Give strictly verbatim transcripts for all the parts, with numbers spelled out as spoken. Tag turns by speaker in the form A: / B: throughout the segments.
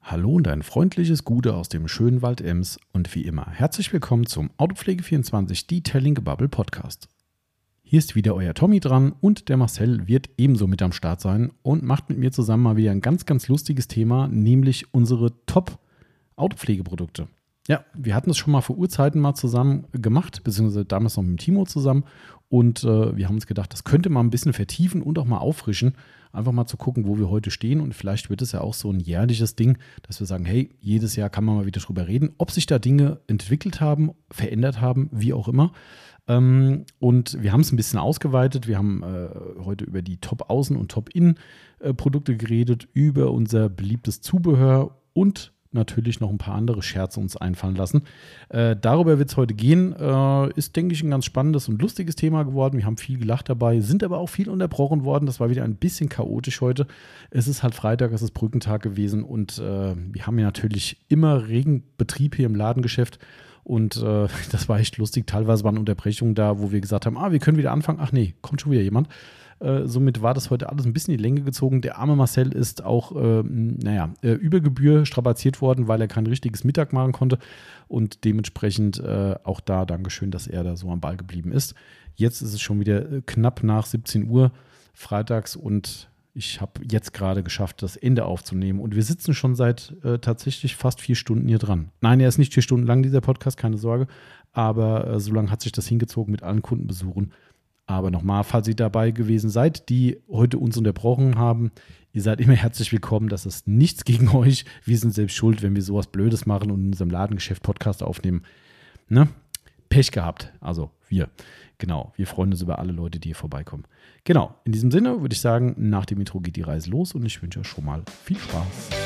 A: Hallo und ein freundliches Gute aus dem schönen Wald Ems und wie immer herzlich willkommen zum Autopflege vierundzwanzig Detailing Gebubble Podcast. Hier ist wieder euer Tommy dran und der Marcel wird ebenso mit am Start sein und macht mit mir zusammen mal wieder ein ganz, ganz lustiges Thema, nämlich unsere Top-Autopflegeprodukte. Ja, wir hatten es schon mal vor Urzeiten mal zusammen gemacht, beziehungsweise damals noch mit dem Timo zusammen und äh, wir haben uns gedacht, das könnte man ein bisschen vertiefen und auch mal auffrischen. Einfach mal zu gucken, wo wir heute stehen und vielleicht wird es ja auch so ein jährliches Ding, dass wir sagen, hey, jedes Jahr kann man mal wieder drüber reden, ob sich da Dinge entwickelt haben, verändert haben, wie auch immer. Ähm, und wir haben es ein bisschen ausgeweitet. Wir haben äh, heute über die Top-Außen- und Top-In-Produkte geredet, über unser beliebtes Zubehör und natürlich noch ein paar andere Scherze uns einfallen lassen. Äh, darüber wird es heute gehen. Äh, ist, denke ich, ein ganz spannendes und lustiges Thema geworden. Wir haben viel gelacht dabei, sind aber auch viel unterbrochen worden. Das war wieder ein bisschen chaotisch heute. Es ist halt Freitag, es ist Brückentag gewesen und äh, wir haben ja natürlich immer regen Betrieb hier im Ladengeschäft. Und äh, das war echt lustig. Teilweise waren Unterbrechungen da, wo wir gesagt haben, ah, wir können wieder anfangen. Ach nee, kommt schon wieder jemand. Äh, somit war das heute alles ein bisschen in die Länge gezogen. Der arme Marcel ist auch, äh, naja, äh, über Gebühr strapaziert worden, weil er kein richtiges Mittag machen konnte. Und dementsprechend äh, auch da Dankeschön, dass er da so am Ball geblieben ist. Jetzt ist es schon wieder äh, knapp nach siebzehn Uhr freitags und ich habe jetzt gerade geschafft, das Ende aufzunehmen. Und wir sitzen schon seit äh, tatsächlich fast vier Stunden hier dran. Nein, er ist nicht vier Stunden lang, dieser Podcast, keine Sorge. Aber äh, so lange hat sich das hingezogen mit allen Kundenbesuchen. Aber nochmal, falls ihr dabei gewesen seid, die heute uns unterbrochen haben, ihr seid immer herzlich willkommen. Das ist nichts gegen euch. Wir sind selbst schuld, wenn wir sowas Blödes machen und in unserem Ladengeschäft Podcast aufnehmen. Ne? Pech gehabt. Also wir. Genau, wir freuen uns über alle Leute, die hier vorbeikommen. Genau, in diesem Sinne würde ich sagen, nach dem Intro geht die Reise los und ich wünsche euch schon mal viel Spaß.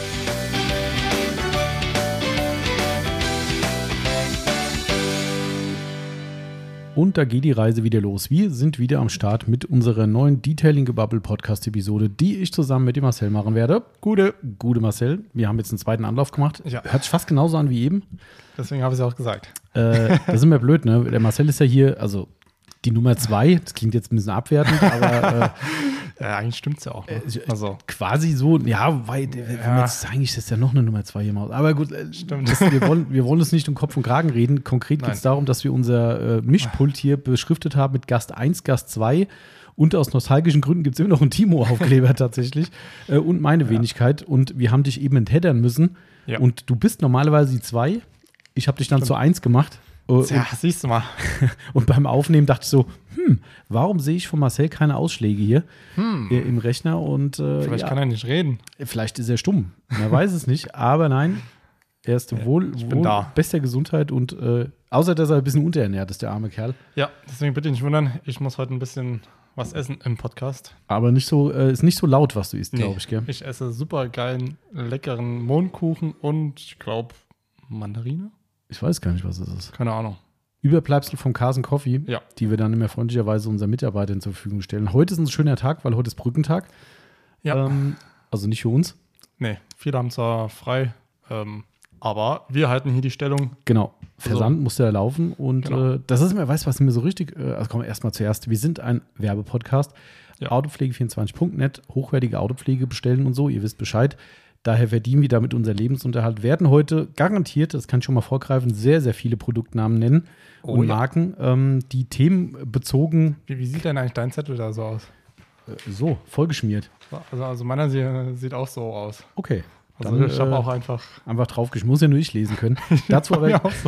A: Und da geht die Reise wieder los. Wir sind wieder am Start mit unserer neuen Detailing Gebubble Podcast Episode, die ich zusammen mit dem Marcel machen werde. Gute, gute Marcel. Wir haben jetzt einen zweiten Anlauf gemacht. Ja. Hört sich fast genauso an wie eben.
B: Deswegen habe ich es auch gesagt.
A: Äh, das ist immer blöd, ne? Der Marcel ist ja hier, also die Nummer zwei, das klingt jetzt ein bisschen abwertend, aber
B: äh, ja, eigentlich stimmt es ja auch. Ne?
A: Äh,
B: also.
A: Quasi so, ja, weil ja. Jetzt, eigentlich ist ja noch eine Nummer zwei hier mal. Aber gut, stimmt. Das, wir, wollen, wir wollen uns nicht um Kopf und Kragen reden. Konkret geht es darum, dass wir unser äh, Mischpult hier beschriftet haben mit Gast eins, Gast zwei. Und aus nostalgischen Gründen gibt es immer noch einen Timo-Aufkleber tatsächlich. Äh, und meine ja. Wenigkeit. Und wir haben dich eben entheddern müssen. Ja. Und du bist normalerweise die zwei. Ich habe dich dann stimmt. zu eins gemacht.
B: Ja, siehst du mal.
A: Und beim Aufnehmen dachte ich so, hm, warum sehe ich von Marcel keine Ausschläge hier hm. äh, im Rechner? Und, äh,
B: vielleicht
A: ja,
B: kann er nicht reden.
A: Vielleicht ist er stumm. Man weiß es nicht. Aber nein, er ist ja, wohl, wohl bester Gesundheit und äh, außer, dass er ein bisschen unterernährt ist, der arme Kerl.
B: Ja, deswegen bitte nicht wundern. Ich muss heute ein bisschen was essen im Podcast.
A: Aber nicht so, äh, ist nicht so laut, was du isst,
B: nee,
A: glaube ich, gell?
B: Ich esse super geilen, leckeren Mohnkuchen und ich glaube Mandarine.
A: Ich weiß gar nicht, was es ist.
B: Keine Ahnung.
A: Überbleibsel vom Carson Coffee,
B: ja.
A: die wir dann immer freundlicherweise unseren Mitarbeitern zur Verfügung stellen. Heute ist ein schöner Tag, weil heute ist Brückentag.
B: Ja.
A: Ähm, also nicht für uns.
B: Nee, viele haben zwar frei, ähm, aber wir halten hier die Stellung.
A: Genau. Versand also, musste ja laufen. Und
B: genau.
A: äh, das ist immer, weißt du, was mir so richtig, äh, also kommen wir erstmal zuerst. Wir sind ein Werbepodcast. Ja. Autopflege vierundzwanzig Punkt net, hochwertige Autopflege bestellen und so, ihr wisst Bescheid. Daher verdienen wir damit unser Lebensunterhalt. Werden heute garantiert, das kann ich schon mal vorgreifen, sehr, sehr viele Produktnamen nennen oh, und Marken, ja. ähm, die themenbezogen.
B: Wie, wie sieht denn eigentlich dein Zettel da so aus?
A: Äh, so, vollgeschmiert.
B: Also, also meiner sieht, sieht auch so aus.
A: Okay.
B: Also dann, ich habe äh, auch einfach.
A: Einfach draufgeschrieben. Muss ja nur ich lesen können. dazu, aber, so.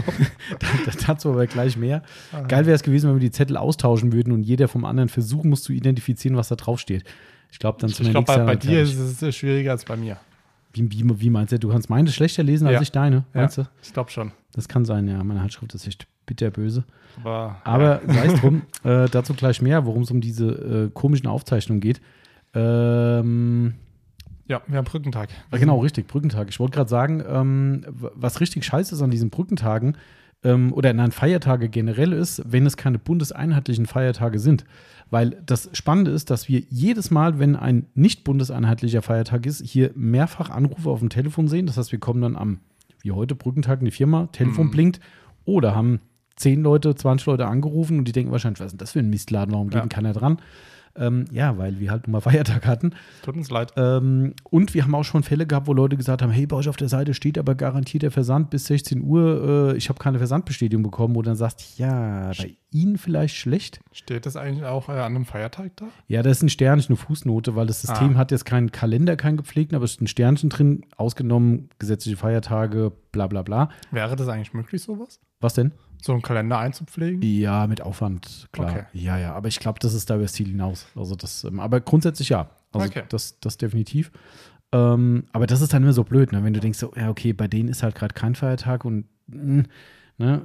A: dazu aber gleich mehr. Aha. Geil wäre es gewesen, wenn wir die Zettel austauschen würden und jeder vom anderen versuchen muss zu identifizieren, was da draufsteht. Ich glaube, dann
B: Ich, ich glaube, bei, bei dir ist es schwieriger als bei mir.
A: Wie, wie, wie meinst du? Du kannst meine schlechter lesen als
B: ja.
A: ich deine, meinst
B: ja,
A: du?
B: Ich glaube schon.
A: Das kann sein, ja. Meine Handschrift ist echt bitterböse.
B: Aber,
A: Aber ja. sei es drum, äh, dazu gleich mehr, worum es um diese äh, komischen Aufzeichnungen geht. Ähm,
B: ja, wir haben Brückentag.
A: Äh, genau, richtig, Brückentag. Ich wollte gerade sagen, ähm, was richtig scheiße ist an diesen Brückentagen ähm, oder nein, Feiertage generell ist, wenn es keine bundeseinheitlichen Feiertage sind. Weil das Spannende ist, dass wir jedes Mal, wenn ein nicht bundeseinheitlicher Feiertag ist, hier mehrfach Anrufe auf dem Telefon sehen. Das heißt, wir kommen dann am, wie heute, Brückentag in die Firma, Telefon mhm. blinkt oder haben zehn Leute, zwanzig Leute angerufen und die denken wahrscheinlich, was ist denn das für ein Mistladen, warum geht denn ja. keiner dran? Ähm, ja, weil wir halt nun mal Feiertag hatten.
B: Tut uns leid.
A: Ähm, und wir haben auch schon Fälle gehabt, wo Leute gesagt haben, hey, bei euch auf der Seite steht aber garantiert der Versand bis sechzehn Uhr. Äh, ich habe keine Versandbestätigung bekommen. Wo du dann sagst, ja, bei Ihnen vielleicht schlecht.
B: Steht das eigentlich auch äh, an einem Feiertag da?
A: Ja, da ist ein Sternchen, eine Fußnote, weil das System
B: Ah.
A: hat jetzt keinen Kalender, keinen gepflegten, aber es ist ein Sternchen drin, ausgenommen gesetzliche Feiertage, bla bla bla.
B: Wäre das eigentlich möglich, sowas?
A: Was denn?
B: So einen Kalender einzupflegen?
A: Ja, mit Aufwand, klar.
B: Okay.
A: Ja, ja, aber ich glaube, das ist da über das Ziel hinaus. Also das, ähm, aber grundsätzlich ja. Also
B: Okay.
A: das, das definitiv. Ähm, aber das ist dann immer so blöd, ne? Wenn du denkst, so, ja, okay, bei denen ist halt gerade kein Feiertag und mh, ne?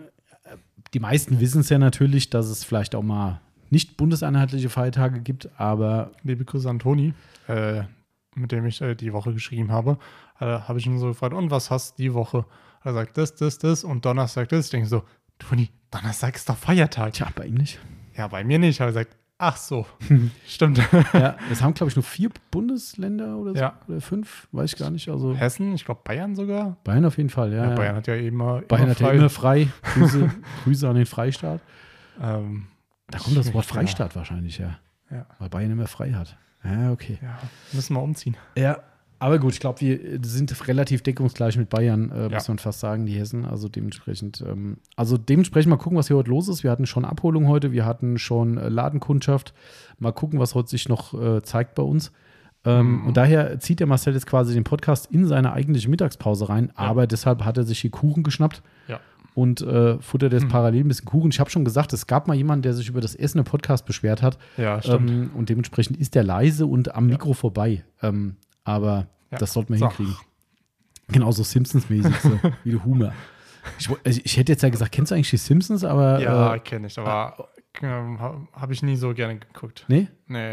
A: Die meisten wissen es ja natürlich, dass es vielleicht auch mal nicht bundeseinheitliche Feiertage gibt, aber
B: Liebe Grüße an Toni, äh, mit dem ich äh, die Woche geschrieben habe. Äh, habe ich ihn so gefragt, und was hast du die Woche? Er sagt das, das, das und Donnerstag das. Ich denke so, Toni, Donnerstag ist doch Feiertag.
A: tja, bei ihm nicht.
B: Ja, bei mir nicht. Aber er sagt, ach so, stimmt.
A: Ja, es haben, glaube ich, nur vier Bundesländer oder so,
B: Ja.
A: oder fünf, weiß ich gar nicht. Also
B: Hessen, ich glaube Bayern sogar.
A: Bayern auf jeden Fall, ja.
B: Ja,
A: ja.
B: Bayern hat ja immer,
A: Bayern
B: immer
A: hat ja
B: frei.
A: immer frei. Grüße, Grüße an den Freistaat.
B: Ähm,
A: Da kommt das Wort
B: ja.
A: Freistaat wahrscheinlich, ja.
B: Ja.
A: Weil Bayern immer frei hat. Ja, okay.
B: Ja, müssen wir umziehen.
A: Ja, aber gut, ich glaube, wir sind relativ deckungsgleich mit Bayern, äh,
B: Ja.
A: muss man fast sagen, die Hessen. Also dementsprechend, ähm, also dementsprechend mal gucken, was hier heute los ist. Wir hatten schon Abholung heute, wir hatten schon äh, Ladenkundschaft. Mal gucken, was heute sich noch äh, zeigt bei uns. Ähm,
B: Mhm.
A: Und daher zieht der Marcel jetzt quasi den Podcast in seine eigentliche Mittagspause rein, aber deshalb hat er sich hier Kuchen geschnappt.
B: Ja.
A: Und äh, futtert jetzt
B: Hm.
A: parallel ein bisschen Kuchen. Ich habe schon gesagt, es gab mal jemanden, der sich über das Essen im Podcast beschwert hat.
B: Ja, stimmt.
A: Ähm, und dementsprechend ist der leise und am Mikro vorbei. Ähm, aber
B: Ja.
A: das sollten wir
B: So.
A: hinkriegen. Genauso Simpsons-mäßig, so wie der Humor. Ich, wo- also ich hätte jetzt ja gesagt, kennst du eigentlich die Simpsons? Aber
B: ja,
A: äh,
B: kenne ich, aber ähm, habe hab ich nie so gerne geguckt.
A: nee,
B: Nee,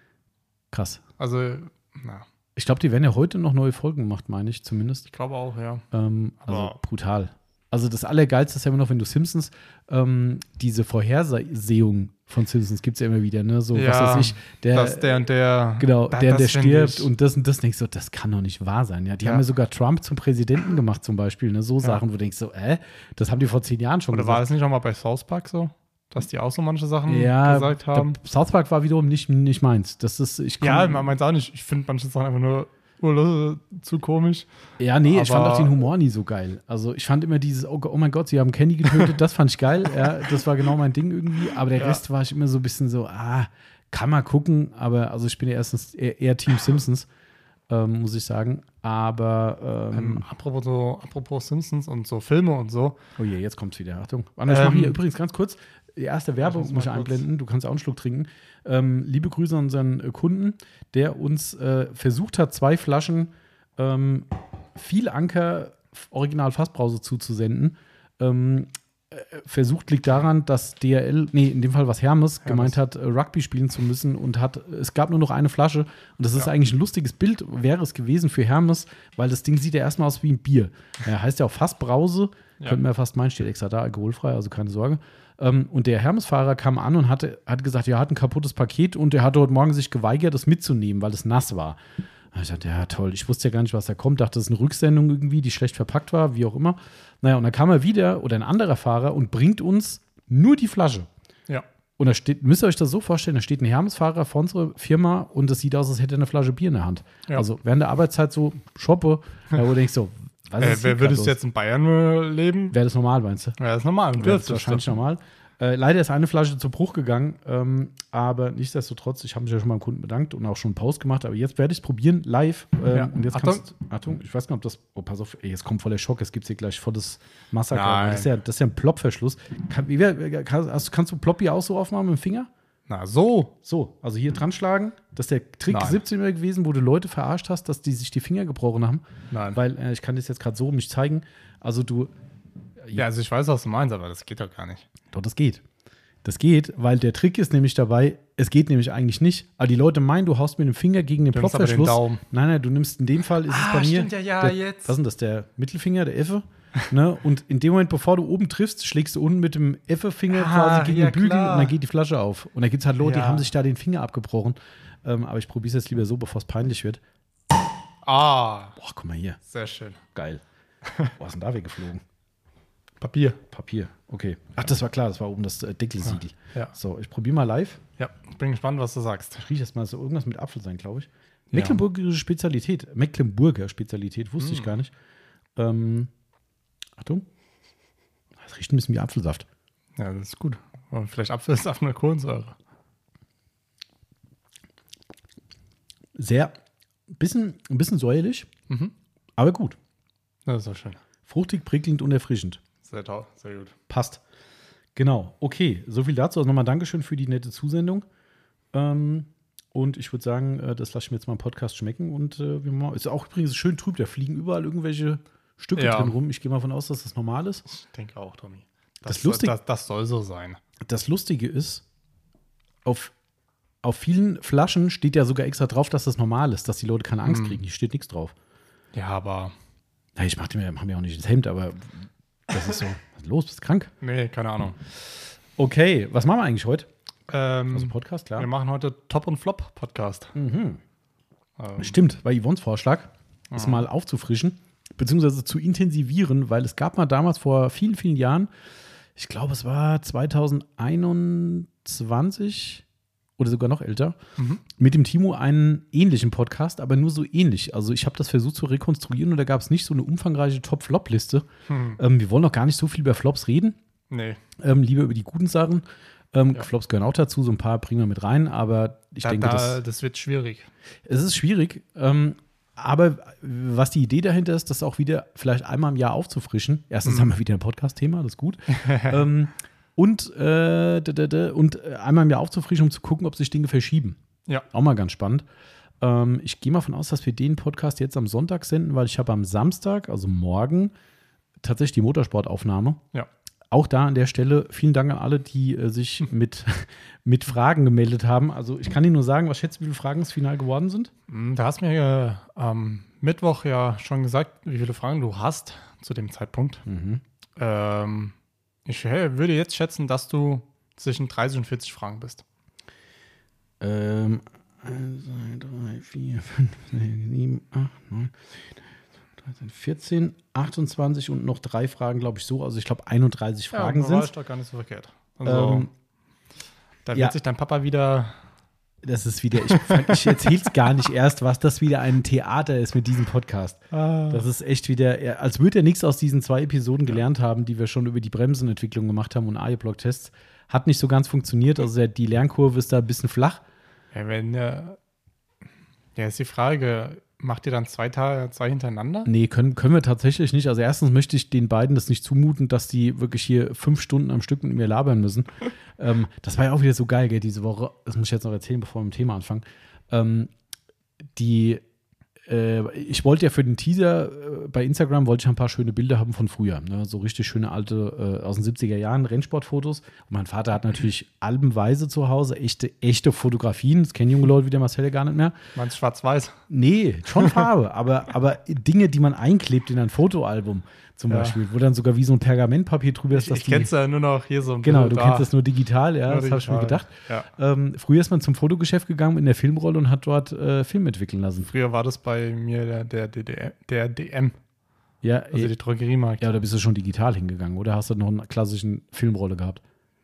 A: krass.
B: also, na,
A: Ich glaube, die werden ja heute noch neue Folgen gemacht, meine ich zumindest.
B: ich glaube auch, ja.
A: Ähm, also
B: Aber-
A: brutal. Also das Allergeilste ist ja immer noch, wenn du Simpsons, ähm, diese Vorhersehung von Simpsons gibt es ja immer wieder, ne? So, was
B: Ja,
A: weiß ich, der,
B: dass der und der,
A: genau,
B: da-
A: der, der
B: das find
A: stirbt
B: ich-
A: und das und das, denkst du, das kann doch nicht wahr sein. Ja, die
B: Ja.
A: haben ja sogar Trump zum Präsidenten gemacht zum Beispiel, ne? So
B: Ja.
A: Sachen, wo du denkst so, äh, das haben die vor zehn Jahren schon
B: Oder war
A: gesagt.
B: das nicht auch mal bei South Park so? Dass die auch so manche Sachen
A: Ja,
B: gesagt haben?
A: der South Park war wiederum nicht, nicht meins. Das ist, ich komm-
B: Ja, man meint auch nicht. Ich finde manche Sachen einfach nur urlo- zu komisch.
A: Ja, nee, ich fand
B: Aber-
A: auch den Humor nie so geil. Also ich fand immer dieses, oh, Go- oh mein Gott, sie haben Kenny getötet, das fand ich geil. Ja, das war genau mein Ding irgendwie. Aber der
B: Ja.
A: Rest war ich immer so ein bisschen so, ah, kann man gucken. Aber also ich bin ja erstens eher, eher Team Simpsons, ähm, muss ich sagen. Aber, ähm,
B: Ähm, apropos, so, apropos Simpsons und so Filme und so.
A: oh je, jetzt kommt's wieder. Achtung. Warte, ich mache
B: Ähm,
A: hier übrigens ganz kurz die erste Werbung,
B: muss
A: muss ich
B: mal kurz-
A: einblenden. Du kannst auch einen Schluck trinken. Ähm, liebe Grüße an unseren äh, Kunden, der uns äh, versucht hat, zwei Flaschen ähm, viel Anker Original Fassbrause zuzusenden. Ähm, äh, versucht liegt daran, dass D R L, nee, in dem Fall was Hermes, gemeint hat, äh, Rugby spielen zu müssen und hat, es gab nur noch eine Flasche und das ist
B: Ja.
A: eigentlich ein lustiges Bild, wäre es gewesen für Hermes, weil das Ding sieht ja erstmal aus wie ein Bier. Ja, heißt ja auch Fassbrause,
B: Ja.
A: könnte man ja fast meinen, steht extra da, alkoholfrei, also keine Sorge. Ähm, und der Hermes-Fahrer kam an und hatte, hat gesagt, er hat ein kaputtes Paket und er hat heute Morgen sich geweigert, das mitzunehmen, weil es nass war. Und ich dachte, ja, toll. Ich wusste ja gar nicht, was da kommt. Dachte, das ist eine Rücksendung irgendwie, die schlecht verpackt war, wie auch immer. Naja, und dann kam er wieder oder ein anderer Fahrer und bringt uns nur die Flasche.
B: Ja.
A: Und da steht, müsst ihr euch das so vorstellen, da steht ein Hermes-Fahrer vor unserer Firma und es sieht aus, als hätte er eine Flasche Bier in der Hand.
B: Ja.
A: Also während der Arbeitszeit so shoppe, ja, wo du denkst so, was
B: Äh,
A: ist
B: wer
A: hier
B: würdest
A: grad
B: du
A: los?
B: jetzt in Bayern äh, leben?
A: Wäre das normal, meinst du?
B: Ja, das ist normal.
A: Wäre das wahrscheinlich normal. Äh, leider ist eine Flasche zu Bruch gegangen, ähm, aber nichtsdestotrotz, ich habe mich ja schon beim Kunden bedankt und auch schon einen Post gemacht, aber jetzt werde ich es probieren, live. Ähm,
B: Ja.
A: Und jetzt
B: Achtung.
A: kannst Achtung, ich weiß gar nicht, ob das, oh, pass auf, ey, jetzt kommt voll der Schock, es gibt hier gleich volles Massaker.
B: Nein.
A: Das ist, ja, das ist ja ein Plopverschluss. Kann, wie wär, kann, hast, kannst du Ploppi auch so aufmachen mit dem Finger?
B: Na, so.
A: So, also hier dran schlagen. Das ist der Trick
B: Nein.
A: siebzehn Mal gewesen, wo du Leute verarscht hast, dass die sich die Finger gebrochen haben.
B: Nein.
A: Weil, äh, ich kann das jetzt gerade so nicht zeigen. Also du,
B: Ja, also ich weiß, was du meinst, aber das geht doch gar nicht.
A: doch, das geht. Das geht, weil der Trick ist nämlich dabei, es geht nämlich eigentlich nicht. Aber die Leute meinen, du haust mit dem Finger gegen den
B: Du nimmst aber den
A: Plopverschluss.
B: Daumen.
A: Nein, nein, du nimmst in dem Fall, ist
B: Ah,
A: es bei mir.
B: stimmt, ja, ja,
A: der,
B: jetzt.
A: Was ist denn das? Der Mittelfinger, der Effe? Ne? Und in dem Moment, bevor du oben triffst, schlägst du unten mit dem Effe-Finger
B: Ah,
A: quasi gegen
B: ja,
A: den Bügel
B: klar.
A: und dann geht die Flasche auf. Und da gibt es halt Leute, die
B: Ja.
A: haben sich da den Finger abgebrochen. Ähm, aber ich probiere es jetzt lieber so, bevor es peinlich wird.
B: Ah,
A: Boah, guck mal hier.
B: sehr schön.
A: Geil. Boah, ist denn da weggeflogen?
B: Papier.
A: Papier, okay. Ach, das war klar, das war oben das äh, Deckelsiegel.
B: Ja. Ja.
A: So, ich probiere mal live.
B: Ja, ich bin gespannt, was du sagst.
A: Ich rieche erst mal so irgendwas mit Apfel sein, glaube ich.
B: Ja.
A: Mecklenburgische Spezialität. Mecklenburger Spezialität, wusste
B: Mm.
A: ich gar nicht. Ähm, Achtung. Das riecht ein bisschen wie Apfelsaft.
B: Ja, das ist gut. Und vielleicht Apfelsaft mit Kohlensäure.
A: Sehr, bisschen, ein bisschen säuerlich,
B: Mhm.
A: aber gut.
B: Das ist auch schön.
A: Fruchtig, prickelnd und erfrischend.
B: Sehr toll, sehr gut.
A: Passt. Genau, okay. So viel dazu. Also nochmal Dankeschön für die nette Zusendung. Ähm, und ich würde sagen, äh, das lasse ich mir jetzt mal im Podcast schmecken. Und äh, wir machen, ist auch übrigens schön trüb. Da fliegen überall irgendwelche Stücke
B: Ja.
A: drin rum. Ich gehe mal von aus, dass das normal ist.
B: Ich denke auch, Tommy.
A: Das
B: soll-
A: Lustige-
B: das, das soll so sein.
A: Das Lustige ist, auf, auf vielen Flaschen steht ja sogar extra drauf, dass das normal ist, dass die Leute keine Angst
B: Mhm.
A: kriegen. Hier steht nichts drauf.
B: Ja, aber
A: Ja, ich mache mir, mach mir auch nicht ins Hemd, aber das ist so. Was ist los? Bist du krank?
B: nee, keine Ahnung.
A: Okay, was machen wir eigentlich heute?
B: Ähm,
A: Also Podcast, klar.
B: wir machen heute Top- und Flop-Podcast.
A: Mhm.
B: Ähm,
A: Stimmt, war Yvonnes Vorschlag, das mal aufzufrischen, beziehungsweise zu intensivieren, weil es gab mal damals vor vielen, vielen Jahren, ich glaube, es war zweitausendeinundzwanzig oder sogar noch älter,
B: Mhm.
A: mit dem Timo einen ähnlichen Podcast, aber nur so ähnlich. Also ich habe das versucht zu rekonstruieren und da gab es nicht so eine umfangreiche Top-Flop-Liste.
B: hm,
A: Ähm, wir wollen noch gar nicht so viel über Flops reden,
B: nee,
A: ähm, lieber über die guten Sachen. Ähm,
B: Ja.
A: Flops gehören auch dazu, so ein paar bringen wir mit rein, aber ich
B: da,
A: denke,
B: da,
A: das
B: das wird schwierig.
A: es ist schwierig, ähm, aber was die Idee dahinter ist, das auch wieder vielleicht einmal im Jahr aufzufrischen. Erstens
B: Mhm.
A: haben wir wieder ein Podcast-Thema, das ist gut. ähm, und, äh, d- d- d- und äh, einmal im Jahr aufzufrischen, um zu gucken, ob sich Dinge verschieben.
B: Ja.
A: Auch mal ganz spannend. Ähm, ich gehe mal von aus, dass wir den Podcast jetzt am Sonntag senden, weil ich habe am Samstag, also morgen, tatsächlich die Motorsportaufnahme.
B: Ja.
A: Auch da an der Stelle vielen Dank an alle, die äh, sich mit, mit Fragen gemeldet haben. Also ich kann Ihnen nur sagen, was schätzt du, wie viele Fragen es final geworden sind?
B: Hm, Da hast mir ja am Mittwoch ja schon gesagt, wie viele Fragen du hast zu dem Zeitpunkt.
A: Mhm.
B: Ähm, ich hey, würde jetzt schätzen, dass du zwischen dreißig und vierzig Fragen bist.
A: Ähm, eins, zwei, drei, vier, fünf, sechs, sieben, acht, neun, dreizehn, vierzehn, achtundzwanzig und noch drei Fragen, glaube ich, so. Also ich glaube einunddreißig Fragen
B: ja, war
A: sind
B: ich doch gar nicht so verkehrt. Also,
A: ähm,
B: da wird
A: ja.
B: sich dein Papa wieder.
A: Das ist wieder, ich, ich erzähle es gar nicht erst, was das wieder ein Theater ist mit diesem Podcast. Das ist echt wieder, er- als würde er nichts aus diesen zwei Episoden gelernt haben, die wir schon über die Bremsenentwicklung gemacht haben und A I-Block-Tests. Hat nicht so ganz funktioniert. Also der- die Lernkurve ist da ein bisschen flach.
B: Ja, wenn, äh, ja, ist die Frage, macht ihr dann zwei Tage, zwei hintereinander?
A: Nee, können, können wir tatsächlich nicht. Also erstens möchte ich den beiden das nicht zumuten, dass die wirklich hier fünf Stunden am Stück mit mir labern müssen. ähm, das war ja auch wieder so geil, gell, diese Woche. Das muss ich jetzt noch erzählen, bevor wir mit dem Thema anfangen. Ähm, die, äh, ich wollte ja für den Teaser äh, bei Instagram, wollte ich ein paar schöne Bilder haben von früher. Ne? So richtig schöne alte, äh, aus den siebziger Jahren Rennsportfotos. Und mein Vater hat natürlich albenweise zu Hause echte, echte Fotografien. Das kennen junge Leute wie der Marcel gar nicht mehr.
B: Meinst du schwarz-weiß?
A: Nee, schon Farbe, aber, aber Dinge, die man einklebt in ein Fotoalbum zum
B: Ja.
A: Beispiel, wo dann sogar wie so ein Pergamentpapier drüber ist,
B: Ich,
A: dass
B: ich
A: die.
B: kenn's ja nur noch hier so ein
A: Genau,
B: bisschen
A: du
B: da.
A: kennst das nur digital, ja,
B: Nur
A: das habe ich mir
B: digital.
A: gedacht.
B: Ja.
A: Ähm, früher ist man zum Fotogeschäft gegangen in der Filmrolle und hat dort äh, Film entwickeln lassen.
B: Früher war das bei mir der, der, D D M, der D M,
A: Ja,
B: also
A: eh,
B: die Drogeriemarkt.
A: ja, oder bist du schon digital hingegangen oder hast du noch einen klassischen Filmrolle gehabt?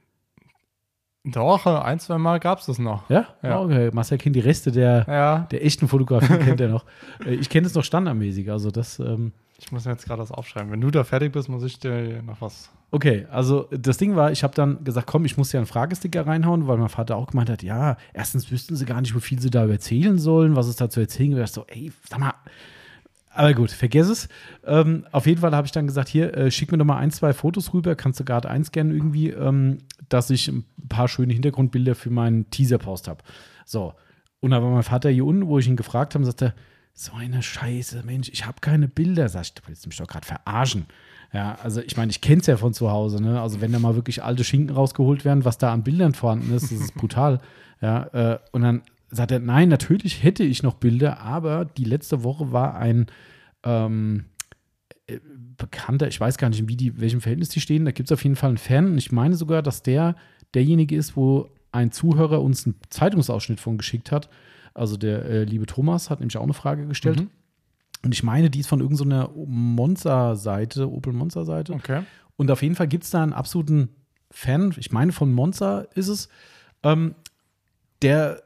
B: Doch, ein, zwei Mal gab's das noch.
A: Ja?
B: Ja.
A: Oh, okay. Marcel kennt die Reste der,
B: Ja,
A: der echten Fotografie, kennt er noch. Äh, Ich kenne es noch standardmäßig, also das. Ähm,
B: ich muss mir jetzt gerade das aufschreiben. Wenn du da fertig bist, muss ich dir noch was.
A: Okay, also das Ding war, ich habe dann gesagt, komm, ich muss ja einen Fragesticker reinhauen, weil mein Vater auch gemeint hat, ja, erstens wüssten sie gar nicht, wie viel sie da erzählen sollen, was es da zu erzählen gibt. Ich so, ey, sag mal. Aber gut, vergiss es. Ähm, auf jeden Fall habe ich dann gesagt, hier, äh, schick mir doch mal ein, zwei Fotos rüber, kannst du gerade einscannen irgendwie, ähm, dass ich ein paar schöne Hintergrundbilder für meinen Teaser-Post habe. So, und da war mein Vater hier unten, wo ich ihn gefragt habe, sagte, so eine Scheiße, Mensch, ich habe keine Bilder. Sag ich, du willst mich doch gerade verarschen. Ja, also ich meine, ich kenne es ja von zu Hause, ne? Also wenn da mal wirklich alte Schinken rausgeholt werden, was da an Bildern vorhanden ist, das ist brutal. Ja, äh, und dann sagt er, nein, natürlich hätte ich noch Bilder, aber die letzte Woche war ein ähm, äh, Bekannter, ich weiß gar nicht, in wie die, welchem Verhältnis die stehen, da gibt es auf jeden Fall einen Fan und ich meine sogar, dass der derjenige ist, wo ein Zuhörer uns einen Zeitungsausschnitt von geschickt hat. Also der äh, liebe Thomas hat nämlich auch eine Frage gestellt.
B: Mhm.
A: Und ich meine, die ist von irgendeiner so Monza-Seite, Opel Monza-Seite.
B: Okay.
A: Und auf jeden Fall gibt es da einen absoluten Fan, ich meine von Monza ist es, ähm, der,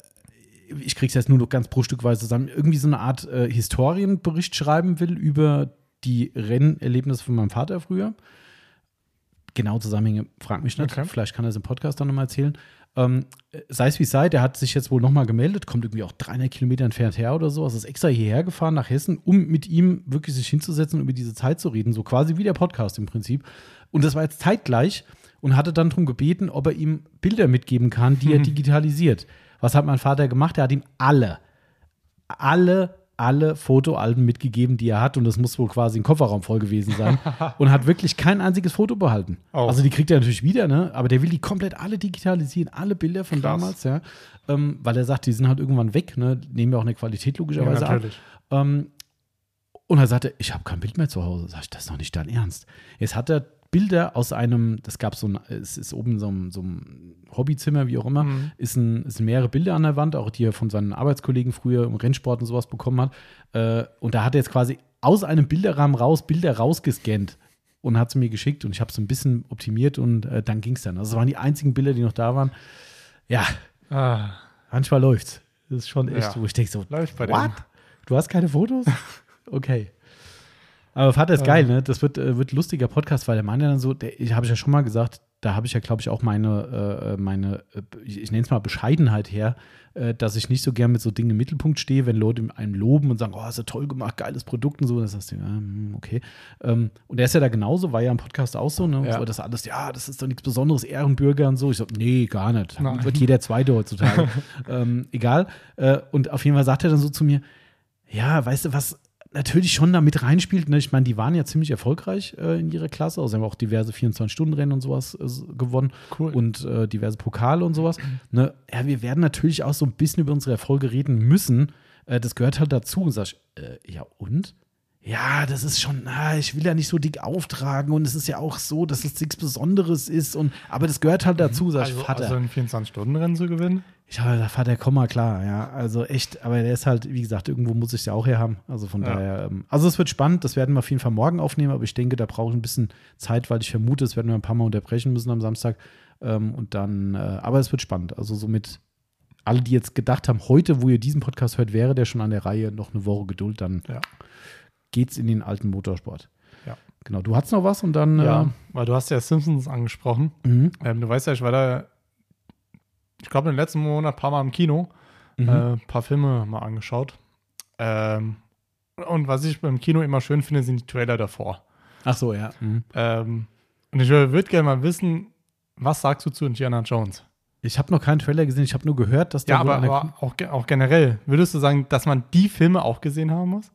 A: ich krieg's jetzt nur noch ganz bruchstückweise zusammen, irgendwie so eine Art äh, Historienbericht schreiben will über die Rennerlebnisse von meinem Vater früher. Genau Zusammenhänge, frag mich nicht.
B: Okay.
A: Vielleicht kann er es im Podcast dann nochmal erzählen. Ähm, sei es wie es sei, der hat sich jetzt wohl nochmal gemeldet, kommt irgendwie auch dreihundert Kilometer entfernt her oder so. Also ist extra hierher gefahren nach Hessen, um mit ihm wirklich sich hinzusetzen und über diese Zeit zu reden. So quasi wie der Podcast im Prinzip. Und das war jetzt zeitgleich und hatte dann darum gebeten, ob er ihm Bilder mitgeben kann, die er digitalisiert. Was hat mein Vater gemacht? Er hat ihm alle, alle alle Fotoalben mitgegeben, die er hat, und das muss wohl quasi ein Kofferraum voll gewesen sein, und hat wirklich kein einziges Foto behalten.
B: Oh.
A: Also die kriegt er natürlich wieder, ne? Aber der will die komplett alle digitalisieren, alle Bilder von
B: Krass.
A: damals, ja. Ähm, weil er sagt, die sind halt irgendwann weg, ne? Nehmen wir auch eine Qualität logischerweise
B: Ja,
A: ab.
B: natürlich.
A: Ähm, und er sagte, ich habe kein Bild mehr zu Hause. Sag ich, das ist doch nicht dein Ernst. Jetzt hat er Bilder aus einem, das gab so ein, es ist oben so ein, so ein Hobbyzimmer, wie auch immer,
B: Mhm.
A: ist ein, es sind mehrere Bilder an der Wand, auch die er von seinen Arbeitskollegen früher im Rennsport und sowas bekommen hat. Äh, und da hat er jetzt quasi aus einem Bilderrahmen raus Bilder rausgescannt und hat sie mir geschickt, und ich habe es ein bisschen optimiert, und äh, dann ging es dann. Also es waren die einzigen Bilder, die noch da waren. Ja,
B: Ah,
A: manchmal läuft's. Das ist schon echt,
B: Ja.
A: wo ich denke so,
B: läuft bei
A: what?
B: dem.
A: Du hast keine Fotos? Okay. Aber Vater ist geil, ne? Das wird, äh, wird ein lustiger Podcast, weil der Mann ja dann so, der, ich habe ja schon mal gesagt, da habe ich ja, glaube ich, auch meine, äh, meine äh, ich, ich nenne es mal Bescheidenheit her, äh, dass ich nicht so gern mit so Dingen im Mittelpunkt stehe, wenn Leute einem loben und sagen, oh, hast du toll gemacht, geiles Produkt und so. Das heißt, ja, okay. Ähm, und der ist ja da genauso, war ja im Podcast auch so, ne?
B: Ja.
A: So, das alles, ja, das ist doch nichts Besonderes, Ehrenbürger und so. Ich so, nee, gar nicht.
B: Nein.
A: Wird jeder Zweite heutzutage. ähm, egal. Äh, und auf jeden Fall sagt er dann so zu mir, ja, weißt du, was natürlich schon da mit reinspielt, ne? Ich meine, die waren ja ziemlich erfolgreich äh, in ihrer Klasse, also haben auch diverse vierundzwanzig-Stunden-Rennen und sowas äh, gewonnen.
B: Cool.
A: Und äh, diverse Pokale und sowas. Ne? Ja, wir werden natürlich auch so ein bisschen über unsere Erfolge reden müssen. Äh, das gehört halt dazu. Und sag ich, äh, ja und? Ja, das ist schon, na, ich will ja nicht so dick auftragen, und es ist ja auch so, dass es nichts Besonderes ist, und aber das gehört halt dazu, sag ich,
B: Also,
A: Vater.
B: also ein vierundzwanzig-Stunden-Rennen zu gewinnen?
A: Ich habe gesagt, Vater, komm mal klar, ja, also echt, aber der ist halt, wie gesagt, irgendwo muss ich es ja auch herhaben, also von
B: Ja.
A: daher, ähm, also es wird spannend, das werden wir auf jeden Fall morgen aufnehmen, aber ich denke, da brauche ich ein bisschen Zeit, weil ich vermute, das werden wir ein paar Mal unterbrechen müssen am Samstag, ähm, und dann, äh, aber es wird spannend, also somit alle, die jetzt gedacht haben, heute, wo ihr diesen Podcast hört, wäre der schon an der Reihe, noch eine Woche Geduld, dann
B: Ja.
A: geht's in den alten Motorsport.
B: Ja.
A: Genau, du hattest noch was und dann,
B: Ja,
A: äh,
B: weil du hast ja Simpsons angesprochen.
A: mhm,
B: Ähm, du weißt ja, ich war da, ich glaube, im letzten Monat ein paar Mal im Kino,
A: mhm.
B: äh, ein paar Filme mal angeschaut. Ähm, und was ich beim Kino immer schön finde, sind die Trailer davor.
A: Ach so, ja. Mhm.
B: Ähm, und ich würde gerne mal wissen, was sagst du zu Indiana Jones?
A: Ich habe noch keinen Trailer gesehen, ich habe nur gehört, dass da
B: Ja,
A: wohl
B: aber,
A: an der-
B: aber auch, ge- auch generell. Würdest du sagen, dass man die Filme auch gesehen haben muss?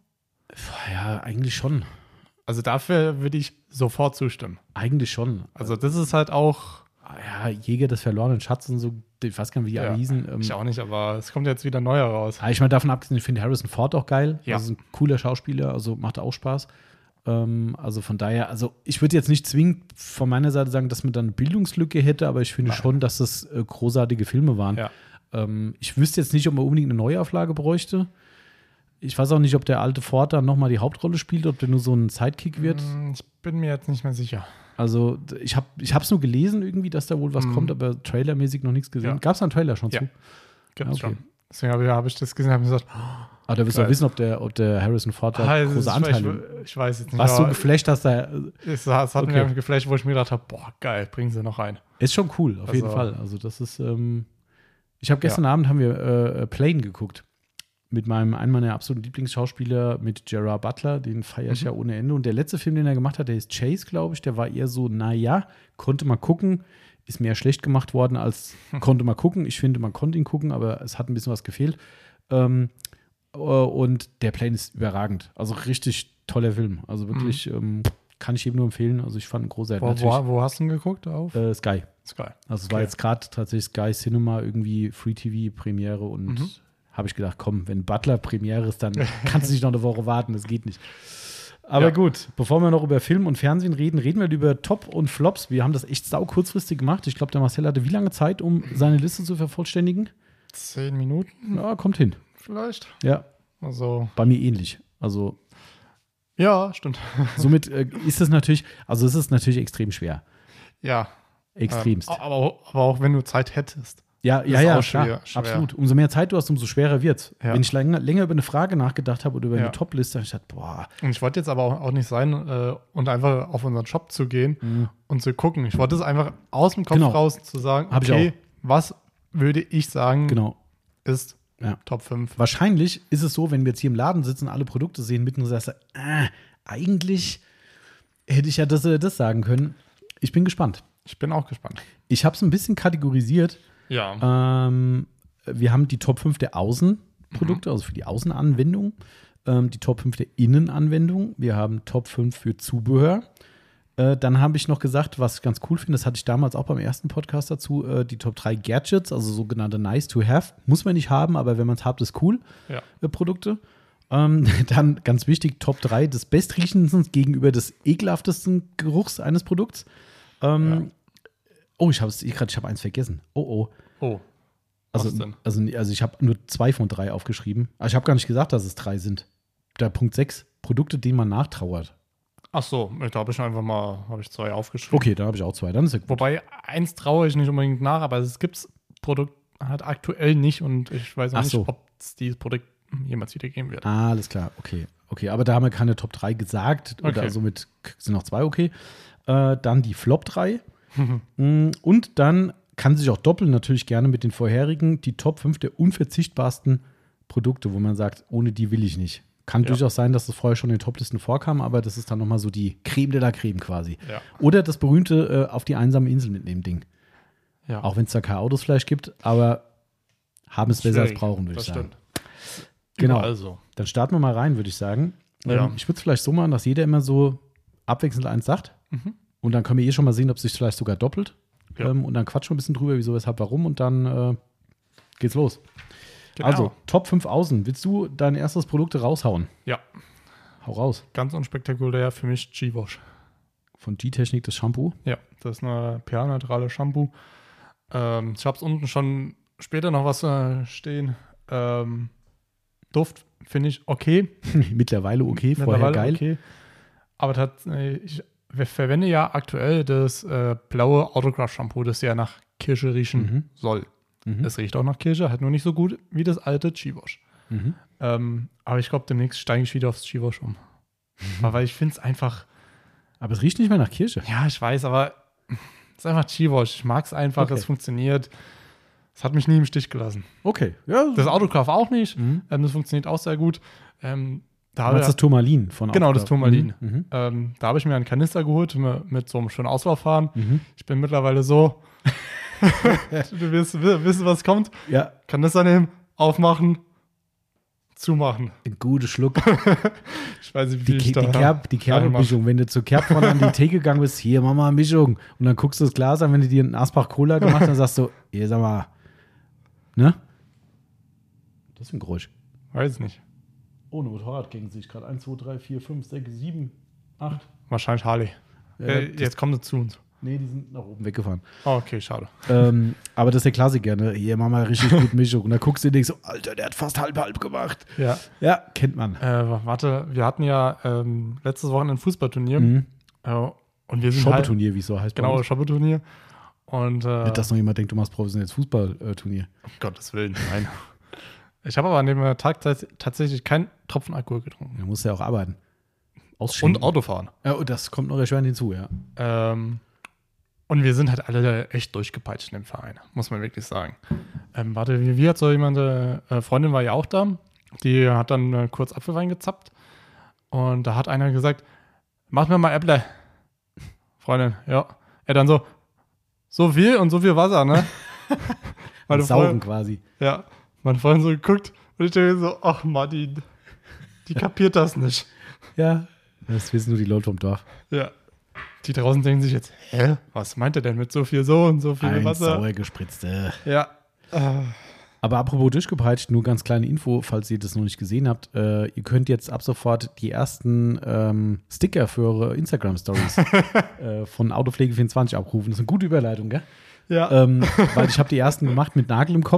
A: ja, eigentlich schon.
B: Also dafür würde ich sofort zustimmen.
A: Eigentlich schon.
B: Also das ist halt auch,
A: Ja, Jäger des verlorenen Schatzes und so, ich weiß gar nicht, wie die alle
B: Ja,
A: hießen. Ähm,
B: ich auch nicht, aber es kommt jetzt wieder neuer raus.
A: ah, ich meine, davon abgesehen, ich finde Harrison Ford auch geil.
B: Ja.
A: Also ein cooler Schauspieler, also macht auch Spaß. Ähm, also von daher, also ich würde jetzt nicht zwingend von meiner Seite sagen, dass man da eine Bildungslücke hätte, aber ich finde
B: Nein.
A: schon, dass das äh, großartige Filme waren.
B: Ja.
A: Ähm, ich wüsste jetzt nicht, ob man unbedingt eine Neuauflage bräuchte. Ich weiß auch nicht, ob der alte Ford dann nochmal die Hauptrolle spielt, ob der nur so ein Sidekick wird.
B: Mm, Ich bin mir jetzt nicht mehr sicher.
A: Also d- ich habe es nur gelesen irgendwie, dass da wohl was
B: Mhm.
A: kommt, aber trailermäßig noch nichts gesehen.
B: Ja.
A: Gab es da einen Trailer schon
B: Ja.
A: zu?
B: Gibt's
A: Okay.
B: schon. Deswegen habe ich, hab ich das gesehen und habe gesagt,
A: Aber da wirst du
B: Geil.
A: auch wissen, ob der, ob der Harrison Ford da
B: ah,
A: große
B: ich,
A: Anteile
B: ich, ich weiß jetzt nicht.
A: Was du
B: aber
A: geflasht hast, da
B: es, es hat
A: Okay.
B: mich geflasht, wo ich mir gedacht habe, boah, geil, bringen sie noch rein.
A: ist schon cool, auf
B: Also-
A: jeden Fall. Also das ist, ähm ich habe gestern Abend haben wir äh, Plane geguckt. Mit meinem, einem meiner absoluten Lieblingsschauspieler, mit Gerard Butler, den feiere ich
B: Mhm.
A: ja ohne Ende. Und der letzte Film, den er gemacht hat, der ist Chase, glaube ich, der war eher so, naja, konnte man gucken, ist mehr schlecht gemacht worden, als konnte man gucken. Ich finde, man konnte ihn gucken, aber es hat ein bisschen was gefehlt. Ähm, äh, und der Plane ist überragend. Also richtig toller Film. Also wirklich, ähm, kann ich jedem nur empfehlen. Also ich fand ihn großartig.
B: Wo,
A: Natürlich,
B: wo, wo hast du ihn geguckt? Auf
A: äh, Sky.
B: Sky.
A: Also es war
B: Okay.
A: jetzt gerade tatsächlich Sky Cinema, irgendwie Free-T V-Premiere, und
B: Mhm.
A: habe ich gedacht, komm, wenn Butler Premiere ist, dann kannst du nicht noch eine Woche warten, das geht nicht. Aber
B: Ja.
A: gut, bevor wir noch über Film und Fernsehen reden, reden wir über Top und Flops. Wir haben das echt sau kurzfristig gemacht. Ich glaube, der Marcel hatte wie lange Zeit, um seine Liste zu vervollständigen?
B: Zehn Minuten
A: Ja, kommt hin.
B: vielleicht.
A: Ja,
B: Also,
A: bei mir ähnlich. Also
B: Ja, stimmt.
A: Somit äh, ist es natürlich, also es ist natürlich extrem schwer.
B: Ja.
A: Extremst.
B: Ähm, aber, auch, aber auch wenn du Zeit hättest.
A: Ja,
B: ist
A: ja, ja,
B: auch schwer,
A: klar,
B: schwer.
A: absolut. Umso mehr Zeit du hast, umso schwerer wird's.
B: Ja.
A: Wenn ich länger, länger über eine Frage nachgedacht habe oder über
B: Ja.
A: eine Top-Liste, habe ich gedacht, boah,
B: Und ich wollte jetzt aber auch, auch nicht sein äh, und einfach auf unseren Shop zu gehen
A: Mhm.
B: und zu gucken. Ich wollte es einfach aus dem Kopf
A: Genau.
B: raus zu sagen,
A: Hab ich
B: okay, was würde ich sagen,
A: genau.
B: ist
A: Ja.
B: Top fünf.
A: Wahrscheinlich ist es so, wenn wir jetzt hier im Laden sitzen, alle Produkte sehen, mitten und sagst, äh, eigentlich hätte ich ja das oder das sagen können. Ich bin gespannt.
B: Ich bin auch gespannt.
A: Ich habe es ein bisschen kategorisiert.
B: Ja.
A: Ähm, wir haben die Top fünf der Außenprodukte, also für die Außenanwendung, ähm, die Top fünf der Innenanwendung. Wir haben Top fünf für Zubehör. Äh, dann habe ich noch gesagt, was ich ganz cool finde, das hatte ich damals auch beim ersten Podcast dazu, äh, die Top drei Gadgets, also sogenannte Nice to Have. Muss man nicht haben, aber wenn man es hat, ist cool,
B: Ja.
A: äh, Produkte. Ähm, dann ganz wichtig, Top drei des bestriechendsten gegenüber des ekelhaftesten Geruchs eines Produkts. Ähm,
B: Ja.
A: Oh, ich habe ich gerade, ich habe eins vergessen. Oh, oh.
B: Oh. Was
A: Also,
B: denn?
A: also, also ich habe nur zwei von drei aufgeschrieben. Aber ich habe gar nicht gesagt, dass es drei sind. Der Punkt sechs, Produkte, denen man nachtrauert.
B: Ach so, da habe ich einfach mal habe ich zwei aufgeschrieben.
A: Okay, da habe ich auch zwei. Dann ist ja gut.
B: Wobei, eins traue ich nicht unbedingt nach, aber es gibt das Produkt halt aktuell nicht und ich weiß auch
A: Ach
B: nicht,
A: so.
B: ob es dieses Produkt jemals wieder geben wird.
A: Ah, alles klar, okay. Okay, aber da haben wir keine Top drei gesagt. Oder
B: Okay.
A: somit sind noch zwei okay. Äh, dann die Flop drei. Mm, Und dann kann sich auch doppeln, natürlich gerne mit den vorherigen, die Top fünf der unverzichtbarsten Produkte, wo man sagt, ohne die will ich nicht. Kann
B: Ja.
A: durchaus sein, dass das vorher schon in den Toplisten vorkam, aber das ist dann nochmal so die Creme de la Creme quasi.
B: Ja.
A: Oder das berühmte äh, auf die einsame Insel mitnehmen Ding.
B: Ja.
A: Auch wenn es da keine Autos vielleicht gibt, aber haben es besser als
B: Schwierig.
A: brauchen, würde ich
B: Das
A: sagen.
B: stimmt.
A: Genau.
B: Also.
A: Dann starten wir mal rein, würde ich sagen.
B: Ja.
A: Ähm, ich würde es vielleicht so machen, dass jeder immer so abwechselnd eins sagt.
B: Mhm.
A: Und dann können wir eh schon mal sehen, ob es sich vielleicht sogar doppelt.
B: Ja.
A: Ähm, und dann quatschen wir ein bisschen drüber, wieso, weshalb, warum. Und dann äh, geht's los.
B: Genau.
A: Also, Top fünf Außen. Willst du dein erstes Produkt raushauen?
B: Ja,
A: Hau raus.
B: ganz unspektakulär für mich G-Wash.
A: Von G-Technik das Shampoo.
B: Ja, das ist eine pH-neutrale Shampoo. Ähm, ich habe es unten schon später noch was äh, stehen. Ähm, Duft finde ich okay.
A: Mittlerweile okay, vorher
B: Mittlerweile
A: geil.
B: okay. Aber tat, äh, ich verwende ja aktuell das äh, blaue Autograph-Shampoo, das ja nach Kirsche riechen
A: Mhm.
B: soll.
A: Mhm.
B: Es riecht auch nach Kirsche, halt nur nicht so gut wie das alte G-Wash.
A: Mhm.
B: Ähm, aber ich glaube, demnächst steige ich wieder aufs G-Wash um. Aber weil ich finde es einfach,
A: Aber es riecht nicht mehr nach Kirsche.
B: ja, ich weiß, aber es ist einfach G-Wash. Ich mag es einfach,
A: Okay.
B: es funktioniert. Es hat mich nie im Stich gelassen.
A: Okay. Ja,
B: Das Autograph auch nicht.
A: Mhm.
B: Ähm, das funktioniert auch sehr gut. Ähm, da
A: Du
B: habe
A: meinst das Turmalin von
B: Genau, das
A: Autograph.
B: Turmalin.
A: Mhm. Mhm.
B: ähm, da habe ich mir einen Kanister geholt mit, mit so einem schönen Auslauffahren.
A: Mhm.
B: Ich bin mittlerweile so, du wirst wi- wissen, was kommt.
A: Ja,
B: Kanister nehmen, aufmachen, zumachen.
A: ein guter Schluck.
B: Ich weiß nicht, wie
A: Die,
B: ich
A: die,
B: da
A: Kerb, die Kerbmischung, wenn du zur Kerbfront an die Theke gegangen bist, hier, mach mal eine Mischung. Und dann guckst du das Glas an, wenn du dir einen Asbach Cola gemacht hast, dann sagst du, hier, sag mal, ne? Das ist ein Geräusch.
B: Weiß nicht.
A: Oh, eine Motorradgang sehe ich gerade. eins, zwei, drei, vier, fünf, sechs, sieben, acht.
B: Wahrscheinlich Harley.
A: Ja,
B: äh,
A: das-
B: jetzt kommen sie zu uns.
A: Nee, die sind nach oben weggefahren.
B: Oh, okay, schade.
A: ähm, aber das ist der Klassiker, ne? Hier, mach mal richtig gut Mischung. Und dann guckst du und denkst so, Alter, der hat fast halb-halb gemacht.
B: Ja.
A: Ja, kennt man.
B: Äh, warte, wir hatten ja ähm, letztes Wochenende ein Fußballturnier.
A: Mhm.
B: Äh, und wir sind halt,
A: Shoppeturnier, wie es so heißt. bei
B: genau,
A: uns.
B: Shoppeturnier. Und äh,
A: Nicht, dass noch jemand denkt, du machst professionelles Fußballturnier.
B: um Gottes Willen, nein. Ich habe aber an dem Tag tats- tatsächlich keinen Tropfen Alkohol getrunken.
A: Da musst du ja auch arbeiten. Ausschenken.
B: Und Autofahren.
A: Ja, und das kommt noch erschwerend hinzu, ja.
B: Ähm, und wir sind halt alle echt durchgepeitscht in dem Verein, muss man wirklich sagen. Ähm, warte, wie, wie hat so jemand, äh, Freundin war ja auch da, die hat dann äh, kurz Apfelwein gezappt und da hat einer gesagt, mach mir mal Äpple. Freundin, ja. Er dann so, so viel und so viel Wasser, ne? Meine
A: Saugen
B: Freundin,
A: quasi.
B: ja, meine Freundin so geguckt und ich denke so, ach Martin, die kapiert das nicht.
A: Ja, das wissen nur die Leute vom Dorf.
B: Ja. Die draußen denken sich jetzt, hä, was meint er denn mit so viel so und so viel
A: Ein
B: Wasser?
A: sauer gespritzte.
B: Ja. Äh,
A: Aber apropos durchgepeitscht, nur ganz kleine Info, falls ihr das noch nicht gesehen habt. Äh, ihr könnt jetzt ab sofort die ersten ähm, Sticker für eure Instagram-Stories äh, von Autopflege vierundzwanzig abrufen. Das ist eine gute Überleitung, gell?
B: ja.
A: Ähm, weil ich habe die ersten gemacht mit Nagel im Kopf.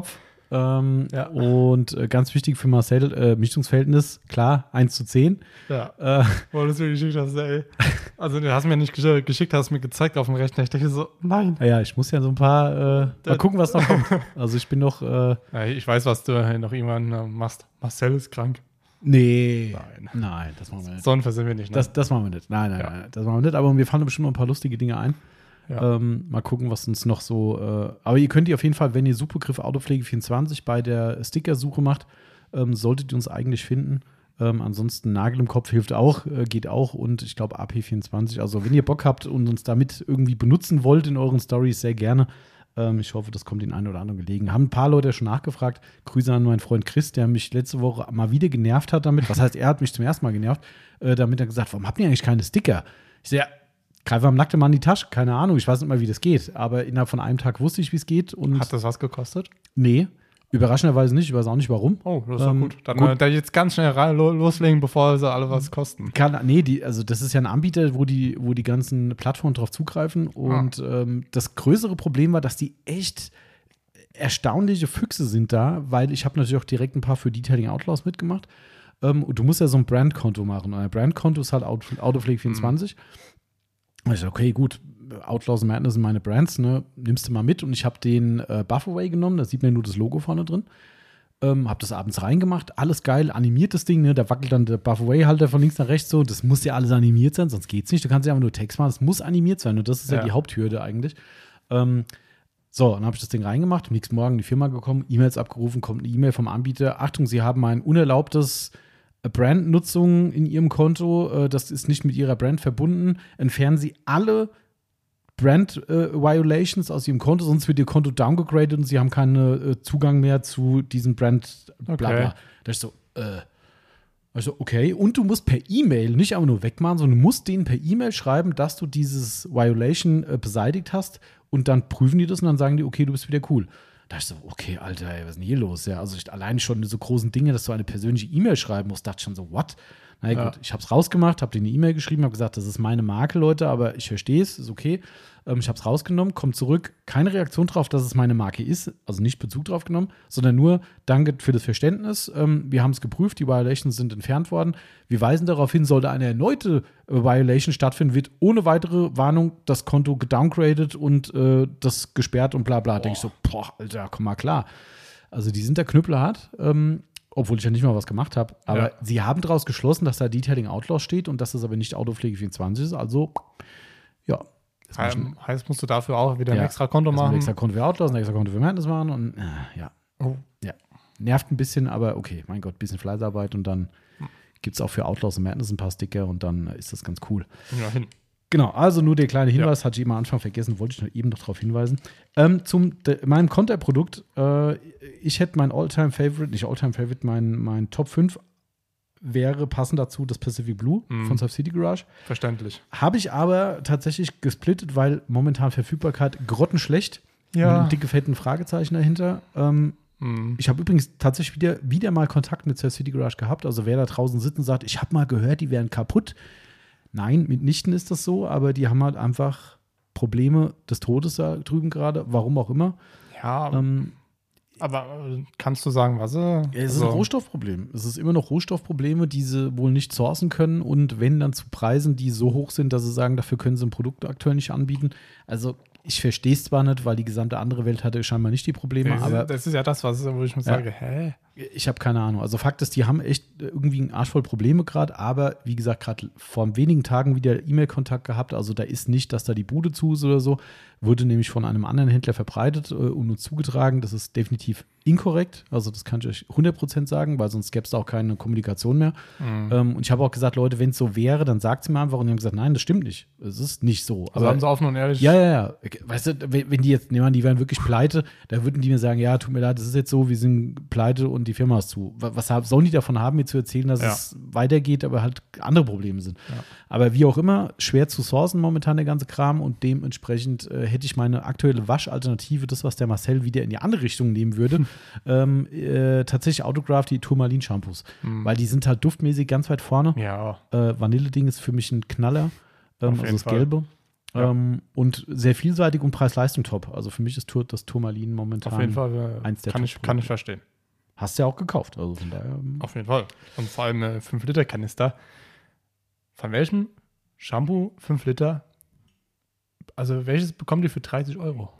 A: Ähm,
B: Ja.
A: Und äh, ganz wichtig für Marcel, äh, Mischungsverhältnis, klar, eins zu zehn.
B: Ja.
A: Äh,
B: Weil du es mir geschickt hast, ey. Also, du hast mir nicht gesch- geschickt, hast mir gezeigt auf dem Rechner. Ich dachte so, nein.
A: ja, ich muss ja so ein paar, äh, mal gucken, was noch kommt. Also ich bin noch, äh,
B: Ja, ich weiß, was du noch irgendwann äh, machst. Marcel ist krank.
A: nee,
B: Nein.
A: nein, das machen wir nicht.
B: So ein sind wir nicht, ne?
A: Das, das machen wir nicht. Nein, nein,
B: Ja.
A: nein, das machen wir nicht. Aber wir fallen bestimmt noch ein paar lustige Dinge ein.
B: Ja.
A: Ähm, mal gucken, was uns noch so. Äh, aber ihr könnt ihr auf jeden Fall, wenn ihr Suchbegriff Autopflege vierundzwanzig bei der Stickersuche macht, ähm, solltet ihr uns eigentlich finden. Ähm, ansonsten Nagel im Kopf hilft auch, äh, geht auch. Und ich glaube A P vierundzwanzig. Also, wenn ihr Bock habt und uns damit irgendwie benutzen wollt in euren Stories, sehr gerne. Ähm, ich hoffe, das kommt den einen oder anderen gelegen. Haben ein paar Leute schon nachgefragt. Grüße an meinen Freund Chris, der mich letzte Woche mal wieder genervt hat damit. Was heißt, er hat mich zum ersten Mal genervt, äh, damit er gesagt, warum habt ihr eigentlich keine Sticker? Ich sehe, ja, greife am nackten Mann in die Tasche, keine Ahnung, ich weiß nicht mal, wie das geht. Aber innerhalb von einem Tag wusste ich, wie es geht. Und
B: Hat das was gekostet?
A: nee, überraschenderweise nicht. Ich weiß auch nicht, warum.
B: Oh, das ist doch
A: Ähm,
B: gut. Dann
A: gut.
B: äh, da jetzt ganz schnell rein, lo- loslegen, bevor sie alle was kosten.
A: Kann, nee, die, also das ist ja ein Anbieter, wo die, wo die ganzen Plattformen drauf zugreifen. Und ähm, das größere Problem war, dass die echt erstaunliche Füchse sind da, weil ich habe natürlich auch direkt ein paar für Detailing Outlaws mitgemacht. Ähm, und du musst ja so ein Brandkonto machen. Und ein Brandkonto ist halt Auto, Autopflege vierundzwanzig. Und ich so, okay, gut, Outlaws und Madness sind meine Brands, ne? Nimmst du mal mit. Und ich habe den äh, Buffaway genommen, da sieht man nur das Logo vorne drin. Ähm, hab das abends reingemacht, alles geil, animiertes Ding, ne? Da wackelt dann der Buffaway-Halter von links nach rechts so. Das muss ja alles animiert sein, sonst geht's nicht. Du kannst ja einfach nur Text machen, das muss animiert sein. Und das ist ja,
B: Ja.
A: die Haupthürde eigentlich. Ähm, so, dann habe ich das Ding reingemacht, am nächsten Morgen in die Firma gekommen, E-Mails abgerufen, kommt eine E-Mail vom Anbieter. Achtung, Sie haben ein unerlaubtes Brandnutzung in Ihrem Konto, äh, das ist nicht mit Ihrer Brand verbunden. Entfernen Sie alle Brand-Violations aus Ihrem Konto, sonst wird Ihr Konto downgegradet und Sie haben keinen äh, Zugang mehr zu diesem Brand. Bla bla.
B: Okay.
A: Da ist so, äh. Also, okay. Und du musst per E-Mail nicht einfach nur wegmachen, sondern du musst denen per E-Mail schreiben, dass du dieses Violation äh, beseitigt hast und dann prüfen die das und dann sagen die, okay, du bist wieder cool. Da ist so, okay, Alter, ey, was ist denn hier los? Ja, also ich, allein schon so großen Dinge, dass du eine persönliche E-Mail schreiben musst, dachte ich schon so, what? Na ja, gut, ich habe es rausgemacht, habe denen eine E-Mail geschrieben, habe gesagt, das ist meine Marke, Leute, aber ich verstehe es, ist okay. Ähm, ich habe es rausgenommen, kommt zurück, keine Reaktion drauf, dass es meine Marke ist, also nicht Bezug drauf genommen, sondern nur, danke für das Verständnis, ähm, wir haben es geprüft, die Violations sind entfernt worden. Wir weisen darauf hin, sollte eine erneute äh, Violation stattfinden, wird ohne weitere Warnung das Konto gedowngradet und äh, das gesperrt und bla bla. Denke ich so, boah, Alter, komm mal klar. Also die sind da knüppelhart, ähm, obwohl ich ja nicht mal was gemacht habe. Aber
B: Ja.
A: sie haben daraus geschlossen, dass da Detailing Outlaws steht und dass das aber nicht Autopflege vierundzwanzig ist. Also, ja. Jetzt muss ich-
B: He heißt, musst du dafür auch wieder ein
A: Ja.
B: extra Konto
A: erstmal ein
B: machen?
A: extra Konto für Outlaws, ein extra Konto für Madness machen und äh, ja.
B: Oh.
A: Ja. Nervt ein bisschen, aber okay, mein Gott, bisschen Fleißarbeit und dann gibt es auch für Outlaws und Madness ein paar Sticker und dann äh, ist das ganz cool.
B: Ja, hin.
A: Genau, also nur der kleine Hinweis, hatte ich eben am Anfang vergessen, wollte ich nur eben noch darauf hinweisen. Ähm, zum de, meinem Konterprodukt, äh, ich hätte mein All-Time-Favorite, nicht All-Time-Favorite, mein, mein Top fünf wäre passend dazu das Pacific Blue
B: Mhm.
A: von Surf City Garage.
B: Verständlich.
A: Habe ich aber tatsächlich gesplittet, weil momentan Verfügbarkeit grottenschlecht.
B: Ja.
A: Mit einem dicke, fetten Fragezeichen dahinter. Ähm,
B: Mhm.
A: ich habe übrigens tatsächlich wieder, wieder mal Kontakt mit Surf City Garage gehabt. Also wer da draußen sitzt und sagt, ich habe mal gehört, die wären kaputt. Nein, mitnichten ist das so, aber die haben halt einfach Probleme des Todes da drüben gerade, warum auch immer.
B: Ja,
A: Ähm,
B: aber äh, kannst du sagen, was? Äh,
A: es ist
B: also-
A: ein Rohstoffproblem. Es ist immer noch Rohstoffprobleme, die sie wohl nicht sourcen können und wenn dann zu Preisen, die so hoch sind, dass sie sagen, dafür können sie ein Produkt aktuell nicht anbieten. Also ich verstehe es zwar nicht, weil die gesamte andere Welt hatte scheinbar nicht die Probleme,
B: das,
A: aber
B: ist, das ist ja das, was, wo ich mir
A: Ja.
B: sage, hä?
A: ich habe keine Ahnung. Also Fakt ist, die haben echt irgendwie einen Arsch voll Probleme gerade, aber wie gesagt, gerade vor wenigen Tagen wieder E-Mail-Kontakt gehabt. Also da ist nicht, dass da die Bude zu ist oder so. Wurde nämlich von einem anderen Händler verbreitet äh, und uns zugetragen. Das ist definitiv inkorrekt. Also das kann ich euch hundert Prozent sagen, weil sonst gäbe es da auch keine Kommunikation mehr.
B: Mhm.
A: Ähm, und ich habe auch gesagt, Leute, wenn es so wäre, dann sagt sie mir einfach. Und die haben gesagt, nein, das stimmt nicht. Es ist nicht so.
B: Also haben sie offen und ehrlich.
A: Ja, ja, ja. Weißt du, wenn wenn die jetzt, nehmen wir an, die wären wirklich pleite, da würden die mir sagen, ja, tut mir leid, das ist jetzt so, wir sind pleite und die Firma ist zu. Was was hab- sollen die davon haben, mir zu erzählen, dass
B: Ja.
A: es weitergeht, aber halt andere Probleme sind?
B: Ja.
A: Aber wie auch immer, schwer zu sourcen momentan der ganze Kram und dementsprechend äh, hätte ich meine aktuelle Waschalternative, das, was der Marcel wieder in die andere Richtung nehmen würde, ähm, äh, tatsächlich Autograph, die Turmalin-Shampoos.
B: Mhm.
A: Weil die sind halt duftmäßig ganz weit vorne.
B: Ja.
A: Äh, Vanille-Ding ist für mich ein Knaller. Ähm,
B: Auf
A: also
B: jeden
A: das
B: Fall.
A: Gelbe.
B: Ja.
A: Ähm, und sehr vielseitig und Preis-Leistung top. Also für mich ist Tur- das Turmalin momentan
B: Auf jeden Fall äh,
A: eins der
B: kann, ich, kann ich verstehen.
A: Hast du ja auch gekauft. Also von daher. ähm,
B: Auf jeden Fall. Und vor allem äh, fünf Liter Kanister. Von welchem Shampoo fünf Liter? Also welches bekommt ihr für dreißig Euro?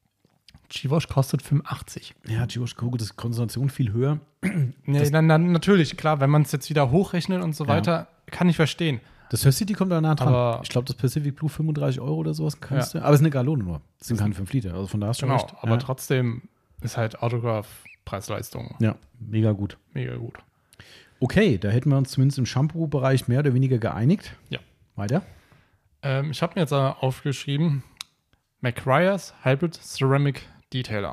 B: G-Wash kostet fünfundachtzig.
A: Ja, G-Wash, das ist Konzentration viel höher.
B: Nee, dann, dann natürlich, klar, wenn man es jetzt wieder hochrechnet und so
A: Ja.
B: weiter, kann ich verstehen.
A: Das Hush City kommt da nah dran.
B: Aber-
A: Ich glaube, das Pacific Blue fünfunddreißig Euro oder sowas kannst du. Aber es ist eine Galone nur. Das sind keine fünf Liter. Also von da hast du
B: Genau,
A: recht.
B: aber
A: ja.
B: trotzdem ist halt Autograph Preis-Leistung
A: Ja, mega gut.
B: mega gut.
A: Okay, da hätten wir uns zumindest im Shampoo-Bereich mehr oder weniger geeinigt.
B: Ja.
A: Weiter.
B: Ähm, ich habe mir jetzt äh, aufgeschrieben, McRyers Hybrid Ceramic Detailer.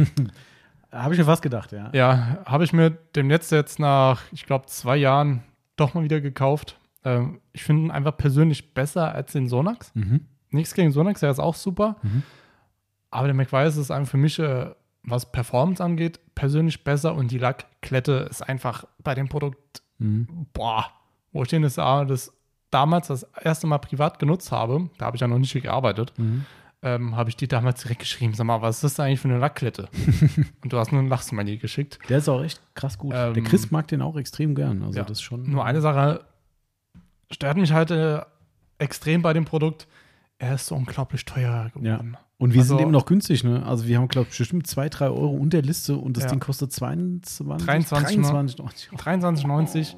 A: Habe ich mir fast gedacht, ja.
B: Ja, habe ich mir demnächst jetzt nach, ich glaube, zwei Jahren doch mal wieder gekauft. Ähm, ich finde ihn einfach persönlich besser als den Sonax.
A: Mhm.
B: Nichts gegen Sonax, der ist auch super.
A: Mhm.
B: Aber der McRyers ist einfach für mich, äh, was Performance angeht, persönlich besser. Und die Lackklette ist einfach bei dem Produkt,
A: Mhm.
B: boah, wo ich den das, das damals das erste Mal privat genutzt habe, da habe ich ja noch nicht viel gearbeitet,
A: Mhm.
B: ähm, habe ich die damals direkt geschrieben, sag mal, was ist das eigentlich für eine Lackklette? Und du hast nur ein Lachsmiley geschickt.
A: Der ist auch echt krass gut.
B: Ähm,
A: Der Chris mag den auch extrem gern. Also
B: ja,
A: das ist schon.
B: Nur eine Sache stört mich halt äh, extrem bei dem Produkt. Er ist so unglaublich teuer geworden.
A: Und wir
B: Also-
A: sind eben noch günstig, ne? Also wir haben, glaube ich, bestimmt zwei, drei Euro unter Liste und das
B: Ja.
A: Ding kostet zweiundzwanzig,
B: dreiundzwanzig,
A: dreiundzwanzig neunzig.
B: dreiundzwanzig neunzig.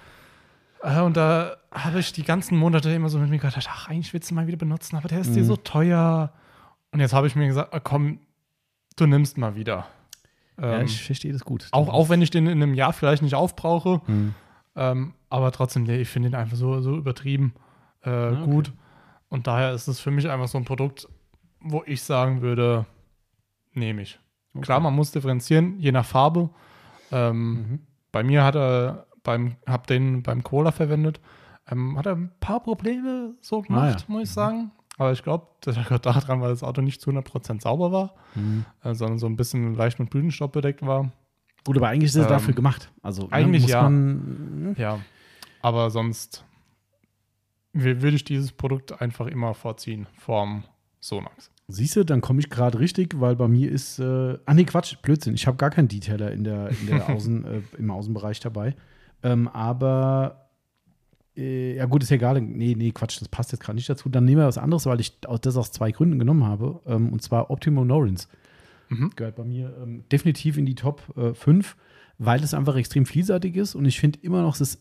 B: Äh, und da habe ich die ganzen Monate immer so mit mir gedacht, ach, eigentlich willst du mal wieder benutzen, aber der ist dir
A: Mhm.
B: so teuer. Und jetzt habe ich mir gesagt, ah, komm, du nimmst mal wieder.
A: Ja,
B: Ähm,
A: ich verstehe das gut.
B: auch, auch wenn ich den in einem Jahr vielleicht nicht aufbrauche,
A: Mhm.
B: ähm, aber trotzdem, nee, ich finde den einfach so, so übertrieben äh,
A: okay.
B: gut. Und daher ist es für mich einfach so ein Produkt, wo ich sagen würde, nehme ich.
A: Okay.
B: Klar, man muss differenzieren, je nach Farbe. Ähm,
A: Mhm.
B: Bei mir hat er beim, hab den beim Cola verwendet, ähm, hat er ein paar Probleme so gemacht,
A: Ah, ja.
B: muss ich sagen. Aber ich glaube, das lag daran, weil das Auto nicht zu hundert Prozent sauber war,
A: Mhm.
B: äh, sondern so ein bisschen leicht mit Blütenstaub bedeckt war.
A: Gut, aber eigentlich ist es
B: Ähm,
A: dafür gemacht. Also
B: eigentlich
A: ne, muss
B: ja.
A: man.
B: Ja, aber sonst w- würde ich dieses Produkt einfach immer vorziehen vorm Sonax.
A: Siehst du, dann komme ich gerade richtig, weil bei mir ist. Äh, ah, nee, Quatsch, Blödsinn. Ich habe gar keinen Detailer in der, in der Außen, äh, im Außenbereich dabei. Ähm, aber. Äh, ja, gut, ist ja egal. Nee, nee, Quatsch, das passt jetzt gerade nicht dazu. Dann nehmen wir was anderes, weil ich aus- das aus zwei Gründen genommen habe. Ähm, und zwar Optimo Norins.
B: Mhm.
A: Gehört bei mir ähm, definitiv in die Top äh, fünf, weil es einfach extrem vielseitig ist. Und ich finde immer noch, es ist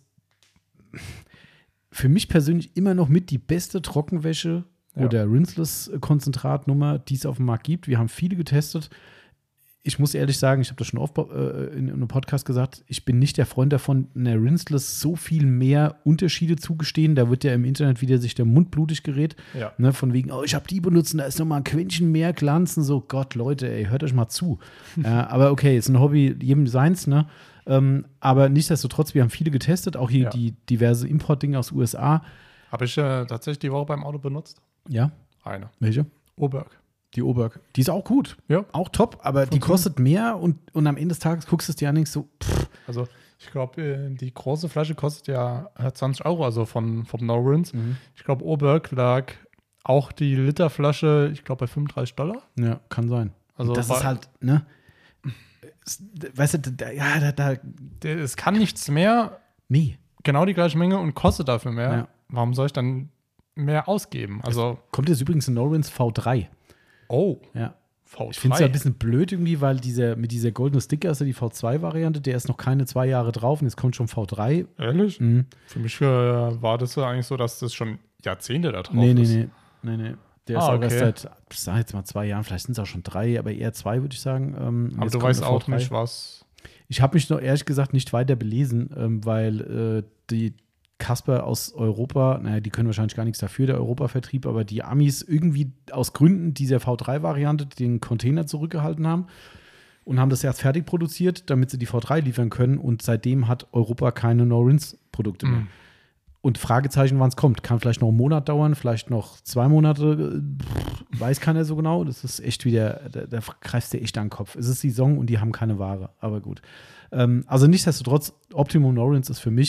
A: für mich persönlich immer noch mit die beste Trockenwäsche
B: Ja.
A: oder Rinseless-Konzentratnummer, die es auf dem Markt gibt. Wir haben viele getestet. Ich muss ehrlich sagen, ich habe das schon oft äh, in, in einem Podcast gesagt, ich bin nicht der Freund davon, einer Rinseless so viel mehr Unterschiede zugestehen. Da wird ja im Internet wieder sich der Mund blutig gerät.
B: Ja.
A: Ne, von wegen, oh, ich habe die benutzt, und da ist noch mal ein Quäntchen mehr Glanzen. So, Gott, Leute, ey, hört euch mal zu. äh, aber okay, ist ein Hobby, jedem seins, ne? Ähm, aber nichtsdestotrotz, wir haben viele getestet, auch hier
B: Ja.
A: die diverse Importdinge aus U S A.
B: Habe ich äh, tatsächlich die Woche beim Auto benutzt.
A: Ja,
B: Eine.
A: welche?
B: Oberg.
A: Die Oberg. Die ist auch gut.
B: Ja.
A: Auch top, aber die
B: Funktioniert.
A: kostet mehr und, und am Ende des Tages guckst du es dir an und denkst so, pff,
B: Also ich glaube, äh, die große Flasche kostet ja äh, zwanzig Euro, also von, vom No Rinse. Ich glaube, Oberg lag auch die Literflasche, ich glaube, bei fünfunddreißig Dollar.
A: ja, kann sein.
B: Also
A: das
B: war-
A: ist halt, ne? Es- Weißt du, da, ja, da, da,
B: Der, es kann nichts mehr,
A: nee.
B: genau die gleiche Menge und kostet dafür mehr.
A: Ja.
B: Warum soll ich dann mehr ausgeben? Also,
A: Kommt jetzt übrigens ein No-Rinse V drei.
B: oh,
A: Ja.
B: V zwei.
A: Ich finde es ja ein bisschen blöd irgendwie, weil dieser, mit dieser goldenen Sticker ist ja die V zwei Variante, der ist noch keine zwei Jahre drauf und jetzt kommt schon V drei.
B: Ehrlich?
A: Mhm.
B: Für mich äh, war das ja eigentlich so, dass das schon Jahrzehnte da drauf
A: Nee, nee,
B: ist.
A: nee, nee, nee. Der ist
B: Ah,
A: auch erst
B: okay.
A: seit, ich sag jetzt mal zwei Jahren, vielleicht sind es auch schon drei, aber eher zwei, würde ich sagen. Ähm,
B: Aber
A: jetzt
B: du
A: kommt
B: weißt
A: eine
B: auch
A: V drei.
B: nicht, was.
A: Ich habe mich noch ehrlich gesagt nicht weiter belesen, ähm, weil äh, die Casper aus Europa, naja, die können wahrscheinlich gar nichts dafür, der Europavertrieb, aber die Amis irgendwie aus Gründen dieser V drei Variante den Container zurückgehalten haben und haben das erst fertig produziert, damit sie die V drei liefern können und seitdem hat Europa keine No-Rinse-Produkte mehr.
B: Mhm.
A: Und Fragezeichen, wann es kommt. Kann vielleicht noch einen Monat dauern, vielleicht noch zwei Monate, pff, weiß keiner so genau. Das ist echt wieder, da, da greifst du echt an den Kopf. Es ist Saison und die haben keine Ware, aber gut. Ähm, also nichtsdestotrotz, Optimum No-Rinse ist für mich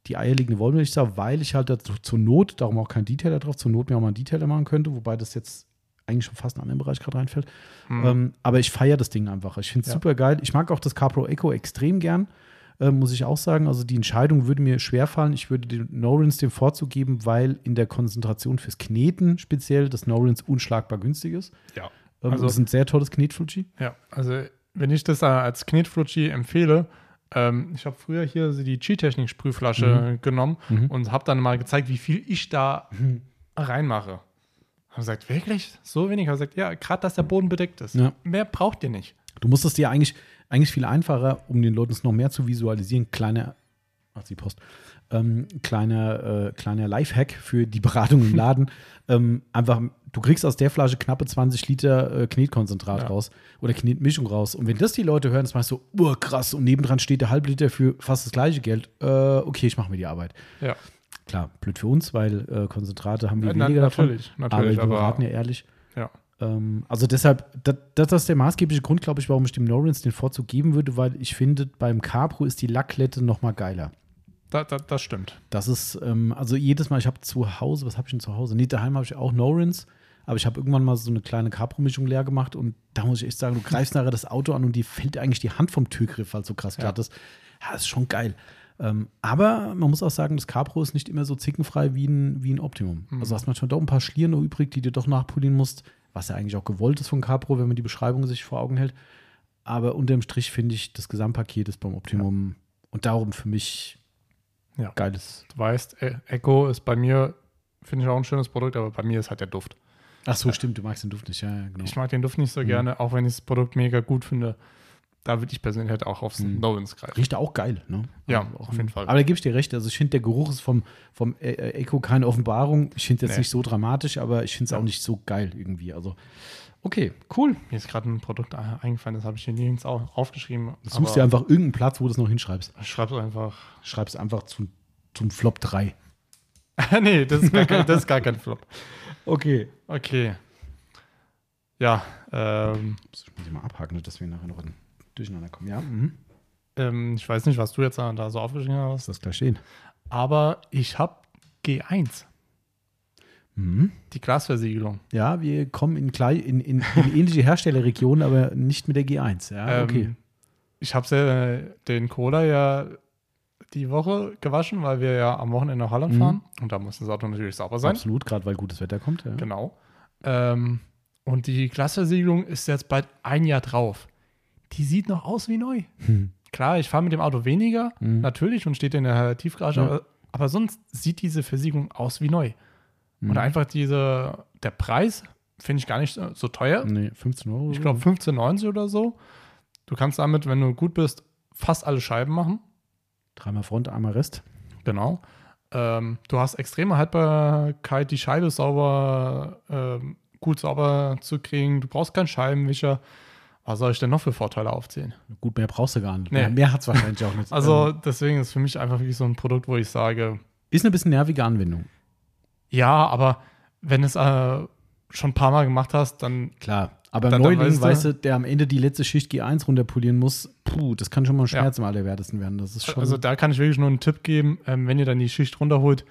A: die eierlegende Wollmilchsau, weil ich halt dazu, zur Not, darum auch kein Detailer drauf, zur Not mir auch mal einen Detailer machen könnte, wobei das jetzt eigentlich schon fast in einen anderen Bereich gerade reinfällt.
B: Mhm.
A: Ähm, aber ich feiere das Ding einfach. Ich finde es
B: Ja.
A: super geil. Ich mag auch das CarPro Echo extrem gern, äh, muss ich auch sagen. Also die Entscheidung würde mir schwerfallen. Ich würde den No-Rinse den Vorzug geben, weil in der Konzentration fürs Kneten speziell das No-Rinse unschlagbar günstig ist.
B: Ja.
A: Ähm,
B: Also-
A: das ist ein sehr tolles Knetflutschi.
B: Ja, also wenn ich das als Knetflutschi empfehle, ähm, ich habe früher hier so die G-Technik-Sprühflasche genommen
A: Mhm.
B: und habe dann mal gezeigt, wie viel ich da reinmache. Haben gesagt, wirklich? So wenig? Haben gesagt, ja, gerade, dass der Boden bedeckt ist.
A: Ja.
B: Mehr braucht ihr nicht.
A: Du musst es dir eigentlich, eigentlich viel einfacher, um den Leuten es noch mehr zu visualisieren, kleiner, ach die Post, ähm, kleiner, äh, kleiner Lifehack für die Beratung im Laden. ähm, einfach, du kriegst aus der Flasche knappe zwanzig Liter äh, Knetkonzentrat
B: Ja.
A: raus oder Knetmischung raus. Und wenn das die Leute hören, das meinst du, oh, krass, und nebendran steht der Halbliter für fast das gleiche Geld. Äh, okay, ich mache mir die Arbeit.
B: Ja,
A: Klar, blöd für uns, weil äh, Konzentrate haben wir
B: Na,
A: weniger davon.
B: natürlich, natürlich,
A: aber wir
B: aber-
A: beraten ja ehrlich.
B: ja.
A: Ähm, also deshalb, das, das ist der maßgebliche Grund, glaube ich, warum ich dem No-Rinse den Vorzug geben würde, weil ich finde, beim CarPro ist die Lacklette noch mal geiler.
B: Da, da, das stimmt.
A: Das ist, ähm, also jedes Mal, ich habe zu Hause, was habe ich denn zu Hause? Nee, daheim habe ich auch No-Rinse, aber ich habe irgendwann mal so eine kleine CarPro-Mischung leer gemacht und da muss ich echt sagen, du greifst nachher das Auto an und dir fällt eigentlich die Hand vom Türgriff, weil es so krass
B: Ja.
A: glatt ist. Ja, das ist schon geil. Ähm, aber man muss auch sagen, das CarPro ist nicht immer so zickenfrei wie ein, wie ein Optimum.
B: Mhm.
A: Also hast manchmal doch ein paar Schlieren noch übrig, die du doch nachpolieren musst, was ja eigentlich auch gewollt ist von CarPro, wenn man die Beschreibung sich vor Augen hält. Aber unterm Strich finde ich, das Gesamtpaket ist beim Optimum und darum für mich
B: Ja.
A: geiles.
B: Du weißt, E- Echo ist bei mir, finde ich auch ein schönes Produkt, aber bei mir ist halt der Duft.
A: Ach so, stimmt, du magst den Duft nicht, ja, ja genau.
B: Ich mag den Duft nicht so
A: Mhm.
B: gerne, auch wenn ich das Produkt mega gut finde. Da würde ich persönlich halt auch aufs
A: Mhm.
B: No-Rinse greifen.
A: Riecht auch geil, ne?
B: Ja,
A: Also auch
B: auf jeden Fall.
A: Aber da gebe ich dir recht. Also ich finde, der Geruch ist vom, vom äh, äh, Echo keine Offenbarung. Ich finde es jetzt
B: Nee.
A: nicht so dramatisch, aber ich finde es
B: Ja.
A: auch nicht so geil irgendwie. Also, okay, cool.
B: Mir ist gerade ein Produkt äh, eingefallen, das habe ich hier nirgends auch aufgeschrieben.
A: Du suchst dir einfach irgendeinen Platz, wo du es noch hinschreibst.
B: Ich schreibe es einfach.
A: Schreibst einfach zum, zum Flop drei.
B: Nee, das ist, gar kein, das ist gar kein Flop.
A: Okay.
B: Okay. Ja, ähm,
A: Ich muss ich mal abhaken, dass wir nachher noch in Durcheinander kommen. Ja, mhm.
B: ähm, ich weiß nicht, was du jetzt da da so aufgeschrieben
A: Lass
B: hast,
A: das gleich stehen.
B: aber ich habe G eins,
A: Mhm.
B: die Glasversiegelung.
A: Ja, wir kommen in, klei- in, in, in ähnliche Herstellerregionen, aber nicht mit der G eins. Ja, okay.
B: Ähm, ich habe äh, den Cola ja die Woche gewaschen, weil wir ja am Wochenende nach Holland
A: Mhm.
B: fahren. Und da muss das Auto natürlich sauber sein.
A: Absolut, gerade weil gutes Wetter kommt. Ja.
B: Genau. Ähm, und die Glasversiegelung ist jetzt bald ein Jahr drauf. Die sieht noch aus wie neu.
A: Hm.
B: Klar, ich fahre mit dem Auto weniger,
A: Mhm.
B: natürlich, und steht in der Tiefgarage,
A: Ja.
B: aber, aber sonst sieht diese Versiegelung aus wie neu.
A: Mhm.
B: Und einfach diese, der Preis finde ich gar nicht so, so teuer.
A: Nee, fünfzehn Euro.
B: Ich glaube fünfzehn neunzig oder so. Du kannst damit, wenn du gut bist, fast alle Scheiben machen.
A: Dreimal Front, einmal Rest.
B: Genau. Ähm, du hast extreme Haltbarkeit, die Scheibe ist sauber, ähm, gut sauber zu kriegen. Du brauchst keinen Scheibenwischer. Was soll ich denn noch für Vorteile aufzählen?
A: Gut, mehr brauchst du gar nicht.
B: Nee.
A: Mehr, mehr hat es wahrscheinlich auch nicht.
B: Also
A: Ähm,
B: deswegen ist für mich einfach wirklich so ein Produkt, wo ich sage,
A: ist eine bisschen nervige Anwendung.
B: ja, aber wenn es äh, schon ein paar Mal gemacht hast, dann
A: Klar. Aber
B: Dann-
A: ein
B: dann
A: Neuling,
B: weißt du-
A: weißt du, der am Ende die letzte Schicht G eins runterpolieren muss, puh, das kann schon mal ein
B: Ja.
A: Schmerz im Allerwertesten werden. Das ist schon.
B: also da kann ich wirklich nur einen Tipp geben, ähm, wenn ihr dann die Schicht runterholt,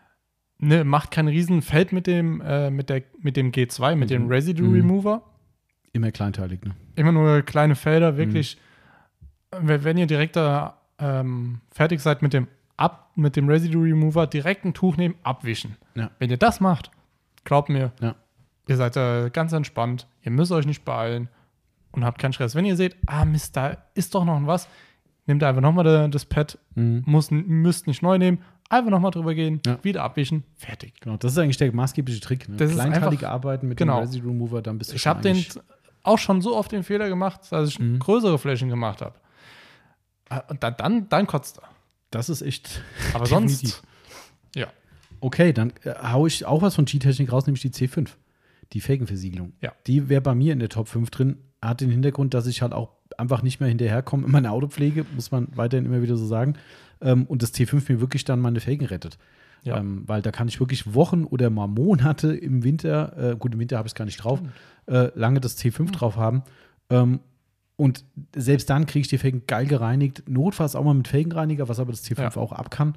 B: ne, macht kein Riesenfeld mit dem, äh, mit, der, mit dem G zwei, mit
A: Mhm.
B: dem Residue
A: Mhm.
B: Remover.
A: immer kleinteilig, ne?
B: Immer nur kleine Felder, wirklich.
A: Mhm.
B: Wenn wenn ihr direkt da ähm, fertig seid mit dem, Ab, mit dem Residue Remover, direkt ein Tuch nehmen, abwischen.
A: Ja.
B: Wenn ihr das macht, glaubt mir,
A: Ja.
B: ihr seid da ganz entspannt, ihr müsst euch nicht beeilen und habt keinen Stress. Wenn ihr seht, ah Mist, da ist doch noch was, nehmt einfach nochmal das Pad,
A: Mhm.
B: muss, müsst nicht neu nehmen, einfach nochmal drüber gehen,
A: Ja.
B: wieder abwischen, fertig.
A: Genau, das ist eigentlich der maßgebliche Trick. Ne?
B: Das ist
A: Kleinteilig
B: einfach-
A: arbeiten mit
B: genau.
A: dem Residue Remover, dann bist du
B: Ich
A: schon
B: habe den
A: eigentlich-
B: auch schon so oft den Fehler gemacht, dass ich
A: Mhm.
B: größere Flächen gemacht habe. Äh, Und dann, dann, dann kotzt er.
A: Das ist echt.
B: Aber
A: Definitiv.
B: sonst, ja.
A: Okay, dann äh, hau ich auch was von G-Technik raus, nämlich die C fünf. Die Felgenversiegelung.
B: Ja.
A: Die wäre bei mir in der Top fünf drin. Hat den Hintergrund, dass ich halt auch einfach nicht mehr hinterherkomme in meiner Autopflege, muss man weiterhin immer wieder so sagen. Ähm, und das C fünf mir wirklich dann meine Felgen rettet.
B: Ja.
A: Ähm, weil da kann ich wirklich Wochen oder mal Monate im Winter, äh, gut, im Winter habe ich es gar nicht drauf, äh, lange das C fünf drauf haben. Ähm, und selbst dann kriege ich die Felgen geil gereinigt. Notfalls auch mal mit Felgenreiniger, was aber das C fünf
B: Ja.
A: auch ab kann.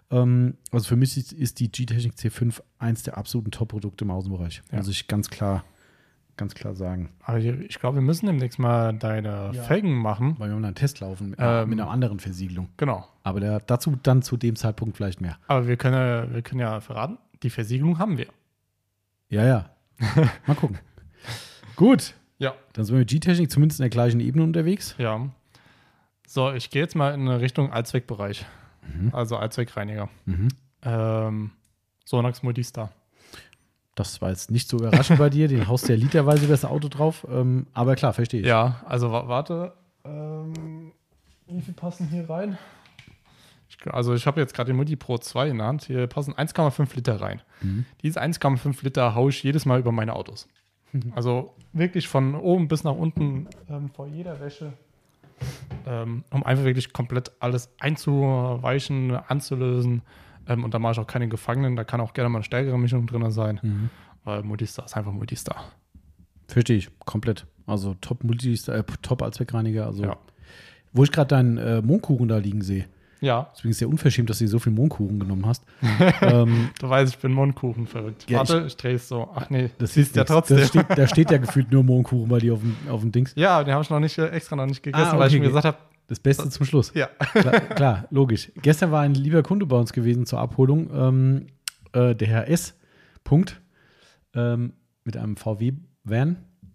A: Ähm, also für mich ist, ist die G-Technik C fünf eins der absoluten Top-Produkte im Außenbereich.
B: Ja.
A: Muss ich ganz klar, ganz klar sagen.
B: Aber ich, ich glaube, wir müssen demnächst mal deine
A: Ja.
B: Felgen machen.
A: Weil wir haben einen Test laufen mit,
B: Ähm,
A: mit einer anderen Versiegelung.
B: Genau.
A: Aber der, dazu dann zu dem Zeitpunkt vielleicht mehr.
B: Aber wir können, ja- wir können ja verraten, die Versiegelung haben wir.
A: Ja, ja. Mal gucken. Gut.
B: Ja.
A: Dann sind wir mit G-Technik zumindest in der gleichen Ebene unterwegs.
B: Ja. So, ich gehe jetzt mal in eine Richtung Allzweckbereich.
A: Mhm.
B: Also Allzweckreiniger.
A: Mhm.
B: Ähm, Sonax Multistar.
A: Das war jetzt nicht so überraschend bei dir. Den haust du ja literweise über das Auto drauf. Ähm, aber klar, verstehe ich.
B: Ja, also wa- warte. Ähm, wie viel passen hier rein? Ich, also ich habe jetzt gerade den Multi Pro zwei in der Hand. Hier passen eins Komma fünf Liter rein.
A: Mhm.
B: Diese eins Komma fünf Liter haue ich jedes Mal über meine Autos. Also wirklich von oben bis nach unten ähm, vor jeder Wäsche. Ähm, um einfach wirklich komplett alles einzuweichen, anzulösen. Ähm, und da mache ich auch keine Gefangenen. Da kann auch gerne mal eine stärkere Mischung drin sein.
A: Mhm.
B: Weil Multistar ist einfach Multistar.
A: Verstehe ich, komplett. Also top Multi, äh, top Allzweckreiniger. Also,
B: Ja.
A: wo ich gerade deinen äh, Mohnkuchen da liegen sehe.
B: Ja,
A: Deswegen ist es sehr unverschämt, dass du dir so viel Mohnkuchen genommen hast. ähm,
B: du weißt, ich bin Mundkuchen verrückt.
A: Ja,
B: Warte, ich, drehe es so. Ach nee,
A: das
B: siehst ja
A: nix.
B: trotzdem.
A: Das steht, da steht ja gefühlt nur Mohnkuchen bei dir auf dem, auf dem Dings.
B: Ja, den habe ich noch nicht äh, extra noch nicht gegessen,
A: Ah,
B: weil ich
A: okay.
B: mir gesagt habe,
A: Das Beste zum Schluss.
B: ja.
A: Klar, klar, logisch. Gestern war ein lieber Kunde bei uns gewesen zur Abholung, ähm, äh, der Herr S. Punkt, ähm, mit einem V W-Van.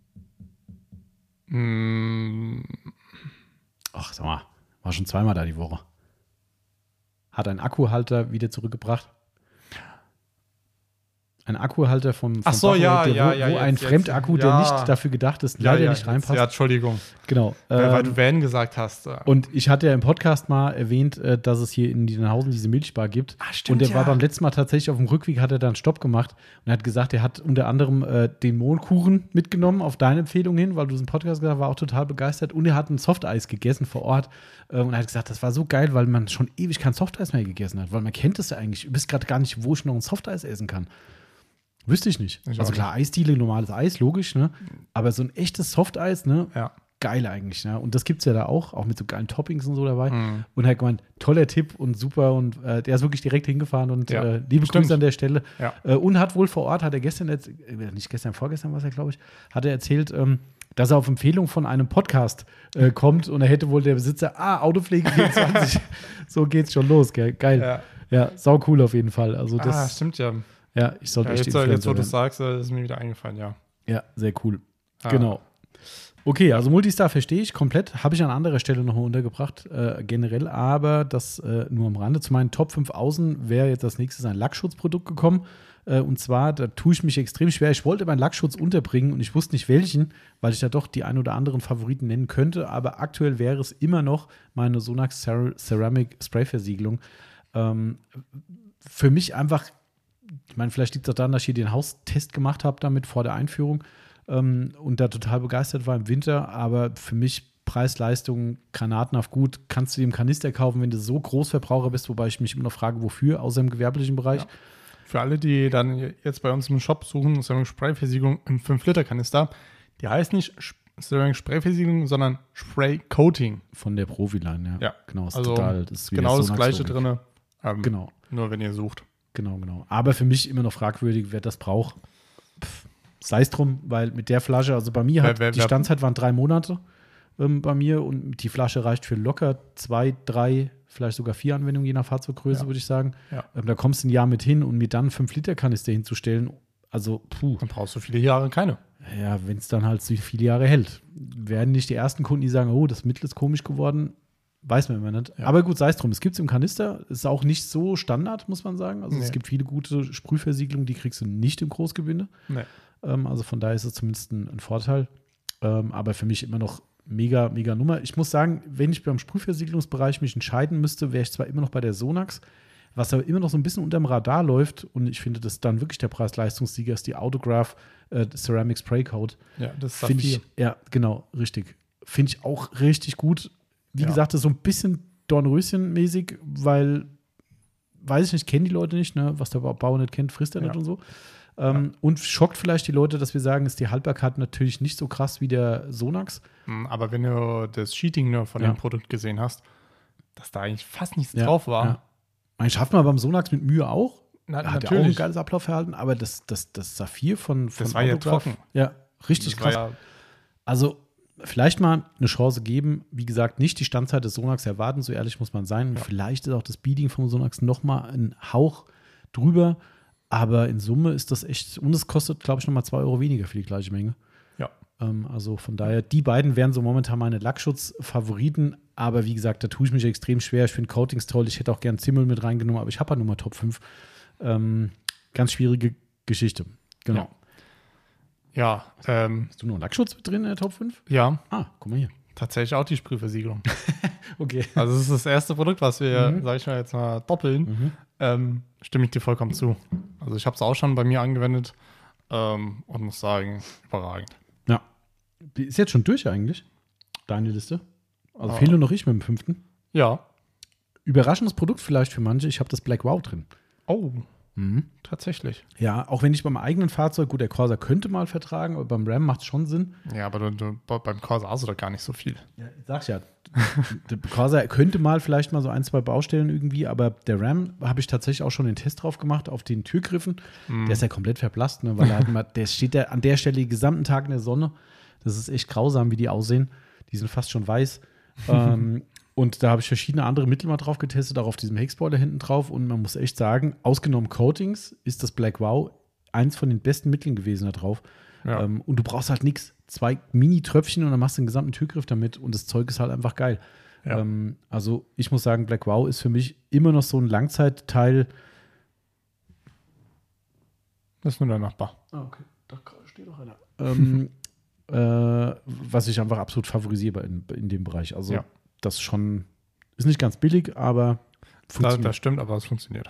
B: Mm,
A: Ach, sag mal, war schon zweimal da die Woche. Hat einen Akkuhalter wieder zurückgebracht. Ein Akkuhalter vom, vom
B: Ach so,
A: Bauer,
B: ja,
A: der,
B: ja,
A: wo,
B: ja,
A: wo
B: jetzt,
A: ein
B: jetzt,
A: Fremdakku, der
B: ja.
A: nicht dafür gedacht ist,
B: ja,
A: leider
B: ja,
A: nicht
B: jetzt,
A: reinpasst.
B: ja, Entschuldigung.
A: Genau.
B: Weil, weil
A: Ähm,
B: du Van gesagt hast. äh.
A: Und ich hatte ja im Podcast mal erwähnt, äh, dass es hier in Diedenhausen diese Milchbar gibt.
B: Ah, stimmt,
A: und der
B: ja.
A: war beim letzten Mal tatsächlich auf dem Rückweg, hat er dann Stopp gemacht und hat gesagt, er hat unter anderem äh, den Mohnkuchen mitgenommen, auf deine Empfehlung hin, weil du es im Podcast gesagt hast, war auch total begeistert. Und er hat ein Softeis gegessen vor Ort. Äh, und er hat gesagt, das war so geil, weil man schon ewig kein Softeis mehr gegessen hat. Weil man kennt es ja eigentlich. Du bist gerade gar nicht, wo ich noch ein Softeis essen kann. Wüsste ich nicht.
B: Ich
A: also
B: auch
A: klar, Eisdiele, normales Eis, logisch, ne? Aber so ein echtes Softeis, ne?
B: Ja.
A: Geil eigentlich, ne? Und das gibt es ja da auch, auch mit so geilen Toppings und so dabei.
B: Mhm.
A: Und er hat gemeint, toller Tipp und super. Und äh, der ist wirklich direkt hingefahren und
B: Ja,
A: äh, liebe
B: stimmt.
A: Grüße an der Stelle.
B: Ja.
A: Äh, und hat wohl vor Ort, hat er gestern, jetzt, äh, nicht gestern, vorgestern war es ja, glaube ich, hat er erzählt, ähm, dass er auf Empfehlung von einem Podcast äh, kommt und er hätte wohl der Besitzer, ah, Autopflege vierundzwanzig, so geht's schon los, gell? Geil. Ja.
B: Ja.
A: sau cool auf jeden Fall. Also das,
B: Ah, stimmt ja.
A: ja, ich sollte
B: Ja,
A: echt
B: jetzt, äh,
A: Influencer
B: jetzt, wo du
A: werden.
B: es sagst, äh, ist mir wieder eingefallen, ja.
A: Ja, sehr cool.
B: Ah.
A: Genau. Okay, also Multistar verstehe ich komplett. Habe ich an anderer Stelle nochmal untergebracht, äh, generell, aber das äh, nur am Rande. Zu meinen Top fünf Außen wäre jetzt als nächstes ein Lackschutzprodukt gekommen. Äh, und zwar, da tue ich mich extrem schwer. Ich wollte meinen Lackschutz unterbringen und ich wusste nicht welchen, weil ich da doch die ein oder anderen Favoriten nennen könnte. Aber aktuell wäre es immer noch meine Sonax Cer- Ceramic Spray-Versiegelung. Ähm, für mich einfach, ich meine, vielleicht liegt es auch daran, dass ich hier den Haustest gemacht habe damit vor der Einführung ähm, und da total begeistert war im Winter, aber für mich Preis-Leistung granatenhaft gut. Kannst du dir im Kanister kaufen, wenn du so Großverbraucher bist, wobei ich mich immer noch frage, wofür, außer im gewerblichen Bereich.
B: Ja. Für alle, die dann jetzt bei uns im Shop suchen, Ceramic Spray-Versiegelung im fünf Liter Kanister, die heißt nicht Ceramic Spray-Versiegelung, sondern Spray-Coating.
A: Von der Profiline, ja.
B: Ja.
A: Genau, ist
B: Also
A: total, das ist wie
B: genau
A: der
B: das Gleiche
A: Sonax-Logik.
B: drin, ähm,
A: Genau,
B: nur wenn ihr sucht.
A: genau, genau. Aber für mich immer noch fragwürdig, wer das braucht. Pff, sei es drum, weil mit der Flasche, also bei mir hat
B: Wer- wer-
A: die
B: wer-
A: Standzeit waren drei Monate ähm, bei mir und die Flasche reicht für locker zwei, drei, vielleicht sogar vier Anwendungen, je nach Fahrzeuggröße,
B: Ja.
A: würde ich sagen.
B: Ja.
A: Ähm, da kommst du ein Jahr mit hin und mir dann fünf Liter Kanister hinzustellen, also puh.
B: Dann brauchst du viele Jahre keine.
A: Ja, wenn es dann halt so viele Jahre hält. Werden nicht die ersten Kunden, die sagen, oh, das Mittel ist komisch geworden, weiß man immer nicht.
B: Ja.
A: Aber gut, sei es drum. Es gibt es im Kanister. Ist auch nicht so Standard, muss man sagen. Also
B: Nee.
A: es gibt viele gute Sprühversiegelungen, die kriegst du nicht im Großgebinde.
B: Nee.
A: Ähm, also von daher ist es zumindest ein, ein Vorteil. Ähm, aber für mich immer noch mega, mega Nummer. Ich muss sagen, wenn ich beim Sprühversiegelungsbereich mich entscheiden müsste, wäre ich zwar immer noch bei der Sonax, was aber immer noch so ein bisschen unterm Radar läuft und ich finde, das dann wirklich der Preis-Leistungssieger ist die Autograph äh, Ceramic Spray Coat.
B: Ja, das ist
A: Finde ich,
B: Saphir.
A: ja, genau, richtig. Finde ich auch richtig gut. Wie
B: Ja.
A: gesagt, das ist so ein bisschen Dornröschen-mäßig, weil, weiß ich nicht, kennen die Leute nicht, ne? Was der Bauer nicht kennt, frisst er
B: Ja.
A: nicht und so. Ähm, Und schockt vielleicht die Leute, dass wir sagen, ist die Haltbarkeit natürlich nicht so krass wie der Sonax.
B: Hm, Aber wenn du das Sheeting nur von
A: Ja.
B: dem Produkt gesehen hast, dass da eigentlich fast nichts
A: Ja,
B: drauf war,
A: ja. Man schafft man beim Sonax mit Mühe auch.
B: Na,
A: Hat ja auch ein
B: natürlich.
A: geiles Ablaufverhalten, aber das, das, das Saphir von, von
B: Das war ja
A: Autograph-
B: trocken.
A: Ja, richtig
B: Das war
A: krass.
B: ja,
A: Also vielleicht mal eine Chance geben. Wie gesagt, nicht die Standzeit des Sonax erwarten, so ehrlich muss man sein. Und
B: Ja.
A: vielleicht ist auch das Beading vom Sonax noch mal ein Hauch drüber. Aber in Summe ist das echt, und es kostet, glaube ich, noch mal zwei Euro weniger für die gleiche Menge.
B: ja.
A: Ähm, also von daher, die beiden wären so momentan meine Lackschutz-Favoriten. Aber wie gesagt, da tue ich mich extrem schwer. Ich finde Coatings toll. Ich hätte auch gern Zimmel mit reingenommen, aber ich habe halt nur mal Top fünf. Ähm, ganz schwierige Geschichte. Genau.
B: Ja, ähm,
A: Hast du noch einen Lackschutz mit drin in der Top fünf?
B: ja,
A: Ah, guck mal hier.
B: tatsächlich auch die Sprühversiegelung.
A: Okay.
B: Also es ist das erste Produkt, was wir,
A: Mhm.
B: sag ich mal, jetzt mal doppeln.
A: Mhm.
B: Ähm, stimme ich dir vollkommen zu. Also ich habe es auch schon bei mir angewendet ähm, und muss sagen, überragend.
A: Ja. Die ist jetzt schon durch eigentlich, deine Liste. Also
B: Ah.
A: fehlt nur noch ich mit dem fünften.
B: Ja.
A: Überraschendes Produkt vielleicht für manche. Ich habe das Black Wow drin.
B: Oh,
A: Mhm.
B: tatsächlich.
A: Ja, auch wenn ich beim eigenen Fahrzeug, gut, der Corsa könnte mal vertragen, aber beim Ram macht es schon Sinn.
B: Ja, aber du, du, beim Corsa hast du doch gar nicht so viel.
A: Ja, ich sag's ja. Der Corsa könnte mal vielleicht mal so ein, zwei Baustellen irgendwie, aber der Ram habe ich tatsächlich auch schon den Test drauf gemacht auf den Türgriffen. Der ist ja komplett verblasst, ne, weil er halt mal, der steht ja an der Stelle den gesamten Tag in der Sonne. Das ist echt grausam, wie die aussehen. Die sind fast schon weiß. ähm, und da habe ich verschiedene andere Mittel mal drauf getestet, auch auf diesem Heckspoiler hinten drauf. Und man muss echt sagen, ausgenommen Coatings, ist das Black Wow eins von den besten Mitteln gewesen da drauf.
B: Ja.
A: Ähm, und du brauchst halt nichts. Zwei Mini-Tröpfchen und dann machst du den gesamten Türgriff damit und das Zeug ist halt einfach geil.
B: Ja.
A: Ähm, also ich muss sagen, Black Wow ist für mich immer noch so ein Langzeitteil.
B: Das ist nur der Nachbar.
A: Ah, okay. Da steht doch einer. ähm, äh, was ich einfach absolut favorisiere in, in dem Bereich. Also
B: Ja.
A: das schon, ist nicht ganz billig, aber
B: Da,
A: funktioniert.
B: das stimmt, aber es funktioniert.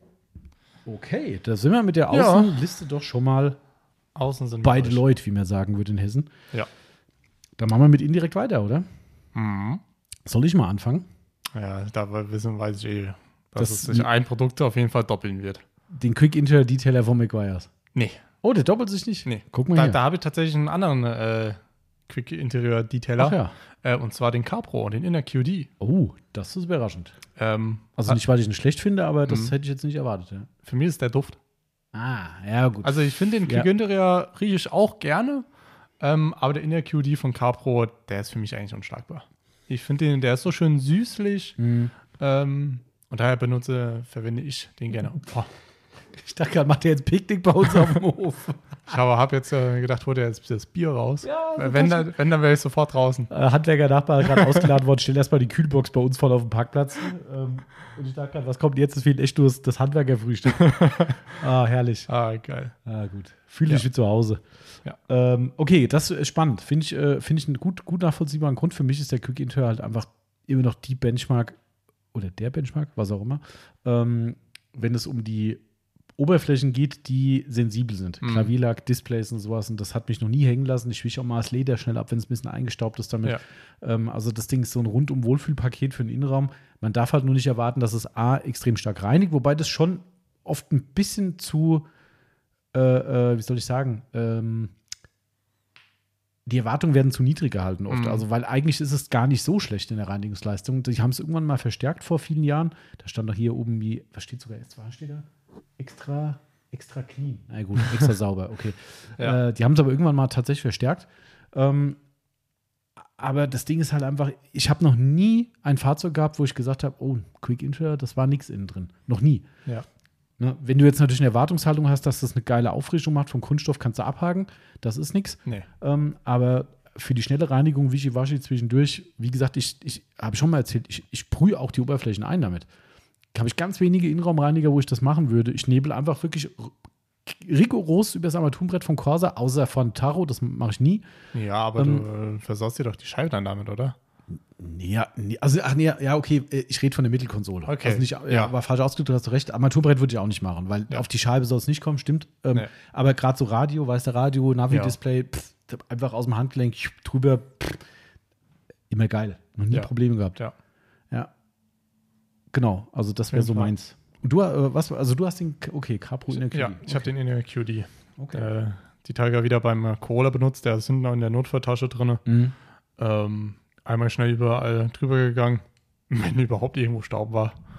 A: Okay, da sind wir mit der
B: Ja.
A: Außenliste doch schon mal
B: Außen sind
A: bei
B: wir durch.
A: Deloitte, wie man sagen würde in Hessen.
B: Ja.
A: Dann machen wir mit indirekt weiter, oder?
B: Mhm.
A: Soll ich mal anfangen?
B: Ja, da wir wissen, weiß ich eh, dass
A: Das-
B: es sich ein Produkt auf jeden Fall doppeln wird.
A: Den Quick Interior Detailer von McGuire's.
B: Nee,
A: Oh, der doppelt sich nicht?
B: nee.
A: Guck mal
B: Da,
A: hier.
B: da habe ich tatsächlich einen anderen äh, Quick Interior Detailer.
A: Ach ja.
B: äh, und zwar den CarPro, den Inner Q D.
A: Oh, das ist überraschend.
B: Ähm,
A: Also nicht, weil ich ihn schlecht finde, aber das
B: Mhm.
A: hätte ich jetzt nicht erwartet. Ja.
B: Für mich ist der Duft.
A: Ah, ja gut.
B: Also ich finde den
A: Ja.
B: Quick Interior rieche ich auch gerne, ähm, aber der Inner Q D von CarPro, der ist für mich eigentlich unschlagbar. Ich finde den, der ist so schön süßlich
A: Hm.
B: ähm, und daher benutze, verwende ich den gerne. Boah.
A: Ich dachte gerade, macht der jetzt Picknick bei uns auf dem Hof.
B: Ich habe hab jetzt äh, gedacht, holt er jetzt das Bier raus.
A: Ja,
B: Äh, wenn, dann, wenn, dann wäre ich sofort draußen.
A: Äh, Handwerker Nachbar gerade ausgeladen worden, stellt erstmal die Kühlbox bei uns voll auf dem Parkplatz. Ähm, und ich dachte gerade, was kommt jetzt? Es fehlt echt nur das, das Handwerkerfrühstück. Ah, herrlich.
B: Ah, geil.
A: Ah, gut. Fühle dich
B: Ja.
A: wie zu Hause.
B: Ja.
A: Ähm, okay, das ist spannend. Finde ich, äh, find ich einen gut, gut nachvollziehbaren Grund. Für mich ist der Quick Interior halt einfach immer noch die Benchmark oder der Benchmark, was auch immer, ähm, wenn es um die Oberflächen geht, die sensibel sind.
B: Mhm.
A: Klavierlack, Displays und sowas. Und das hat mich noch nie hängen lassen. Ich wische auch mal das Leder schnell ab, wenn es ein bisschen eingestaubt ist damit.
B: Ja.
A: Ähm, also das Ding ist so ein rundum Wohlfühlpaket für den Innenraum. Man darf halt nur nicht erwarten, dass es A, extrem stark reinigt, wobei das schon oft ein bisschen zu, äh, äh, wie soll ich sagen, ähm, die Erwartungen werden zu niedrig gehalten oft.
B: Mhm.
A: Also, weil eigentlich ist es gar nicht so schlecht in der Reinigungsleistung. Die haben es irgendwann mal verstärkt vor vielen Jahren. Da stand doch hier oben wie, was steht sogar jetzt? Was steht da? Extra, extra clean. Na gut, extra sauber, okay.
B: Ja.
A: Äh, die haben es aber irgendwann mal tatsächlich verstärkt. Ähm, aber das Ding ist halt einfach, ich habe noch nie ein Fahrzeug gehabt, wo ich gesagt habe, oh, Quick Interior, das war nichts innen drin. Noch nie.
B: Ja.
A: Ne? Wenn du jetzt natürlich eine Erwartungshaltung hast, dass das eine geile Auffrischung macht vom Kunststoff, kannst du abhaken. Das ist nichts.
B: Nee.
A: Ähm, aber für die schnelle Reinigung, Wischiwaschi zwischendurch, wie gesagt, ich, ich habe schon mal erzählt, ich, ich sprühe auch die Oberflächen ein damit. Habe ich ganz wenige Innenraumreiniger, wo ich das machen würde. Ich nebel einfach wirklich r- rigoros über das Armaturenbrett vom Corsa, außer von Taro, das mache ich nie.
B: Ja, aber
A: Ähm,
B: du äh, versaust dir doch die Scheibe dann damit, oder?
A: Nee, ja, nee, also, ach nee, ja, okay, äh, ich rede von der Mittelkonsole.
B: Okay.
A: Also nicht, ja,
B: Ja.
A: war falsch ausgedrückt, hast du recht. Armaturenbrett würde ich auch nicht machen, weil
B: Ja.
A: auf die Scheibe soll es nicht kommen, stimmt. Ähm,
B: Nee.
A: Aber gerade so Radio, weißt du, Radio, Navi-Display, pff, einfach aus dem Handgelenk pff, drüber, pff, immer geil. Noch nie
B: Ja.
A: Probleme gehabt.
B: Ja.
A: Ja. Genau, also das wäre
B: jeden
A: so
B: Fall.
A: meins. Und du, äh, was, also du hast den, okay, Capro in der Q D.
B: Ja, ich habe den Inner Q D.
A: Okay.
B: Äh, die Tiger wieder beim äh, Corolla benutzt, der ist hinten auch in der Notfalltasche drin.
A: Mhm.
B: Ähm, einmal schnell überall drüber gegangen, wenn überhaupt irgendwo Staub war.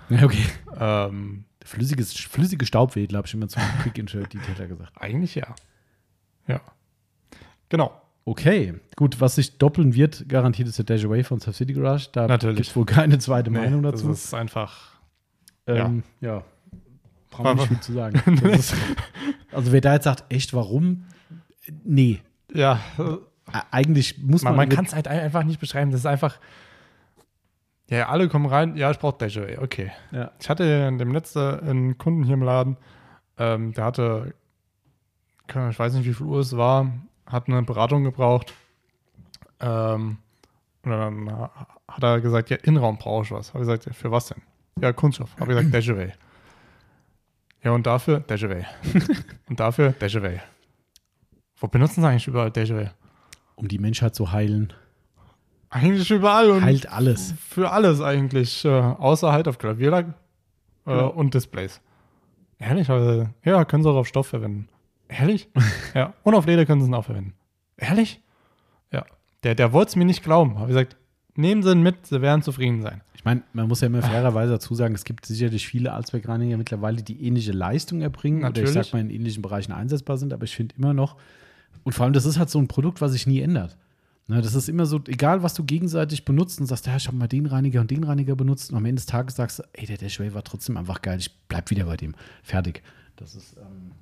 A: Ja, okay.
B: Ähm,
A: Flüssiges, flüssige Staubwedel, habe ich immer zum Quick-Insert-Detailer gesagt.
B: eigentlich ja. Ja. Genau.
A: Okay, gut, was sich doppeln wird, garantiert ist der Dash Away von Surf City Garage. Da
B: Natürlich.
A: gibt es wohl keine zweite
B: Nee,
A: Meinung dazu.
B: Das ist einfach.
A: Ähm, ja. ja. Brauchen wir nicht viel zu sagen. Das ist, also wer da jetzt sagt, echt, warum? Nee.
B: Ja.
A: Ä- Eigentlich muss man.
B: Man, man kann es halt einfach nicht beschreiben. Das ist einfach. Ja, alle kommen rein. Ja, ich brauche Dash Away. Okay.
A: Ja.
B: Ich hatte in dem letzten einen Kunden hier im Laden, ähm, der hatte, ich weiß nicht, wie viel Uhr es war, hat eine Beratung gebraucht. Ähm, und dann hat er gesagt, ja, Innenraum brauche ich was. Habe ich gesagt, ja, für was denn? Ja, Kunststoff. Habe ich gesagt, Dash Away. Ja, und dafür Dash Away. Und dafür Dash Away. Wo benutzen sie eigentlich überall Dash Away?
A: Um die Menschheit zu heilen.
B: Eigentlich überall. Und
A: Heilt alles.
B: für alles eigentlich. Äh, außer halt auf Gravierlack äh,
A: Genau.
B: und Displays. Ehrlich? Also, ja, können sie auch auf Stoff verwenden. Ehrlich? Ja. Und auf Leder können sie es auch verwenden. Ehrlich? Ja. Der, der wollte es mir nicht glauben. Habe gesagt, nehmen Sie ihn mit, Sie werden zufrieden sein.
A: Ich meine, man muss ja immer fairerweise dazu sagen, es gibt sicherlich viele Allzweckreiniger mittlerweile, die ähnliche Leistung erbringen
B: Natürlich.
A: oder ich sag mal in ähnlichen Bereichen einsetzbar sind, aber ich finde immer noch, und vor allem, das ist halt so ein Produkt, was sich nie ändert. Ne, das ist immer so, egal was du gegenseitig benutzt und sagst, ja, ich habe mal den Reiniger und den Reiniger benutzt und am Ende des Tages sagst du, ey, der Dash Away war trotzdem einfach geil, ich bleib wieder bei dem. Fertig. Das ist,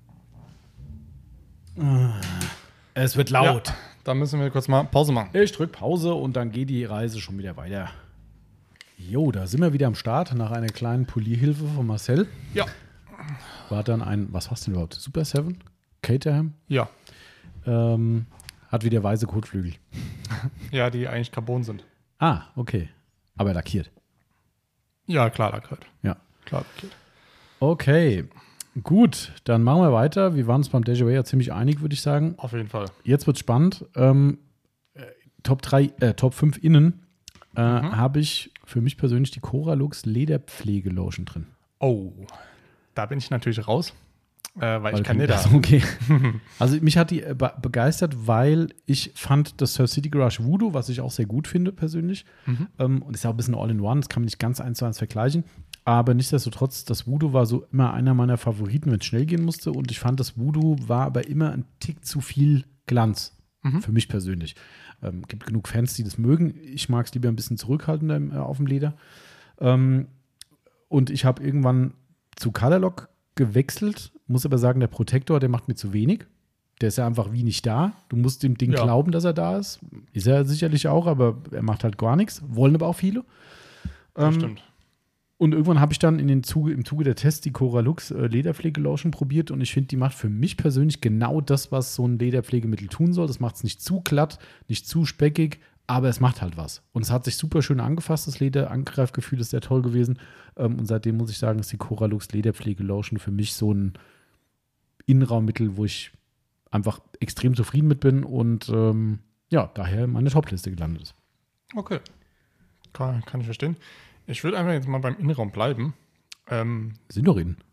A: ähm es wird laut.
B: Ja, da müssen wir kurz mal Pause machen.
A: Ich drück Pause und dann geht die Reise schon wieder weiter. Jo, da sind wir wieder am Start nach einer kleinen Polierhilfe von Marcel.
B: Ja.
A: War dann ein, was hast du denn überhaupt? Super Seven? Caterham?
B: Ja.
A: Ähm, hat wieder weiße Kotflügel.
B: Ja, die eigentlich Carbon sind.
A: Ah, okay. Aber lackiert.
B: Ja, klar lackiert.
A: Ja.
B: Klar lackiert.
A: Okay. Gut, dann machen wir weiter. Wir waren uns beim Dash Away ja ziemlich einig, würde ich sagen.
B: Auf jeden Fall.
A: Jetzt wird spannend. Ähm, äh, Top drei, äh, Top fünf innen äh,
B: Mhm.
A: habe ich für mich persönlich die Coralux Lederpflegelotion drin.
B: Oh, da bin ich natürlich raus, äh, weil,
A: Weil
B: ich kein
A: du-
B: Leder
A: Also,
B: habe.
A: okay. Also mich hat die äh, be begeistert, weil ich fand das Surf City Garage Voodoo, was ich auch sehr gut finde persönlich,
B: Mhm.
A: ähm, und ist ja auch ein bisschen All-in-One, das kann man nicht ganz eins zu eins vergleichen, aber nichtsdestotrotz, das Voodoo war so immer einer meiner Favoriten, wenn es schnell gehen musste und ich fand, das Voodoo war aber immer ein Tick zu viel Glanz,
B: Mhm.
A: für mich persönlich. Ähm, gibt genug Fans, die das mögen, ich mag es lieber ein bisschen zurückhaltender im, äh, auf dem Leder. Ähm, und ich habe irgendwann zu Colorlock gewechselt, muss aber sagen, der Protektor, der macht mir zu wenig. Der ist ja einfach wie nicht da. Du musst dem Ding
B: Ja.
A: glauben, dass er da ist. Ist er sicherlich auch, aber er macht halt gar nichts. Wollen aber auch viele.
B: Das
A: Ähm,
B: stimmt.
A: Und irgendwann habe ich dann in den Zuge, im Zuge der Tests die Coralux äh, Lederpflegelotion probiert und ich finde, die macht für mich persönlich genau das, was so ein Lederpflegemittel tun soll. Das macht es nicht zu glatt, nicht zu speckig, aber es macht halt was. Und es hat sich super schön angefasst, das Leder. Angreifgefühl ist sehr toll gewesen. Ähm, und seitdem muss ich sagen, ist die Coralux Lederpflegelotion für mich so ein Innenraummittel, wo ich einfach extrem zufrieden mit bin und ähm, ja, daher meine Topliste gelandet ist.
B: Okay. Kann, kann ich verstehen. Ich würde einfach jetzt mal beim Innenraum bleiben. Ähm,
A: Sind doch innen.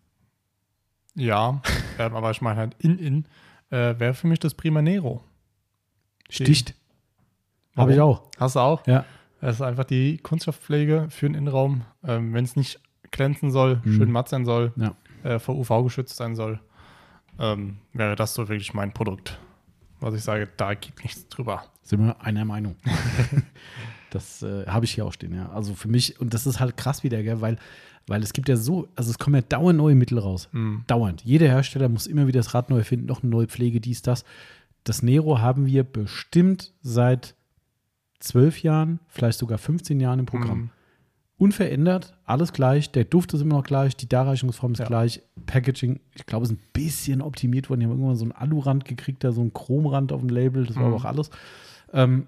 B: ja, ähm, aber ich meine halt in-in äh, wäre für mich das Prima Nero.
A: Sticht.
B: Warum?
A: Habe ich auch.
B: Hast du auch?
A: Ja.
B: Das ist einfach die Kunststoffpflege für den Innenraum. Ähm, wenn es nicht glänzen soll,
A: Mhm.
B: schön matt sein soll,
A: Ja.
B: äh, vor U V geschützt sein soll, ähm, wäre das so wirklich mein Produkt. Was ich sage, da gibt nichts drüber.
A: Sind wir einer Meinung. Das äh, habe ich hier auch stehen, ja. Also für mich, und das ist halt krass wieder, gell, weil, weil es gibt ja so, also es kommen ja dauernd neue Mittel raus.
B: Mhm.
A: Dauernd. Jeder Hersteller muss immer wieder das Rad neu finden, noch eine neue Pflege, dies, das. Das Nero haben wir bestimmt seit zwölf Jahren, vielleicht sogar fünfzehn Jahren im Programm.
B: Mhm.
A: Unverändert, alles gleich, der Duft ist immer noch gleich, die Darreichungsform ist
B: Ja.
A: gleich, Packaging, ich glaube, ist ein bisschen optimiert worden. Die haben irgendwann so einen Alurand gekriegt, da so einen Chromrand auf dem Label, das war
B: Mhm.
A: aber auch alles. Ähm,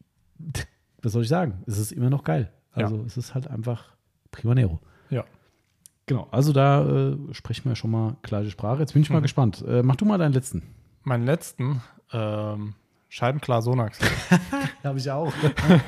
A: was soll ich sagen? Es ist immer noch geil. Also
B: Ja.
A: es ist halt einfach Prima Nero.
B: Ja.
A: Genau, also da äh, sprechen wir schon mal gleiche Sprache. Jetzt bin ich mal
B: Mhm.
A: gespannt. Äh, mach du mal deinen letzten.
B: Meinen letzten, ähm, Scheibenklar Sonax.
A: Habe ich auch.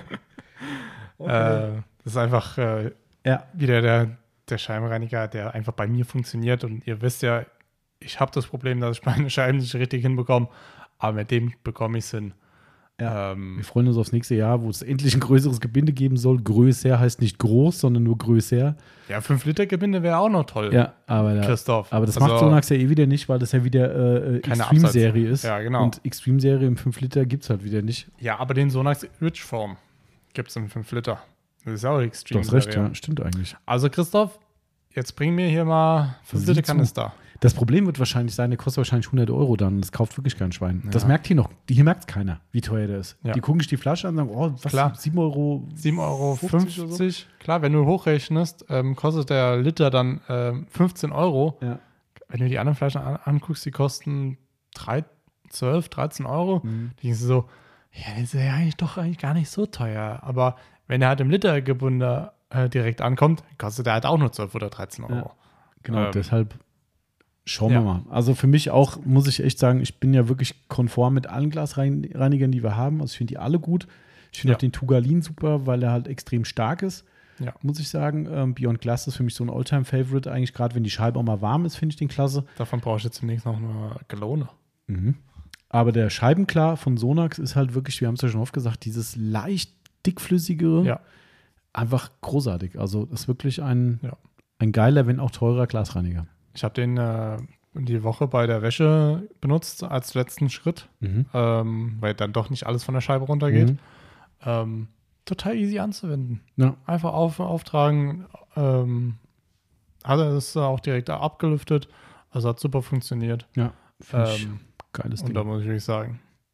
B: Äh, das ist einfach äh,
A: Ja.
B: wieder der, der Scheibenreiniger, der einfach bei mir funktioniert. Und ihr wisst ja, ich habe das Problem, dass ich meine Scheiben nicht richtig hinbekomme, aber mit dem bekomme ich es hin.
A: Ja.
B: Ähm,
A: Wir freuen uns aufs nächste Jahr, wo es endlich ein größeres Gebinde geben soll. Größer heißt nicht groß, sondern nur größer.
B: ja, fünf Liter Gebinde wäre auch noch toll.
A: Ja, aber, da,
B: Christoph.
A: aber das
B: Also,
A: macht Sonax ja eh wieder nicht, weil das ja wieder äh,
B: Keine
A: Extreme-Serie ist.
B: Ja, genau.
A: Und Extreme-Serie im fünf Liter gibt es halt wieder nicht.
B: Ja, aber den Sonax Rich Form gibt es in fünf Liter. Das ist auch
A: Du
B: Extreme.
A: hast recht, ja, stimmt eigentlich.
B: Also Christoph, jetzt bring mir hier mal fünf
A: Sieh
B: Liter
A: zu.
B: Kanister.
A: Das Problem wird wahrscheinlich sein, der kostet wahrscheinlich hundert Euro dann. Das kauft wirklich kein Schwein.
B: Ja.
A: Das merkt hier noch. Hier merkt es keiner, wie teuer der ist.
B: Ja.
A: Die gucken sich die Flasche an und sagen, oh, was,
B: Klar.
A: sieben Euro?
B: sieben Euro
A: fünfzig
B: fünfzig.
A: oder
B: Klar, wenn du hochrechnest, ähm, kostet der Liter dann ähm, fünfzehn Euro.
A: Ja.
B: Wenn du die anderen Flaschen an, anguckst, die kosten drei, zwölf, dreizehn Euro.
A: Mhm.
B: Die denkst du so, ja, das ist ja eigentlich doch eigentlich gar nicht so teuer. Aber wenn er halt im Liter gebunden äh, direkt ankommt, kostet er halt auch nur zwölf oder dreizehn Euro.
A: Ja. Genau,
B: Ähm,
A: deshalb schauen
B: ja.
A: wir mal. Also für mich auch, muss ich echt sagen, ich bin ja wirklich konform mit allen Glasreinigern, die wir haben. Also ich finde die alle gut. Ich finde
B: Ja.
A: auch den Tugalin super, weil er halt extrem stark ist.
B: Ja.
A: Muss ich sagen. Ähm, Beyond Glass ist für mich so ein Alltime-Favorite. Eigentlich gerade, wenn die Scheibe auch mal warm ist, finde ich den klasse.
B: Davon brauche ich jetzt demnächst noch eine Galone.
A: Mhm. Aber der Scheibenklar von Sonax ist halt wirklich, wir haben es ja schon oft gesagt, dieses leicht dickflüssigere,
B: Ja.
A: einfach großartig. Also das ist wirklich ein,
B: Ja.
A: ein geiler, wenn auch teurer Glasreiniger.
B: Ich habe den äh, die Woche bei der Wäsche benutzt als letzten Schritt,
A: Mhm.
B: ähm, weil dann doch nicht alles von der Scheibe runtergeht.
A: Mhm.
B: Ähm, total easy anzuwenden.
A: Ja.
B: Einfach auf, auftragen. Ähm, hat er das auch direkt abgelüftet. Also hat super funktioniert.
A: Ja, finde ich
B: Ähm,
A: geiles
B: und
A: Ding.
B: da muss ich wirklich sagen,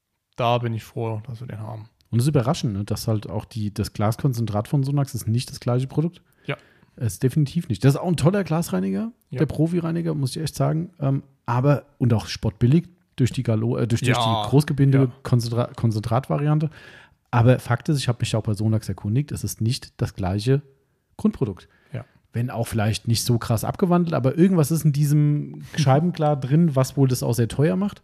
B: da bin ich froh, dass wir den haben.
A: Und es ist überraschend, ne, dass halt auch die, das Glaskonzentrat von Sonax ist nicht das gleiche Produkt.
B: Ja.
A: Es ist definitiv nicht. Das ist auch ein toller Glasreiniger,
B: Ja.
A: der Profi-Reiniger, muss ich echt sagen. Ähm, aber, und auch spottbillig durch die, Galo, äh, durch, durch
B: Ja.
A: die Großgebinde
B: Ja.
A: Konzentra Konzentratvariante. Aber Fakt ist, ich habe mich auch bei Sonax erkundigt, es ist nicht das gleiche Grundprodukt.
B: Ja.
A: Wenn auch vielleicht nicht so krass abgewandelt, aber irgendwas ist in diesem Scheibenklar drin, was wohl das auch sehr teuer macht.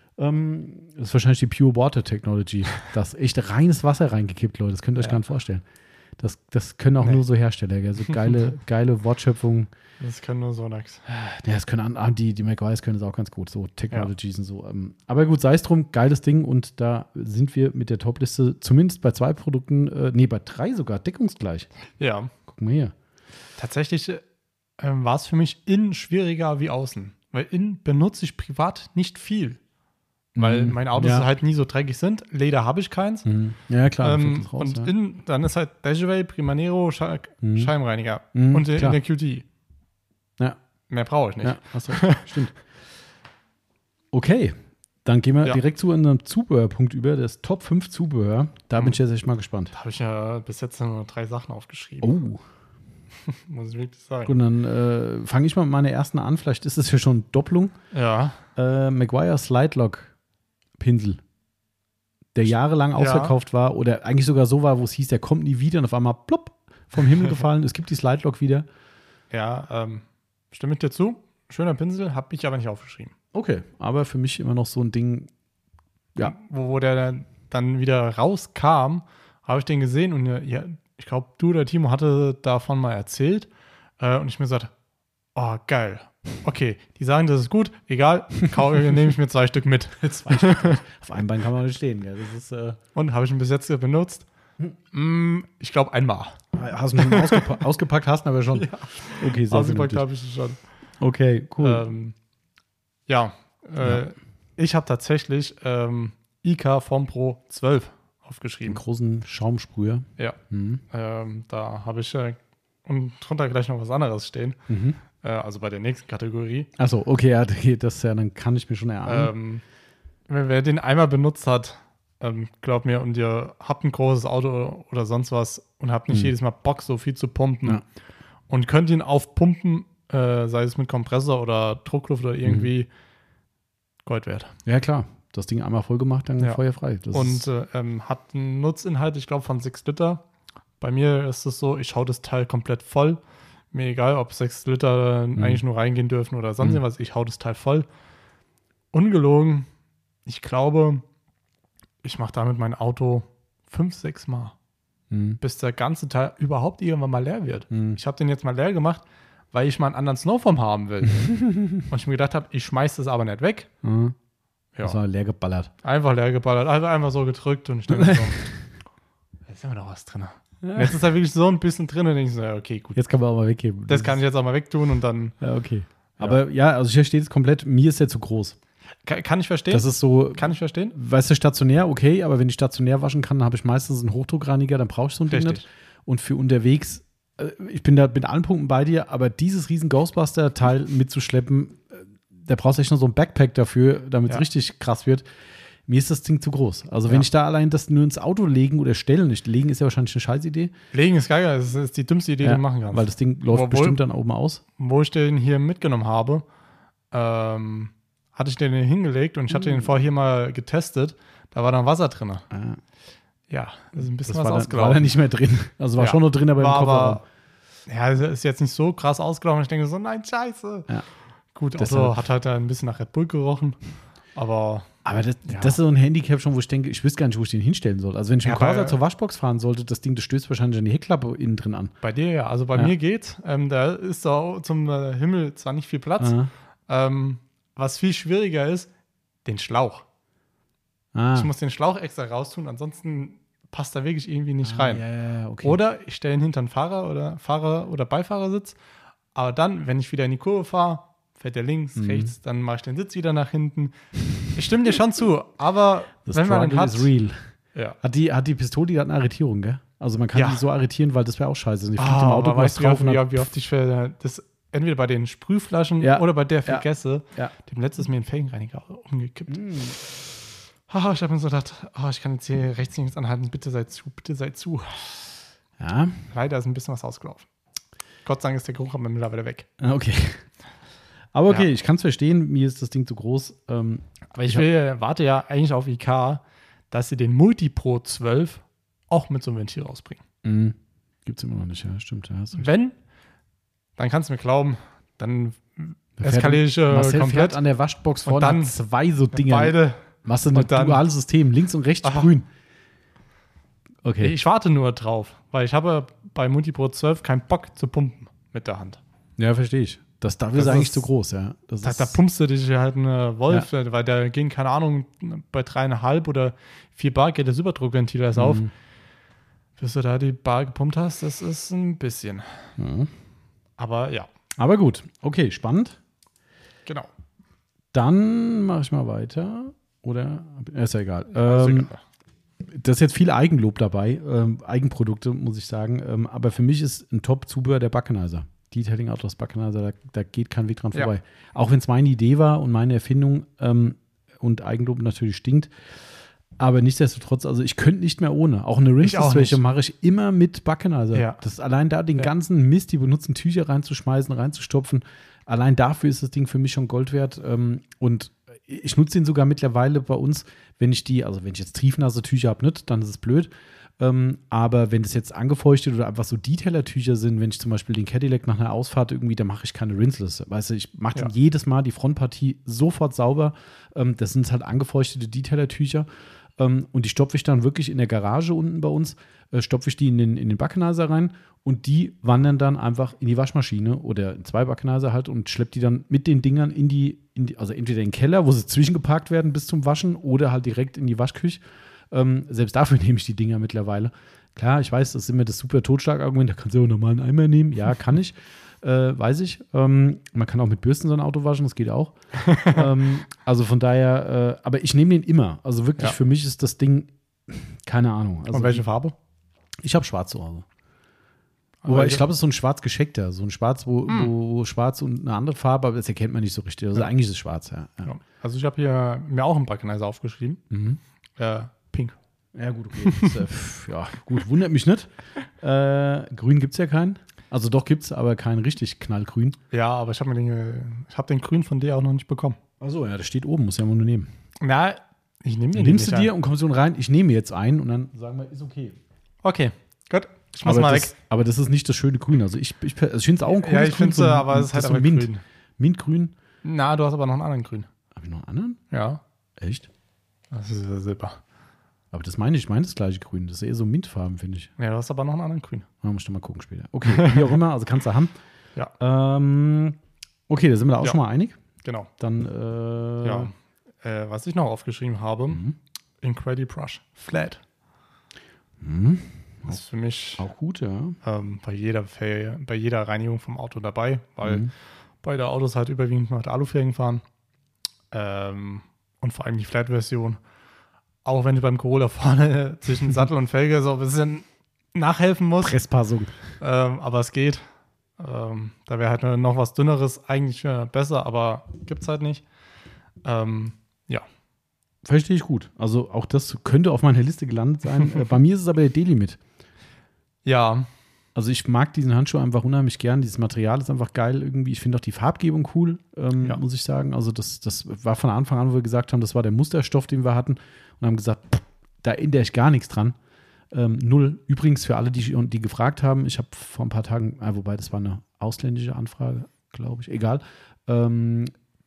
A: Ähm, das ist wahrscheinlich die Pure Water Technology. Das ist echt reines Wasser reingekippt, Leute. Das könnt ihr euch
B: Ja.
A: gar nicht vorstellen. Das, das können auch
B: Nee.
A: nur so Hersteller, gell? So geile, geile Wortschöpfungen.
B: Das kann nur Sonax.
A: Ja, das können an, die, die McGuire's können das auch ganz gut, so Technologies und so. Ähm, aber gut, sei es drum, geiles Ding und da sind wir mit der Topliste zumindest bei zwei Produkten, äh, nee, bei drei sogar, deckungsgleich.
B: Ja.
A: Guck mal hier.
B: Tatsächlich ähm, war es für mich innen schwieriger wie außen. Weil innen benutze ich privat nicht viel. Weil
A: Mhm.
B: meine Autos
A: Ja.
B: halt nie so dreckig sind. Leder habe ich keins.
A: Mhm. Ja, klar.
B: ähm,
A: fällt das raus,
B: und
A: ja.
B: innen, dann ist halt Dashaway, Primanero, Sche
A: Mhm.
B: Scheibenreiniger.
A: Mhm,
B: und in
A: klar.
B: der Q T.
A: Ja.
B: Mehr brauche ich nicht.
A: Ja, hast recht. Stimmt. Okay, dann gehen wir
B: Ja.
A: direkt zu unserem Zubehörpunkt über, das Top fünf Zubehör. Da bin
B: Mhm.
A: ich jetzt echt mal gespannt.
B: Da habe ich ja bis jetzt nur drei Sachen aufgeschrieben.
A: Oh,
B: Muss ich wirklich sagen.
A: gut, dann äh, fange ich mal mit meiner ersten an. Vielleicht ist es ja schon Doppelung.
B: Ja.
A: Äh, Maguire Slide Lock Pinsel, der jahrelang
B: Ja.
A: ausverkauft war oder eigentlich sogar so war, wo es hieß, der kommt nie wieder und auf einmal plopp vom Himmel gefallen. Es gibt die Slide Lock wieder.
B: Ja, ähm, stimme ich dir zu. Schöner Pinsel, habe ich aber nicht aufgeschrieben.
A: Okay, aber für mich immer noch so ein Ding. Ja.
B: Wo, wo der dann- dann wieder rauskam, habe ich den gesehen und ja, ich glaube, du oder Timo hatte davon mal erzählt. Äh, und ich mir gesagt, oh, geil. Okay, die sagen, das ist gut, egal, kau- nehme ich mir zwei Stück mit.
A: Zwei Stück. Auf einem Bein kann man nicht stehen. Gell? Das ist, äh,
B: Und habe ich ihn bis jetzt benutzt? Mm, ich glaube einmal.
A: hast du ihn schon ausgepa ausgepackt, hast du aber schon.
B: Ja.
A: Okay, sehr
B: Ausgepackt
A: vernünftig.
B: habe ich es schon.
A: Okay, cool.
B: Ähm, ja, äh,
A: Ja.
B: ich habe tatsächlich ähm, I K Form Pro zwölf
A: Den
B: aufgeschrieben.
A: großen Schaumsprüher.
B: Ja,
A: Mhm.
B: ähm, da habe ich äh, und drunter gleich noch was anderes stehen.
A: Mhm.
B: Äh, also bei der nächsten Kategorie.
A: Achso, okay, ja, okay, das ja, dann kann ich mir schon erahnen.
B: Ähm, wer, wer den einmal benutzt hat, ähm, glaub mir, und ihr habt ein großes Auto oder sonst was und habt nicht
A: Mhm.
B: jedes Mal Bock, so viel zu pumpen
A: Ja.
B: und könnt ihn aufpumpen, äh, sei es mit Kompressor oder Druckluft oder irgendwie, Gold wert.
A: Ja, klar. Das Ding einmal voll gemacht, dann
B: Ja.
A: feuerfrei. Das
B: Und
A: ist,
B: äh, ähm, hat einen Nutzinhalt, ich glaube, von sechs Liter. Bei mir ist es so, ich hau das Teil komplett voll. Mir egal, ob sechs Liter
A: Mhm.
B: eigentlich nur reingehen dürfen oder sonst
A: Mhm.
B: irgendwas, ich hau das Teil voll. Ungelogen, ich glaube, ich mache damit mein Auto fünf, sechs Mal,
A: Mhm.
B: bis der ganze Teil überhaupt irgendwann mal leer wird.
A: Mhm.
B: Ich habe den jetzt mal leer gemacht, weil ich mal einen anderen Snowform haben will. Und ich mir gedacht habe, ich schmeiß das aber nicht weg,
A: Mhm.
B: Ja.
A: Das war leer geballert.
B: Einfach leer geballert, einfach, einfach so gedrückt und ich denke so, da ist immer noch was drin. Ja. Jetzt ist da wirklich so ein bisschen drin und denke ich so, ja, okay, gut.
A: Jetzt kann man auch mal weggeben.
B: Das, das kann ich jetzt auch mal wegtun und dann.
A: Ja, okay. Aber ja, ja also hier steht es komplett, mir ist der zu groß.
B: Kann, kann ich verstehen.
A: Das ist so.
B: Kann ich verstehen.
A: Weißt du, stationär, okay, aber wenn ich stationär waschen kann, dann habe ich meistens einen Hochdruckreiniger, dann brauche ich so ein Ding nicht. Und für unterwegs, äh, ich bin da mit allen Punkten bei dir, aber dieses riesen Ghostbuster-Teil mitzuschleppen, äh, da brauchst du echt nur so ein Backpack dafür, damit es ja. richtig krass wird. Mir ist das Ding zu groß. Also wenn ja. ich da allein das nur ins Auto legen oder stellen, nicht legen ist ja wahrscheinlich eine Scheißidee.
B: Legen ist geil, das ist die dümmste Idee,
A: ja,
B: die du machen kannst.
A: Weil das Ding läuft
B: Obwohl,
A: bestimmt dann oben aus.
B: Wo ich den hier mitgenommen habe, ähm, hatte ich den hingelegt und ich hatte
A: uh.
B: den vorher hier mal getestet. Da war dann Wasser drin. Ah. Ja, das ist ein bisschen
A: das
B: was
A: war
B: ausgelaufen.
A: Da, war da nicht mehr drin. Also war
B: ja.
A: schon noch drin, aber
B: war
A: im Kofferraum.
B: Aber, ja, ist jetzt nicht so krass ausgelaufen. Ich denke so, nein, scheiße.
A: Ja.
B: Gut, Auto hat halt ein bisschen nach Red Bull gerochen. Aber
A: Aber das,
B: ja.
A: das ist so ein Handicap schon, wo ich denke, ich wüsste gar nicht, wo ich den hinstellen soll. Also wenn ich mit dem
B: ja,
A: Corsa zur Waschbox fahren sollte, das Ding, das stößt wahrscheinlich an die Heckklappe innen drin an.
B: Bei dir ja, also bei
A: ja.
B: mir geht. Ähm, da ist da zum äh, Himmel zwar nicht viel Platz. Ähm, was viel schwieriger ist, den Schlauch.
A: Ah.
B: Ich muss den Schlauch extra raustun, ansonsten passt da wirklich irgendwie nicht
A: ah,
B: rein.
A: Ja, ja, okay.
B: Oder ich stelle ihn hinter den Fahrer oder Fahrer- oder Beifahrersitz. Aber dann, wenn ich wieder in die Kurve fahre, fährt der links, mhm. rechts, dann mache ich den Sitz wieder nach hinten. Ich stimme dir schon zu, aber
A: das
B: wenn man den hat,
A: ist real.
B: Ja.
A: Hat die, hat die Pistole, die hat eine Arretierung, gell? Also man kann
B: ja.
A: die so arretieren, weil das wäre auch scheiße. Die fliegt
B: ah,
A: im Auto
B: aber weißt du,
A: drauf.
B: Wie, wie, wie oft ich für das entweder bei den Sprühflaschen
A: ja.
B: oder bei der
A: ja.
B: vergesse.
A: Ja.
B: Dem letztes mir ein Felgenreiniger umgekippt.
A: Mm.
B: Oh, ich habe mir so gedacht, oh, ich kann jetzt hier rechts nichts anhalten. Bitte sei zu, bitte sei zu.
A: Ja.
B: Leider ist ein bisschen was ausgelaufen. Gott sei Dank ist der Geruch aber mittlerweile weg.
A: Okay. Aber okay,
B: ja.
A: ich kann es verstehen, mir ist das Ding zu groß. Ähm,
B: aber ich will, warte ja eigentlich auf I K, dass sie den Multipro zwölf auch mit so einem Ventil rausbringen.
A: Mhm. Gibt es immer noch nicht, ja, stimmt. Ja,
B: wenn, dann kannst du mir glauben, dann eskaliere ich äh,
A: Marcel
B: komplett.
A: Fährt an der Waschbox vorne
B: dann
A: zwei so Dinger.
B: Beide.
A: Machst du ein duales System, links und rechts
B: aha.
A: grün. Okay.
B: Ich warte nur drauf, weil ich habe bei Multipro zwölf keinen Bock zu pumpen mit der Hand.
A: Ja, verstehe ich. Das dafür
B: das
A: ist eigentlich
B: ist,
A: zu groß, ja. Das
B: da,
A: ist,
B: da pumpst du dich halt eine Wolf,
A: ja.
B: weil da gehen, keine Ahnung, bei dreieinhalb oder vier Bar geht das Überdruckventil erst mhm. auf. Bis du da die Bar gepumpt hast, das ist ein bisschen.
A: Mhm.
B: Aber ja.
A: Aber gut, okay, spannend.
B: Genau.
A: Dann mache ich mal weiter. Oder? Ist ja egal. Ähm, das ist jetzt viel Eigenlob dabei, ähm, Eigenprodukte, muss ich sagen. Ähm, aber für mich ist ein Top-Zubehör der Backenizer. Detailing Outdoors Backenizer, da, da geht kein Weg dran vorbei. Ja. Auch wenn es meine Idee war und meine Erfindung ähm, und Eigenlob natürlich stinkt. Aber nichtsdestotrotz, also ich könnte nicht mehr ohne. Auch eine Rinse-Wäsche mache ich immer mit Backenizer.
B: Ja.
A: Das ist allein da den
B: ja.
A: ganzen Mist, die benutzen Tücher reinzuschmeißen, reinzustopfen. Allein dafür ist das Ding für mich schon Gold wert. Ähm, und ich nutze den sogar mittlerweile bei uns, wenn ich die, also wenn ich jetzt triefnasse Tücher habe, nicht, dann ist es blöd. Ähm, aber wenn das jetzt angefeuchtet oder einfach so Detailer-Tücher sind, wenn ich zum Beispiel den Cadillac nach einer Ausfahrt irgendwie, da mache ich keine Rinseless. Weißt du, ich mache ja. den jedes Mal die Frontpartie sofort sauber. Ähm, das sind halt angefeuchtete Detailer-Tücher. Ähm, und die stopfe ich dann wirklich in der Garage unten bei uns, äh, stopfe ich die in den, in den Backenizer rein und die wandern dann einfach in die Waschmaschine oder in zwei Backenizer halt und schleppe die dann mit den Dingern in die, in die, also entweder in den Keller, wo sie zwischengeparkt werden bis zum Waschen oder halt direkt in die Waschküche. Ähm, selbst dafür nehme ich die Dinger mittlerweile. Klar, ich weiß, das ist immer das super Totschlagargument, da kannst du ja auch einen normalen Eimer nehmen. Ja, kann ich, äh, weiß ich. Ähm, man kann auch mit Bürsten so ein Auto waschen, das geht auch. ähm, also von daher, äh, aber ich nehme den immer. Also wirklich,
B: ja.
A: für mich ist das Ding, keine Ahnung. Also,
B: und welche Farbe?
A: Ich habe schwarz zu Hause. Wobei, ich glaube, es ist so ein schwarz gescheckter, so ein Schwarz, wo,
B: hm.
A: wo schwarz und eine andere Farbe, aber das erkennt man nicht so richtig. Also ja. eigentlich ist es schwarz, ja.
B: ja. Also ich habe hier mir auch einen Backenizer aufgeschrieben.
A: Mhm.
B: Äh, pink.
A: Ja, gut, okay. Das, äh, pff, ja, gut, wundert mich nicht. Äh, grün gibt es ja keinen. Also doch gibt es, aber kein richtig knallgrün.
B: Ja, aber ich habe den, hab den grün von dir auch noch nicht bekommen.
A: Achso, ja, das steht oben, muss ja mal nur nehmen.
B: Na, ich nehme den
A: Nimmst du dir
B: ein.
A: und kommst so rein, ich nehme jetzt einen und dann sagen wir, ist okay.
B: Okay, gut. Ich muss
A: aber
B: mal
A: das,
B: weg.
A: Aber das ist nicht das schöne Grün. Also ich, ich, also ich finde es auch ein cooles
B: Ja, ich finde es,
A: so,
B: aber es ist halt
A: so
B: aber
A: Mint.
B: grün.
A: Mintgrün.
B: Na, du hast aber noch einen anderen Grün.
A: Habe ich noch einen anderen?
B: Ja.
A: Echt?
B: Das ist ja Silber.
A: Aber das meine ich, ich meine das gleiche Grün. Das ist eher so Mintfarben, finde ich.
B: Ja, du hast aber noch einen anderen Grün.
A: Ja, muss ich dann mal gucken später. Okay, wie auch immer, also kannst du haben.
B: Ja.
A: Ähm, okay, da sind wir da auch
B: ja.
A: schon mal einig.
B: Genau.
A: Dann, äh,
B: ja. Äh, was ich noch aufgeschrieben habe,
A: Mhm.
B: Incredibrush Flat.
A: Mhm.
B: Das ist für mich
A: Auch gut, ja.
B: ähm, bei, jeder Fel- bei jeder Reinigung vom Auto dabei, weil
A: Mhm.
B: beide Autos halt überwiegend mit Alufelgen fahren. Ähm, und vor allem die Flat-Version. Auch wenn du beim Corolla vorne zwischen Sattel und Felge so ein bisschen nachhelfen musst.
A: Presspassung.
B: Ähm, aber es geht. Ähm, da wäre halt noch was Dünneres eigentlich äh, besser, aber gibt's halt nicht. Ähm, ja.
A: Verstehe ich gut. Also auch das könnte auf meiner Liste gelandet sein. Äh, bei mir ist es aber der D-Limit.
B: Ja.
A: Also ich mag diesen Handschuh einfach unheimlich gern. Dieses Material ist einfach geil irgendwie. Ich finde auch die Farbgebung cool, ähm,
B: Ja.
A: muss ich sagen. Also das, das war von Anfang an, wo wir gesagt haben, das war der Musterstoff, den wir hatten. Und haben gesagt, pff, da ändere ich gar nichts dran. Ähm, null. Übrigens für alle, die, die gefragt haben, ich habe vor ein paar Tagen, ah, wobei das war eine ausländische Anfrage, glaube ich, egal. Ähm,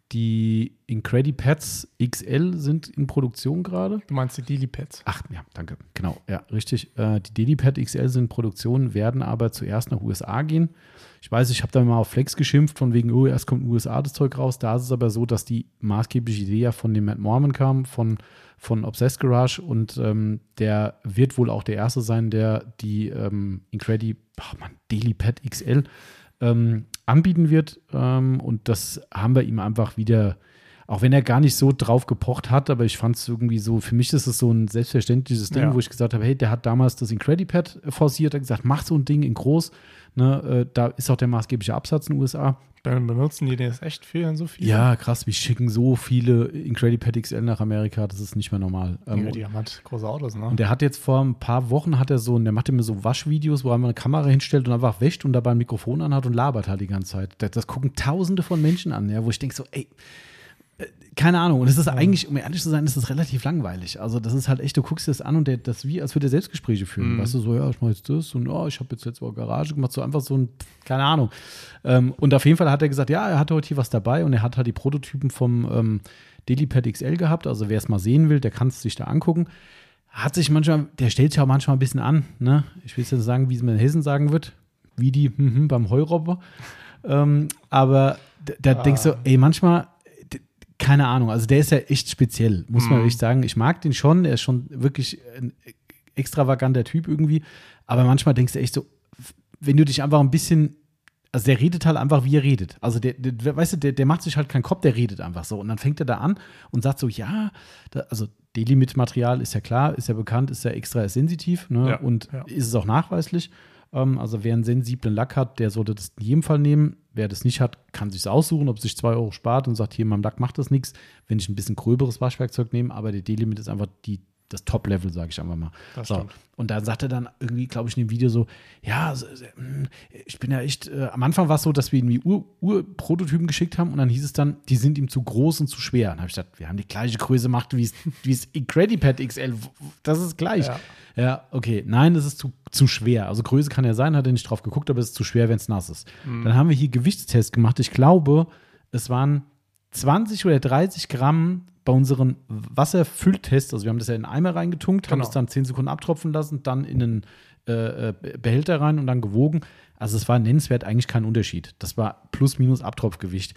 A: die Incredipads X L sind in Produktion gerade.
B: Du meinst die Dili-Pads?
A: Ach ja, danke. Genau, ja, richtig. Äh, die Delipad X L sind in Produktion, werden aber zuerst nach U S A gehen. Ich weiß, ich habe da mal auf Flex geschimpft, von wegen, oh, erst kommt U S A das Zeug raus. Da ist es aber so, dass die maßgebliche Idee ja von dem Matt Morman kam, von, von Obsessed Garage. Und ähm, der wird wohl auch der Erste sein, der die ähm, Incredi, oh Mann, Delipad X L ähm, anbieten wird. Ähm, und das haben wir ihm einfach wieder, auch wenn er gar nicht so drauf gepocht hat, aber ich fand es irgendwie so, für mich ist es so ein selbstverständliches Ding,
B: Ja.
A: wo ich gesagt habe, hey, der hat damals das Incredipad forciert, hat gesagt, mach so ein Ding in groß. Ne, äh, da ist auch der maßgebliche Absatz in den U S A.
B: Dann benutzen die das echt viel und so viel?
A: Ja, krass, wir schicken so viele Incredipad X L nach Amerika, das ist nicht mehr normal. Ähm,
B: Ja, die haben halt große Autos, ne?
A: Und der hat jetzt vor ein paar Wochen, hat er so, der macht immer so Waschvideos, wo er mal eine Kamera hinstellt und einfach wäscht und dabei ein Mikrofon anhat und labert halt die ganze Zeit. Das, das gucken Tausende von Menschen an, ja, wo ich denke so, ey, äh, keine Ahnung. Und es ist
B: Ja.
A: eigentlich, um ehrlich zu sein, ist das relativ langweilig. Also das ist halt echt, du guckst dir das an und der, das wie, als würde er Selbstgespräche führen.
B: Mhm.
A: Weißt du, so, ja, ich mache jetzt das und oh, ich habe jetzt letzte Woche Garage gemacht, so einfach so ein, keine Ahnung. Ähm, und auf jeden Fall hat er gesagt, ja, er hatte heute hier was dabei und er hat halt die Prototypen vom ähm, Delipad X L gehabt. Also wer es mal sehen will, der kann es sich da angucken. Hat sich manchmal, der stellt sich auch manchmal ein bisschen an, ne? Ich will jetzt nicht sagen, wie es man in Hessen sagen wird, wie die mhm, beim Heurobber. Ähm, aber da, da
B: Ah.
A: denkst du, ey, manchmal, d- keine Ahnung, also der ist ja echt speziell, muss man
B: Mhm.
A: echt sagen. Ich mag den schon, er ist schon wirklich ein extravaganter Typ irgendwie, aber manchmal denkst du echt so, wenn du dich einfach ein bisschen, also der redet halt einfach, wie er redet. Also der, der weißt du, der, der macht sich halt keinen Kopf, der redet einfach so. Und dann fängt er da an und sagt so, ja, da, also Delimit-Material ist ja klar, ist ja bekannt, ist ja extra sensitiv, ne?
B: Ja,
A: Und
B: ja.
A: ist es auch nachweislich. Ähm, also wer einen sensiblen Lack hat, der sollte das in jedem Fall nehmen. Wer das nicht hat, kann sich aussuchen, ob es sich zwei Euro spart und sagt, hier in meinem Lack macht das nichts, wenn ich ein bisschen gröberes Waschwerkzeug nehme. Aber der Delimit ist einfach die, das Top-Level, sage ich einfach mal.
B: Das
A: So.
B: stimmt.
A: Und dann sagt er dann irgendwie, glaube ich, in dem Video so, ja, so, so, mm, ich bin ja echt, äh, am Anfang war es so, dass wir irgendwie Ur- Ur-Prototypen geschickt haben und dann hieß es dann, die sind ihm zu groß und zu schwer. Und dann habe ich gesagt, wir haben die gleiche Größe gemacht wie es wie es Incredipad X L, das ist gleich.
B: Ja.
A: Ja, okay, nein, das ist zu, zu schwer. Also Größe kann ja sein, hat er nicht drauf geguckt, aber es ist zu schwer, wenn es nass ist.
B: Mhm.
A: Dann haben wir hier Gewichtstest gemacht. Ich glaube, es waren zwanzig oder dreißig Gramm bei unseren Wasserfülltests. Also wir haben das ja in einen Eimer reingetunkt, haben
B: Genau.
A: es dann zehn Sekunden abtropfen lassen, dann in einen äh, äh, Behälter rein und dann gewogen. Also es war nennenswert eigentlich kein Unterschied. Das war plus minus Abtropfgewicht.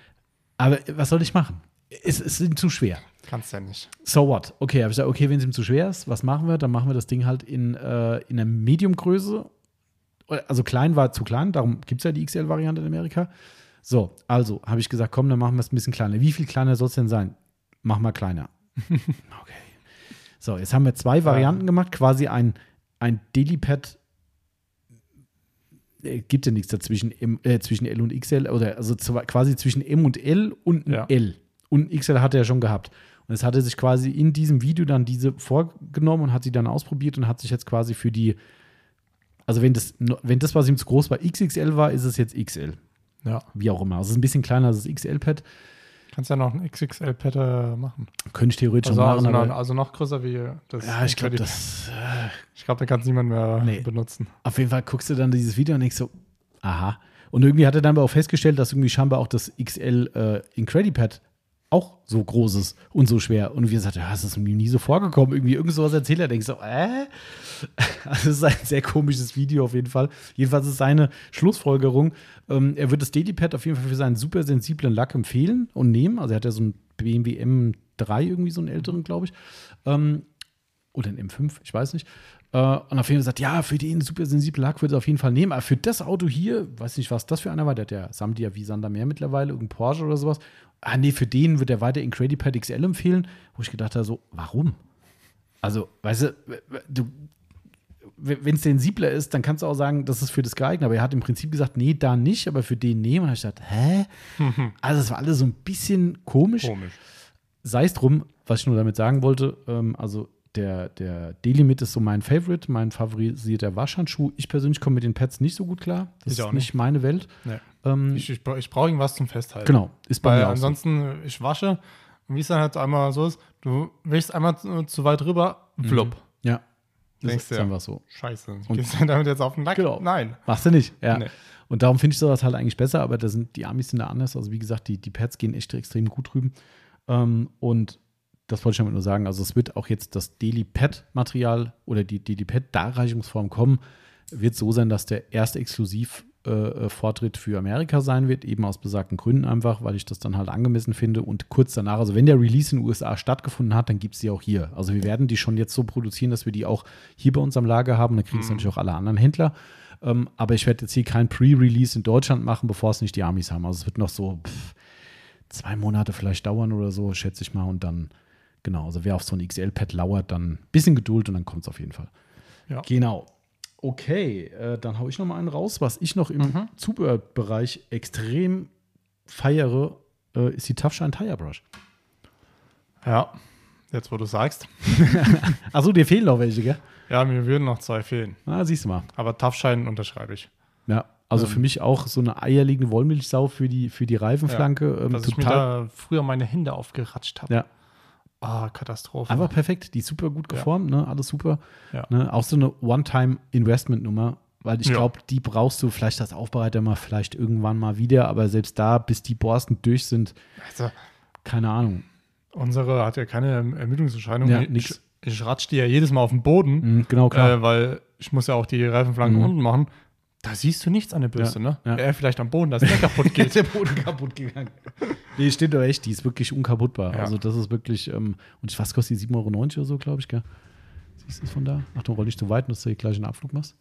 A: Aber was soll ich machen? Es ist ihm zu schwer.
B: Kannst ja nicht.
A: So what? Okay, habe ich gesagt, okay, wenn es ihm zu schwer ist, was machen wir? Dann machen wir das Ding halt in, äh, in einer Medium-Größe. Also klein war zu klein, darum gibt es ja die X L-Variante in Amerika. So, also habe ich gesagt, komm, dann machen wir es ein bisschen kleiner. Wie viel kleiner soll es denn sein? Mach mal kleiner. Okay. So, jetzt haben wir zwei Varianten gemacht, quasi ein, ein Delipad. Äh, gibt ja nichts dazwischen, M, äh, zwischen L und X L, oder also zwei, quasi zwischen M und L und ein
B: Ja.
A: L. Und X L hat er ja schon gehabt. Und es hat er sich quasi in diesem Video dann diese vorgenommen und hat sie dann ausprobiert und hat sich jetzt quasi für die, also wenn das, wenn das, was ihm zu groß war, X X L war, ist es jetzt X L.
B: Ja.
A: Wie auch immer. Also es ist ein bisschen kleiner als das X L-Pad.
B: Kannst ja noch ein X X L-Pad äh, machen.
A: Könnte ich theoretisch
B: Also,
A: schon
B: also,
A: machen,
B: noch,
A: aber
B: also noch größer wie das.
A: ja, ich glaube,
B: Incredib-
A: das äh,
B: Ich glaube, da kann es niemand mehr
A: Nee.
B: benutzen.
A: auf jeden Fall guckst du dann dieses Video und denkst so, aha. Und irgendwie hat er dann aber auch festgestellt, dass irgendwie scheinbar auch das X L äh, Incredipad auch so groß ist und so schwer. Und wir sagten, ja, das ist mir nie so vorgekommen. Irgendwie irgend sowas erzählt er, denkst so, äh? Also es ist ein sehr komisches Video auf jeden Fall. Jedenfalls ist seine Schlussfolgerung, ähm, er wird das Delipad auf jeden Fall für seinen super sensiblen Lack empfehlen und nehmen. Also er hat ja so ein B M W M drei irgendwie, so einen älteren, glaube ich. Ähm, oder einen M fünf, ich weiß nicht. Äh, und auf jeden Fall gesagt, ja, für den super sensiblen Lack würde es auf jeden Fall nehmen. Aber für das Auto hier, weiß nicht, was das für einer war, der hat ja Samdia wie Sander mehr mittlerweile, irgendein Porsche oder sowas. Ah, nee, für den wird er weiter Incredipad X L empfehlen. Wo ich gedacht habe, so, warum? Also, weißt du, du wenn es sensibler ist, dann kannst du auch sagen, das ist für das geeignet. Aber er hat im Prinzip gesagt, nee, da nicht, aber für den nehmen. Und ich dachte, hä? Mhm. Also es war alles so ein bisschen komisch.
B: Komisch.
A: Sei es drum, was ich nur damit sagen wollte, ähm, also der, der D-Limit ist so mein Favorite, mein favorisierter Waschhandschuh. Ich persönlich komme mit den Pads nicht so gut klar. Das
B: ich
A: ist
B: auch
A: nicht
B: nicht
A: meine Welt.
B: Nee.
A: Ähm,
B: ich ich, ich brauche irgendwas zum Festhalten.
A: Genau, ist bei
B: Weil
A: mir auch
B: ansonsten, so. Ich wasche, und wie es dann halt einmal so ist, du wischst einmal zu, zu weit rüber, flupp.
A: Mhm. Ja. Das
B: Denkst
A: ist
B: du ja,
A: einfach so.
B: Scheiße, gehst du damit jetzt auf den Nacken?
A: Genau.
B: Nein.
A: Machst du nicht, ja.
B: Nee.
A: Und darum finde ich sowas halt eigentlich besser, aber da sind, die Amis sind da anders. Also wie gesagt, die, die Pads gehen echt extrem gut drüben. Ähm, und das wollte ich damit nur sagen. Also es wird auch jetzt das Daily-Pad-Material oder die Daily-Pad-Darreichungsform kommen, wird so sein, dass der erste exklusiv äh, Vortritt für Amerika sein wird, eben aus besagten Gründen einfach, weil ich das dann halt angemessen finde. Und kurz danach, also wenn der Release in den U S A stattgefunden hat, dann gibt es die auch hier. Also wir werden die schon jetzt so produzieren, dass wir die auch hier bei uns am Lager haben. Dann kriegen es mhm. natürlich auch alle anderen Händler. Ähm, aber ich werde jetzt hier kein Pre-Release in Deutschland machen, bevor es nicht die Amis haben. Also es wird noch so pff, zwei Monate vielleicht dauern oder so, schätze ich mal. Und dann, genau, also wer auf so ein X L-Pad lauert, dann ein bisschen Geduld und dann kommt es auf jeden Fall.
B: Ja.
A: Genau. Okay, äh, dann haue ich noch mal einen raus. Was ich noch im mhm. Zubehörbereich extrem feiere, äh, ist die Toughshine Tire Brush.
B: Ja, jetzt wo du sagst.
A: Achso, dir fehlen noch welche, gell?
B: Ja, mir würden noch zwei fehlen.
A: Ah, siehst du mal.
B: Aber Toughshine unterschreibe ich.
A: Ja, also
B: ähm.
A: für mich auch so eine eierlegende Wollmilchsau für die, für die Reifenflanke.
B: Ja, ähm, dass total. Ich mir da früher meine Hände aufgeratscht habe.
A: Ja.
B: Ah, Katastrophe.
A: Einfach perfekt, die ist super gut geformt, ja. ne? Alles super.
B: Ja.
A: Ne? Auch so eine One-Time-Investment-Nummer, weil ich
B: ja.
A: glaube, die brauchst du vielleicht als Aufbereiter mal vielleicht irgendwann mal wieder, aber selbst da, bis die Borsten durch sind,
B: also,
A: keine Ahnung.
B: Unsere hat ja keine Ermüdungserscheinung.
A: Ja,
B: ich,
A: nix.
B: ich ratsch die ja jedes Mal auf den Boden,
A: mhm, genau, klar.
B: Äh, weil ich muss ja auch die Reifenflanken mhm. unten machen. Da siehst du nichts an der Bürste,
A: ja,
B: ne?
A: Ja.
B: Er vielleicht am Boden, dass der kaputt geht.
A: Der Boden kaputt gegangen. Nee, steht doch echt, die ist wirklich unkaputtbar.
B: Ja.
A: Also das ist wirklich, ähm, und was kostet die sieben Euro neunzig oder so, glaube ich, gell? Siehst du es von da? Achtung, roll nicht zu weit, dass du gleich einen Abflug machst.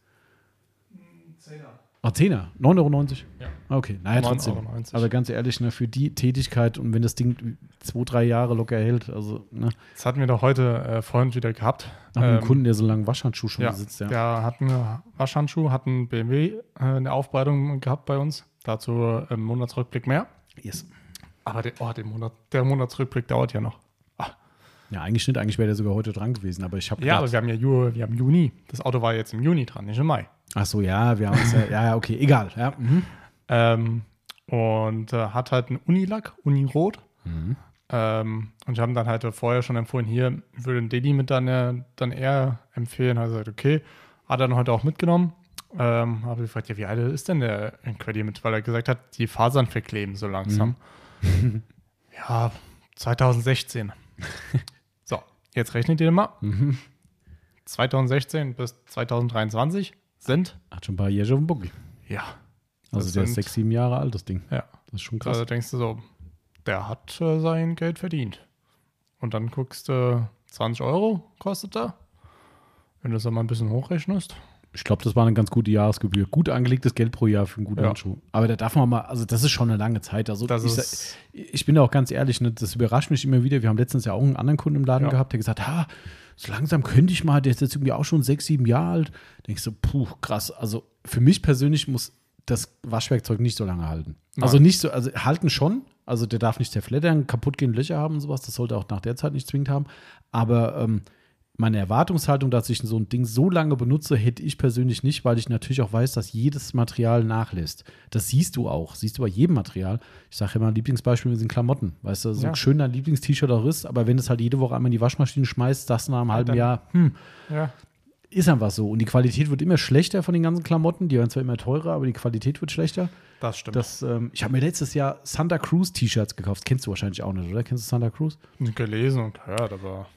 B: Zehner.
A: Ah, Zehner, neun Euro neunzig?
B: Ja.
A: Okay, naja, trotzdem.
B: neun Euro neunzig.
A: Aber ganz ehrlich, ne, für die Tätigkeit und wenn das Ding zwei, drei Jahre locker hält, also, ne.
B: Das hatten wir doch heute äh, vorhin wieder gehabt.
A: Nach einem
B: ähm,
A: Kunden, der so lange Waschhandschuh schon
B: ja,
A: besitzt, ja.
B: Der hat einen Waschhandschuh, hat einen B M W, äh, eine Aufbereitung gehabt bei uns. Dazu im ähm, Monatsrückblick mehr.
A: Yes.
B: Aber der, oh, der, Monat, der Monatsrückblick dauert ja noch. Ah.
A: Ja, eigentlich nicht, eigentlich wäre der sogar heute dran gewesen, aber ich habe
B: Ja, aber wir haben ja Ju, wir haben Juni. Das Auto war jetzt im Juni dran, nicht im Mai.
A: Ach so, ja, wir haben es ja, ja, ja, okay, egal. Ja. Mhm.
B: Ähm, und äh, hat halt einen Unilack, Unirot.
A: Mhm.
B: Ähm, und ich habe dann halt vorher schon empfohlen, hier würde ein Daily mit dann, äh, dann eher empfehlen. Hat gesagt, okay, hat er dann heute auch mitgenommen. Ähm, habe ich gefragt, ja, wie alt ist denn der Incredimit? Weil er gesagt hat, die Fasern verkleben so langsam. Mhm. Ja, zwanzig sechzehn. So, jetzt rechnet ihr mal.
A: Mhm.
B: zwanzig sechzehn bis zwanzig dreiundzwanzig sind.
A: Hat schon ein paar Jahre auf dem Buckel.
B: Ja.
A: Also der ist sechs, sieben Jahre alt, das Ding.
B: Ja.
A: Das ist schon krass.
B: Da denkst du so, der hat äh, sein Geld verdient. Und dann guckst du, äh, zwanzig Euro kostet er. Wenn du das dann mal ein bisschen hochrechnest.
A: Ich glaube, das war eine ganz gute Jahresgebühr. Gut angelegtes Geld pro Jahr für einen guten
B: Ja.
A: Handschuh. Aber da darf man mal, also das ist schon eine lange Zeit. Also
B: Das
A: ich,
B: ist-
A: ich bin da auch ganz ehrlich, ne, das überrascht mich immer wieder. Wir haben letztens ja auch einen anderen Kunden im Laden
B: Ja.
A: gehabt, der gesagt hat, ha, so langsam könnte ich mal, der ist jetzt irgendwie auch schon sechs, sieben Jahre alt. Denkst du, puh, krass. Also für mich persönlich muss das Waschwerkzeug nicht so lange halten.
B: Nein.
A: Also nicht so, also halten schon. Also der darf nicht zerfleddern, kaputt gehen, Löcher haben und sowas. Das sollte auch nach der Zeit nicht zwingend haben. Aber ähm, meine Erwartungshaltung, dass ich so ein Ding so lange benutze, hätte ich persönlich nicht, weil ich natürlich auch weiß, dass jedes Material nachlässt. Das siehst du auch. Siehst du bei jedem Material. Ich sage immer, Lieblingsbeispiel sind Klamotten. Weißt du, so
B: Ja.
A: schön dein Lieblingst-T-Shirt auch ist, aber wenn du es halt jede Woche einmal in die Waschmaschine schmeißt, sagst du nach einem halben
B: dann-
A: Jahr, hm,
B: Ja.
A: ist einfach so. Und die Qualität wird immer schlechter von den ganzen Klamotten. Die werden zwar immer teurer, aber die Qualität wird schlechter.
B: Das stimmt.
A: Das, ähm, ich habe mir letztes Jahr Santa Cruz T-Shirts gekauft. Kennst du wahrscheinlich auch nicht, oder? Kennst du Santa Cruz?
B: Gelesen und gehört, aber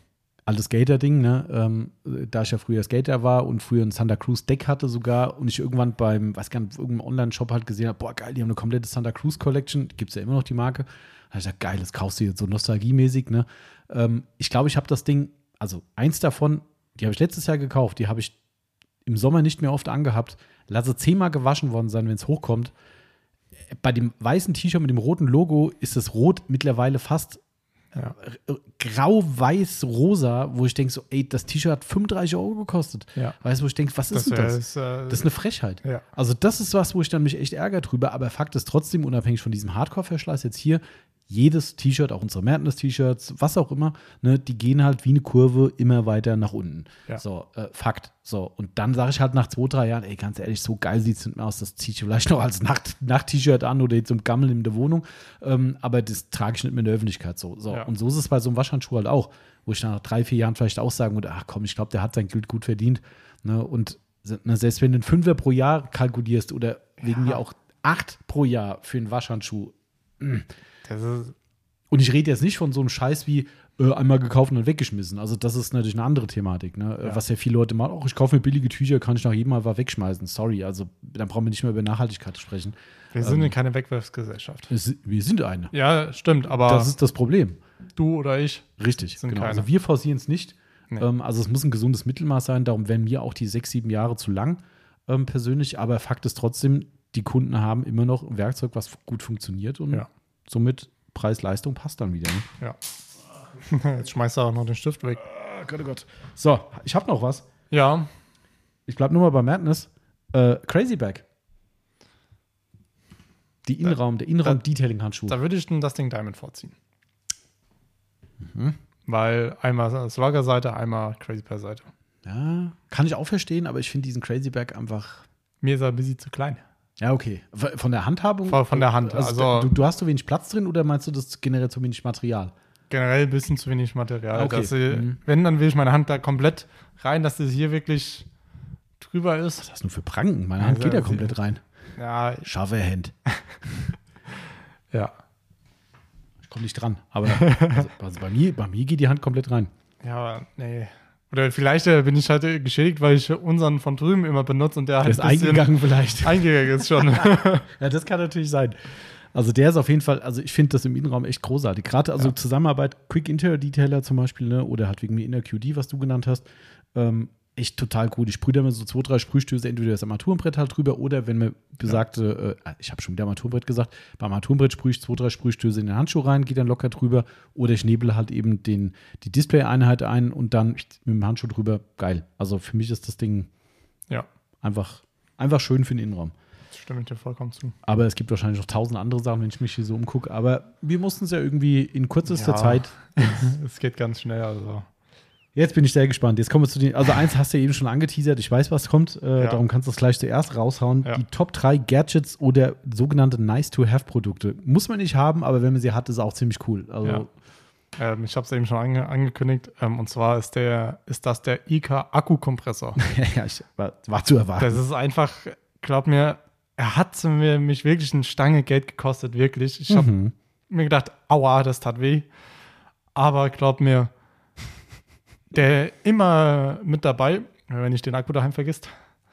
A: altes Skater-Ding, ne? Ähm, da ich ja früher Skater war und früher ein Santa Cruz-Deck hatte sogar und ich irgendwann beim, weiß gar nicht, irgendeinem Online-Shop halt gesehen habe, boah, geil, die haben eine komplette Santa Cruz-Collection, gibt es ja immer noch die Marke. Da habe ich gesagt, geil, das kaufst du jetzt so nostalgiemäßig, ne? Ähm, ich glaube, ich habe das Ding, also eins davon, die habe ich letztes Jahr gekauft, die habe ich im Sommer nicht mehr oft angehabt. Lasse zehnmal gewaschen worden sein, wenn es hochkommt. Bei dem weißen T-Shirt mit dem roten Logo ist das Rot mittlerweile fast
B: Ja.
A: grau-weiß-rosa, wo ich denke so, ey, das T-Shirt hat fünfunddreißig Euro gekostet.
B: Ja.
A: Weißt du, wo ich denke, was ist
B: Das
A: denn das?
B: ist, äh,
A: Das ist eine Frechheit.
B: Ja.
A: Also das ist was, wo ich dann mich echt ärgere drüber, aber Fakt ist trotzdem, unabhängig von diesem Hardcore-Verschleiß jetzt hier, jedes T-Shirt, auch unsere Madness-T-Shirts, was auch immer, ne, die gehen halt wie eine Kurve immer weiter nach unten.
B: Ja.
A: So, äh, Fakt. So, und dann sage ich halt nach zwei, drei Jahren, ey, ganz ehrlich, so geil sieht es nicht mehr aus, das ziehe ich vielleicht noch als Nacht- Nacht-T-Shirt an oder jetzt zum Gammeln in der Wohnung, ähm, aber das trage ich nicht mehr in der Öffentlichkeit so. so.
B: Ja.
A: Und so ist es bei so einem Waschhandschuh halt auch, wo ich dann nach drei, vier Jahren vielleicht auch sagen würde, ach komm, ich glaube, der hat sein Geld gut verdient. Ne? Und ne, selbst wenn du einen Fünfer pro Jahr kalkulierst oder wegen
B: Ja.
A: mir auch acht pro Jahr für einen Waschhandschuh, mh.
B: Das ist,
A: Und ich rede jetzt nicht von so einem Scheiß wie äh, einmal gekauft und dann weggeschmissen. Also das ist natürlich eine andere Thematik, ne?
B: Ja.
A: Was ja viele Leute machen, oh, ich kaufe mir billige Tücher, kann ich nach jedem Mal was wegschmeißen. Sorry, also dann brauchen wir nicht mehr über Nachhaltigkeit sprechen.
B: wir sind
A: Ähm,
B: keine Wegwerfgesellschaft.
A: Es, wir sind eine.
B: Ja, stimmt, aber
A: Das ist das Problem.
B: du oder ich.
A: Richtig,
B: Sind
A: genau.
B: keine.
A: Also wir forcieren es nicht.
B: Nee.
A: Ähm, also es muss ein gesundes Mittelmaß sein. Darum wären mir auch die sechs, sieben Jahre zu lang ähm, persönlich. Aber Fakt ist trotzdem, die Kunden haben immer noch ein Werkzeug, was f- gut funktioniert und
B: Ja.
A: somit Preis-Leistung passt dann wieder. Ne?
B: Ja. Jetzt schmeißt er auch noch den Stift weg.
A: Oh Gott, oh Gott. So, ich habe noch was.
B: Ja,
A: Ich bleibe nur mal bei Madness. Äh, Crazy Bag. Die Innenraum, der Innenraum-Detailing-Handschuh.
B: da würde ich den Dusting Diamond vorziehen. Weil einmal Slugger-Seite, einmal Crazy Pair-Seite.
A: Ja, kann ich auch verstehen, aber ich finde diesen Crazy Bag einfach.
B: Mir ist er ein bisschen zu klein.
A: Ja, okay. Von der Handhabung?
B: Von- von der Hand,
A: Also,
B: also-
A: du, du hast zu wenig Platz drin oder meinst du, das ist generell zu wenig Material?
B: Generell ein bisschen zu wenig Material.
A: Okay.
B: Dass sie,
A: Mhm.
B: Wenn, dann will ich meine Hand da komplett rein, dass das hier wirklich drüber ist.
A: Was hast du für Pranken? Meine Hand
B: Also,
A: geht ja
B: sie-
A: komplett rein.
B: Ja,
A: Scharfe Hand.
B: ja.
A: Ich komme nicht dran. Aber also, also bei, mir, bei mir geht die Hand komplett rein.
B: Ja, nee. Oder vielleicht äh, bin ich halt äh, geschädigt, weil ich unseren von drüben immer benutze und der
A: Der
B: halt
A: ist eingegangen vielleicht.
B: eingegangen ist schon.
A: Ja, das kann natürlich sein. Also der ist auf jeden Fall, also ich finde das im Innenraum echt großartig. Gerade also
B: Ja.
A: Zusammenarbeit, Quick Interior Detailer zum Beispiel, ne, oder halt wegen mir Inner Q D, was du genannt hast, ähm, echt total gut. Ich sprühe da mal so zwei, drei Sprühstöße, entweder das Armaturenbrett halt drüber oder wenn mir besagte, äh, ich habe schon wieder Armaturenbrett gesagt, beim Armaturenbrett sprühe ich zwei, drei Sprühstöße in den Handschuh rein, gehe dann locker drüber oder ich nebele halt eben den, die Display-Einheit ein und dann mit dem Handschuh drüber. Geil. Also für mich ist das Ding
B: Ja,
A: einfach, einfach schön für den Innenraum.
B: das stimme ich dir vollkommen zu.
A: Aber es gibt wahrscheinlich noch tausend andere Sachen, wenn ich mich hier so umgucke. Aber wir mussten es ja irgendwie in kürzester
B: Ja.
A: Zeit.
B: Es geht ganz schnell, also.
A: Jetzt bin ich sehr gespannt. Jetzt kommen wir zu den. Also, eins hast du ja eben schon angeteasert. Ich weiß, was kommt. Äh,
B: Ja.
A: Darum kannst du es gleich zuerst raushauen.
B: Ja.
A: Die Top drei Gadgets oder sogenannte Nice-to-Have-Produkte. Muss man nicht haben, aber wenn man sie hat, ist es auch ziemlich cool. Also,
B: Ja. Ähm, ich habe es eben schon ange angekündigt. Ähm, und zwar ist, der, ist das der I K-Akkukompressor.
A: ja, ich, war, war zu erwarten.
B: Das ist einfach, glaub mir, er hat mir, mich wirklich eine Stange Geld gekostet, wirklich. Ich habe
A: Mhm.
B: mir gedacht, aua, das tat weh. Aber glaub mir, der immer mit dabei, wenn ich den Akku daheim vergisst.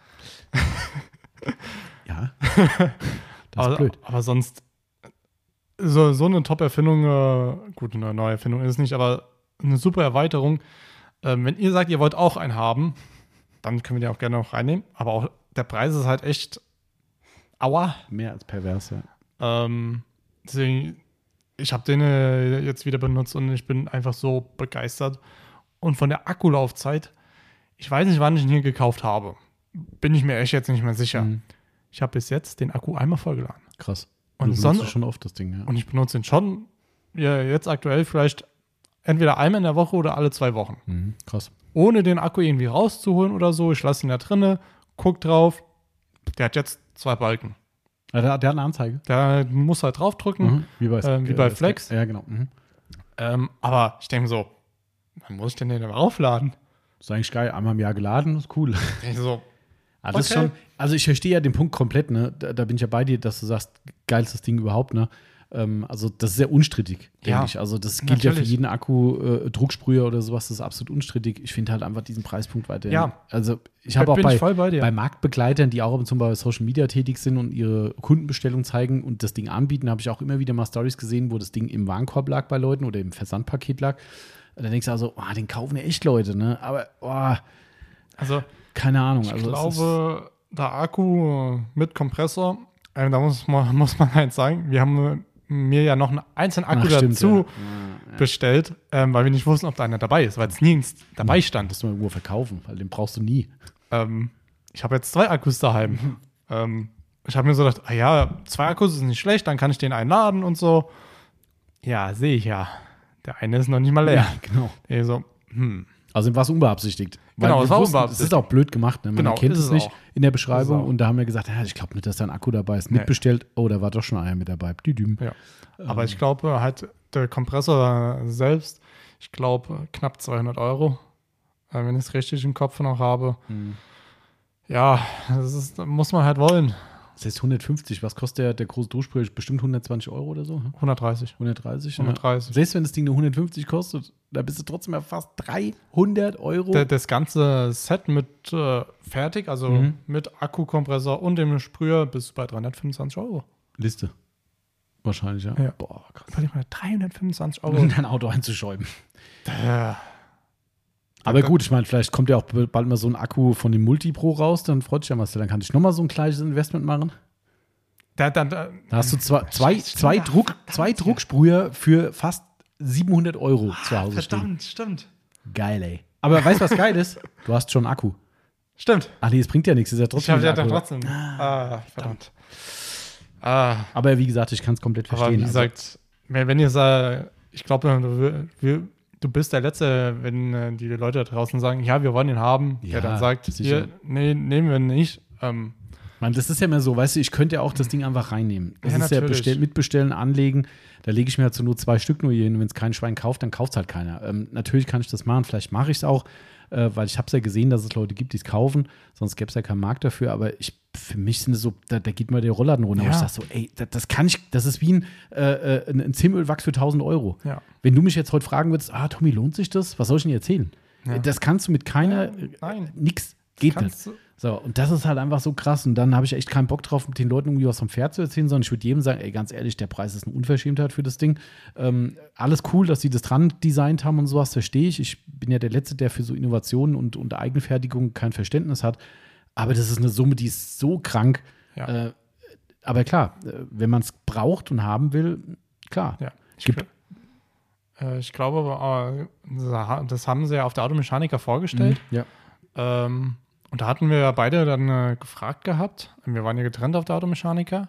A: Ja. Das ist
B: aber,
A: blöd.
B: aber sonst, so, so eine Top-Erfindung, äh, gut, eine neue Erfindung ist es nicht, aber eine super Erweiterung. Ähm, wenn ihr sagt, ihr wollt auch einen haben, dann können wir den auch gerne noch reinnehmen. Aber auch der Preis ist halt echt aua.
A: Mehr als pervers, ja.
B: Ähm, deswegen, ich habe den äh, jetzt wieder benutzt und ich bin einfach so begeistert. Und von der Akkulaufzeit, ich weiß nicht, wann ich ihn hier gekauft habe. Bin ich mir echt jetzt nicht mehr sicher.
A: Mhm.
B: Ich habe bis jetzt den Akku einmal vollgeladen.
A: Krass.
B: Und
A: du
B: sonst-
A: benutzt schon oft das Ding, ja.
B: Und ich benutze ihn schon, ja, jetzt aktuell vielleicht entweder einmal in der Woche oder alle zwei Wochen.
A: Mhm. Krass.
B: Ohne den Akku irgendwie rauszuholen oder so. Ich lasse ihn da drinne, guck drauf. Der hat jetzt zwei Balken.
A: Ja, der, der hat eine Anzeige.
B: Da muss halt draufdrücken.
A: Mhm. Wie bei,
B: Ähm, wie bei Flex.
A: Ja, genau. Mhm.
B: Ähm, aber ich denke so, wann muss ich denn den denn aufladen?
A: Das ist eigentlich geil. Einmal im Jahr geladen, ist cool.
B: Ich so,
A: Ah, das ist
B: Okay.
A: schon, also ich verstehe ja den Punkt komplett, ne? Da, da bin ich ja bei dir, dass du sagst, geilstes Ding überhaupt, ne? Ähm, also das ist sehr unstrittig, denke
B: Ja,
A: ich. Also das gilt ja für
B: natürlich.
A: jeden Akku-Drucksprüher oder sowas, das ist absolut unstrittig. Ich finde halt einfach diesen Preispunkt weiterhin.
B: Ja.
A: Also ich habe auch
B: Bin
A: bei,
B: ich voll bei dir.
A: bei Marktbegleitern, die auch ab und zu bei Social Media tätig sind und ihre Kundenbestellung zeigen und das Ding anbieten, habe ich auch immer wieder mal Stories gesehen, wo das Ding im Warenkorb lag bei Leuten oder im Versandpaket lag. Und dann denkst du also, oh, den kaufen ja echt Leute, ne? Aber, oh,
B: Also
A: keine Ahnung.
B: ich
A: Also es
B: glaube, der Akku mit Kompressor, äh, da muss man, muss man halt sagen, wir haben mir ja noch einen einzelnen Akku
A: Ach, stimmt,
B: dazu
A: ja. Ja, ja.
B: bestellt, ähm, weil wir nicht wussten, ob da einer dabei ist, weil es nirgends dabei stand.
A: Musst du mal irgendwo verkaufen, weil den brauchst du nie.
B: Ähm, ich habe jetzt zwei Akkus daheim. ähm, ich habe mir so gedacht, ah ja, zwei Akkus ist nicht schlecht, dann kann ich den einladen und so. Ja, sehe ich ja. Der eine ist noch nicht mal leer.
A: genau.
B: Ich so, hm.
A: Also war es unbeabsichtigt.
B: Genau,
A: wir
B: es war
A: wussten,
B: unbeabsichtigt.
A: Es ist auch blöd gemacht, ne? Man
B: Genau,
A: erkennt
B: ist
A: es
B: es
A: nicht
B: auch.
A: in der
B: Ist
A: Beschreibung
B: es auch.
A: und da haben wir gesagt, ja, ich glaube nicht, dass da ein Akku dabei ist.
B: Nee.
A: Mitbestellt, oh, da war doch schon einer mit dabei. Düdüm.
B: Ja. Aber ich glaube halt, der Kompressor selbst, ich glaube knapp zweihundert Euro, äh, wenn ich es richtig im Kopf noch habe.
A: Mhm.
B: Ja, das ist, muss man halt wollen.
A: Das heißt hundertfünfzig, was kostet der, der große Drucksprüher? Bestimmt hundertzwanzig Euro oder so? ne?
B: hundertdreißig.
A: hundertdreißig?
B: hundertdreißig.
A: Ne? Selbst wenn das Ding nur hundertfünfzig kostet, da bist du trotzdem ja fast dreihundert Euro.
B: Der, das ganze Set mit äh, fertig, also
A: Mhm.
B: mit Akkukompressor und dem Sprüher, bist du bei dreihundertfünfundzwanzig Euro.
A: Liste. Wahrscheinlich, ja.
B: Ja.
A: Boah, krass.
B: Überleg mal, dreihundertfünfundzwanzig Euro.
A: Um dein Auto einzuschäumen.
B: Ja.
A: Aber
B: da-
A: gut, ich meine, vielleicht kommt ja auch bald mal so ein Akku von dem Multipro raus, dann freut sich ja Marcel, dann kann ich nochmal so ein kleines Investment machen.
B: Da, da, da,
A: Da hast du zwei, zwei,
B: Scheiße,
A: zwei,
B: ja,
A: Druck,
B: verdammt.
A: zwei Drucksprüher für fast siebenhundert Euro zu Hause stehen.
B: verdammt, stimmt.
A: Geil, ey. Aber weißt du, was geil ist? Du hast schon einen Akku.
B: Stimmt.
A: Ach nee, es bringt ja nichts, ist ja
B: Ich
A: trotzdem
B: habe ja
A: ein
B: dann
A: Akku.
B: trotzdem. Ah, verdammt. Ah,
A: Aber wie gesagt, ich kann es komplett
B: aber
A: verstehen.
B: wie gesagt, wenn, wenn ihr sagt, ich glaube, du, wir- du bist der Letzte, wenn äh, die Leute da draußen sagen, ja, wir wollen ihn haben,
A: Ja,
B: der dann sagt,
A: sicher.
B: hier, nee, nehmen wir nicht. Ähm,
A: Man, das ist ja immer so, weißt du, ich könnte ja auch das Ding einfach reinnehmen. Das
B: Ja,
A: ist ja
B: natürlich.
A: bestell, mitbestellen, anlegen. Da lege ich mir halt so nur zwei Stück nur hier hin. Wenn es kein Schwein kauft, dann kauft es halt keiner. Ähm, natürlich kann ich das machen, vielleicht mache ich es auch, äh, weil ich habe es ja gesehen, dass es Leute gibt, die es kaufen. Sonst gäbe es ja keinen Markt dafür. Aber ich, für mich sind es so, da, da geht mir der Rollladen runter.
B: Ja.
A: Und ich sage so, ey, das, das kann ich, das ist wie ein, äh, äh, ein, ein Zimölwachs für tausend Euro.
B: ja.
A: Wenn du mich jetzt heute fragen würdest, ah, Tommy, lohnt sich das? Was soll ich denn dir erzählen?
B: Ja.
A: Äh, Das kannst du mit keiner,
B: Ja, nein.
A: nix, geht nicht.
B: Kannst du-
A: So, und das ist halt einfach so krass. Und dann habe ich echt keinen Bock drauf, mit den Leuten irgendwie was vom Pferd zu erzählen, sondern ich würde jedem sagen, ey, ganz ehrlich, der Preis ist eine Unverschämtheit für das Ding. Ähm, alles cool, dass sie das dran designt haben und sowas, verstehe ich. Ich bin ja der Letzte, der für so Innovationen und, und Eigenfertigung kein Verständnis hat. Aber das ist eine Summe, die ist so krank.
B: Ja.
A: Äh, aber klar, äh, wenn man es braucht und haben will, klar.
B: Ja. Ich,
A: Gibt-
B: gl- äh, ich glaube, aber, äh, das haben sie ja auf der Automechaniker vorgestellt.
A: Mhm, ja.
B: Ähm, und da hatten wir ja beide dann äh, gefragt gehabt. Wir waren ja getrennt auf der Automechaniker.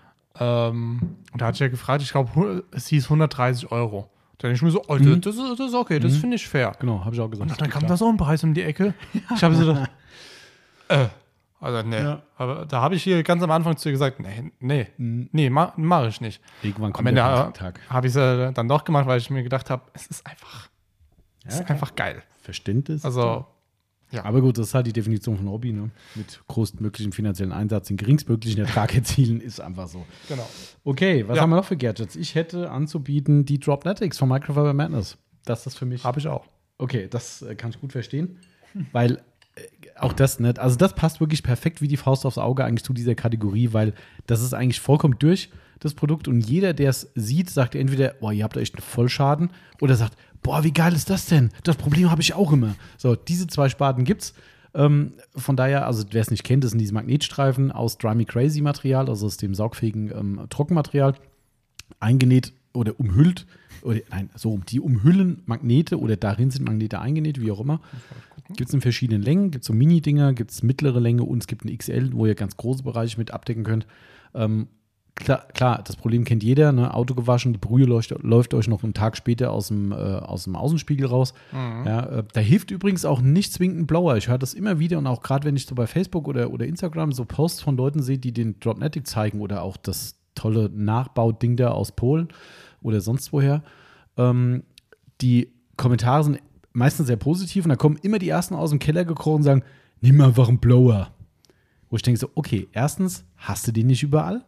B: Ähm, und da hatte ich ja gefragt, ich glaube, es hieß hundertdreißig Euro. Da denke ich mir so, oh,
A: Mhm.
B: das, ist, das ist okay, das
A: Mhm.
B: finde ich fair.
A: Genau, habe ich auch gesagt.
B: Und dann kam da so ein Preis um die Ecke. Ich habe so gedacht, äh, also nee.
A: Ja.
B: Aber da habe ich hier ganz am Anfang zu ihr gesagt, nee, nee,
A: Mhm.
B: nee, ma, mache ich nicht.
A: Irgendwann
B: Am
A: kommt
B: Ende
A: der
B: ha-
A: Tag.
B: habe ich es äh, dann doch gemacht, weil ich mir gedacht habe, es ist einfach, es ist
A: klar.
B: einfach geil.
A: Verständnis.
B: Also,
A: Aber gut, das ist halt die Definition von Hobby, ne? Mit größtmöglichem finanziellen Einsatz, den geringstmöglichen Ertrag erzielen, ist einfach so.
B: genau.
A: Okay, was
B: Ja.
A: haben wir noch für Gadgets? Ich hätte anzubieten die Dropnetics von Microfiber Madness. Das ist für mich.
B: Habe ich auch.
A: Okay, das äh, kann ich gut verstehen, weil äh, auch das nicht, also das passt wirklich perfekt wie die Faust aufs Auge eigentlich zu dieser Kategorie, weil das ist eigentlich vollkommen durch, das Produkt, und jeder, der es sieht, sagt entweder, boah, ihr habt echt einen Vollschaden, oder sagt, boah, wie geil ist das denn? Das Problem habe ich auch immer. So, diese zwei Sparten gibt's. Ähm, von daher, also wer es nicht kennt, das sind diese Magnetstreifen aus Dry Me Crazy Material, also aus dem saugfähigen ähm, Trockenmaterial, eingenäht oder umhüllt, oder nein, so, die umhüllen Magnete oder darin sind Magnete eingenäht, wie auch immer. Gibt es in verschiedenen Längen, gibt es so Mini-Dinger, gibt es mittlere Länge und es gibt ein X L, wo ihr ganz große Bereiche mit abdecken könnt. Ähm, klar, klar, das Problem kennt jeder, ne? Auto gewaschen, die Brühe läuft, läuft euch noch einen Tag später aus dem, äh, aus dem Außenspiegel raus.
B: Mhm.
A: Ja, äh, da hilft übrigens auch nicht zwingend ein Blower. Ich höre das immer wieder und auch gerade, wenn ich so bei Facebook oder, oder Instagram so Posts von Leuten sehe, die den Dropnetic zeigen oder auch das tolle Nachbauding da aus Polen oder sonst woher. Ähm, die Kommentare sind meistens sehr positiv und da kommen immer die ersten aus dem Keller gekrochen und sagen, nimm einfach einen Blower. Wo ich denke so, okay, erstens, hast du den nicht überall?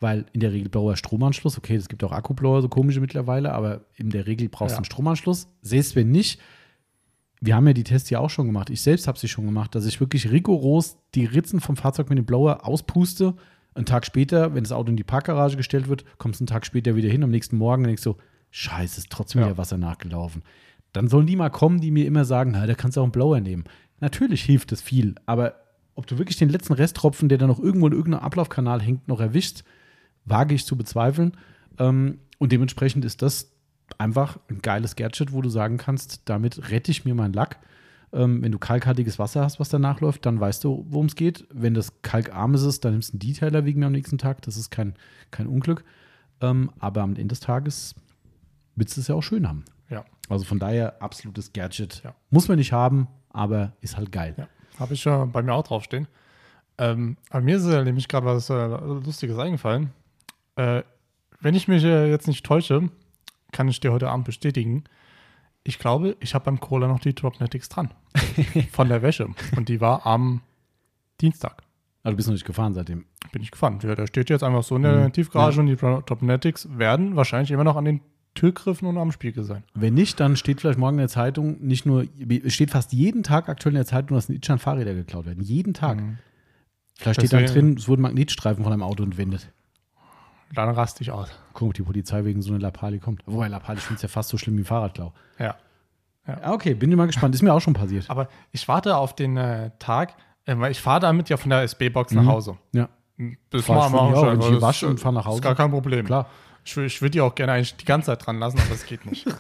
A: weil in der Regel Blower Stromanschluss, okay, es gibt auch Akkublower, so komische mittlerweile, aber in der Regel brauchst du
B: Ja.
A: einen Stromanschluss. Selbst wenn nicht, wir haben ja die Tests ja auch schon gemacht, ich selbst habe sie schon gemacht, dass ich wirklich rigoros die Ritzen vom Fahrzeug mit dem Blower auspuste. Einen Tag später, wenn das Auto in die Parkgarage gestellt wird, kommst du einen Tag später wieder hin, am nächsten Morgen denkst du, scheiße, ist trotzdem
B: Ja.
A: wieder Wasser nachgelaufen. Dann sollen die mal kommen, die mir immer sagen, na, da kannst du auch einen Blower nehmen. Natürlich hilft das viel, aber ob du wirklich den letzten Resttropfen, der dann noch irgendwo in irgendeinem Ablaufkanal hängt, noch erwischst, wage ich zu bezweifeln. Ähm, und dementsprechend ist das einfach ein geiles Gadget, wo du sagen kannst, damit rette ich mir meinen Lack. Ähm, wenn du kalkhaltiges Wasser hast, was danach läuft, dann weißt du, worum es geht. Wenn das kalkarmes ist, dann nimmst du einen Detailer wegen mir am nächsten Tag. Das ist kein, kein Unglück. Ähm, aber am Ende des Tages willst du es ja auch schön haben.
B: Ja.
A: Also von daher absolutes Gadget.
B: Ja.
A: Muss man nicht haben, aber ist halt geil.
B: Ja. Habe ich ja bei mir auch draufstehen. Ähm, aber mir ist ja nämlich gerade was äh, Lustiges eingefallen. Äh, wenn ich mich äh, jetzt nicht täusche, kann ich dir heute Abend bestätigen, ich glaube, ich habe beim Cola noch die Dropnetics dran. Von der Wäsche. Und die war am Dienstag.
A: Also du bist noch nicht gefahren seitdem.
B: Bin ich gefahren. Ja, der steht jetzt einfach so in der
A: Mhm.
B: Tiefgarage
A: Ja.
B: und die Dropnetics werden wahrscheinlich immer noch an den Türgriffen und am Spiegel sein.
A: Wenn nicht, dann steht vielleicht morgen in der Zeitung, nicht nur, es steht fast jeden Tag aktuell in der Zeitung, dass in Itchan Fahrräder geklaut werden. Jeden Tag.
B: Mhm.
A: Vielleicht steht dann
B: Deswegen-
A: drin, es wurden Magnetstreifen von einem Auto entwendet.
B: Dann raste ich aus.
A: Gucken, ob die Polizei wegen so einer Lappali kommt. Wobei Lappali, ich finde es ja fast so schlimm wie Fahrradklau.
B: Ja.
A: Ja, okay, bin ich mal gespannt. Ist mir auch schon passiert.
B: Aber ich warte auf den äh, Tag, äh, weil ich fahre damit ja von der S B-Box
A: Mhm.
B: nach Hause.
A: Ja,
B: Das
A: Fahr ich von hier auch, wenn ich die
B: das
A: wasche
B: ist-
A: und fahr nach Hause.
B: Ist gar kein Problem.
A: klar.
B: Ich, will- ich würde die auch gerne eigentlich die ganze Zeit dran lassen, aber das geht nicht.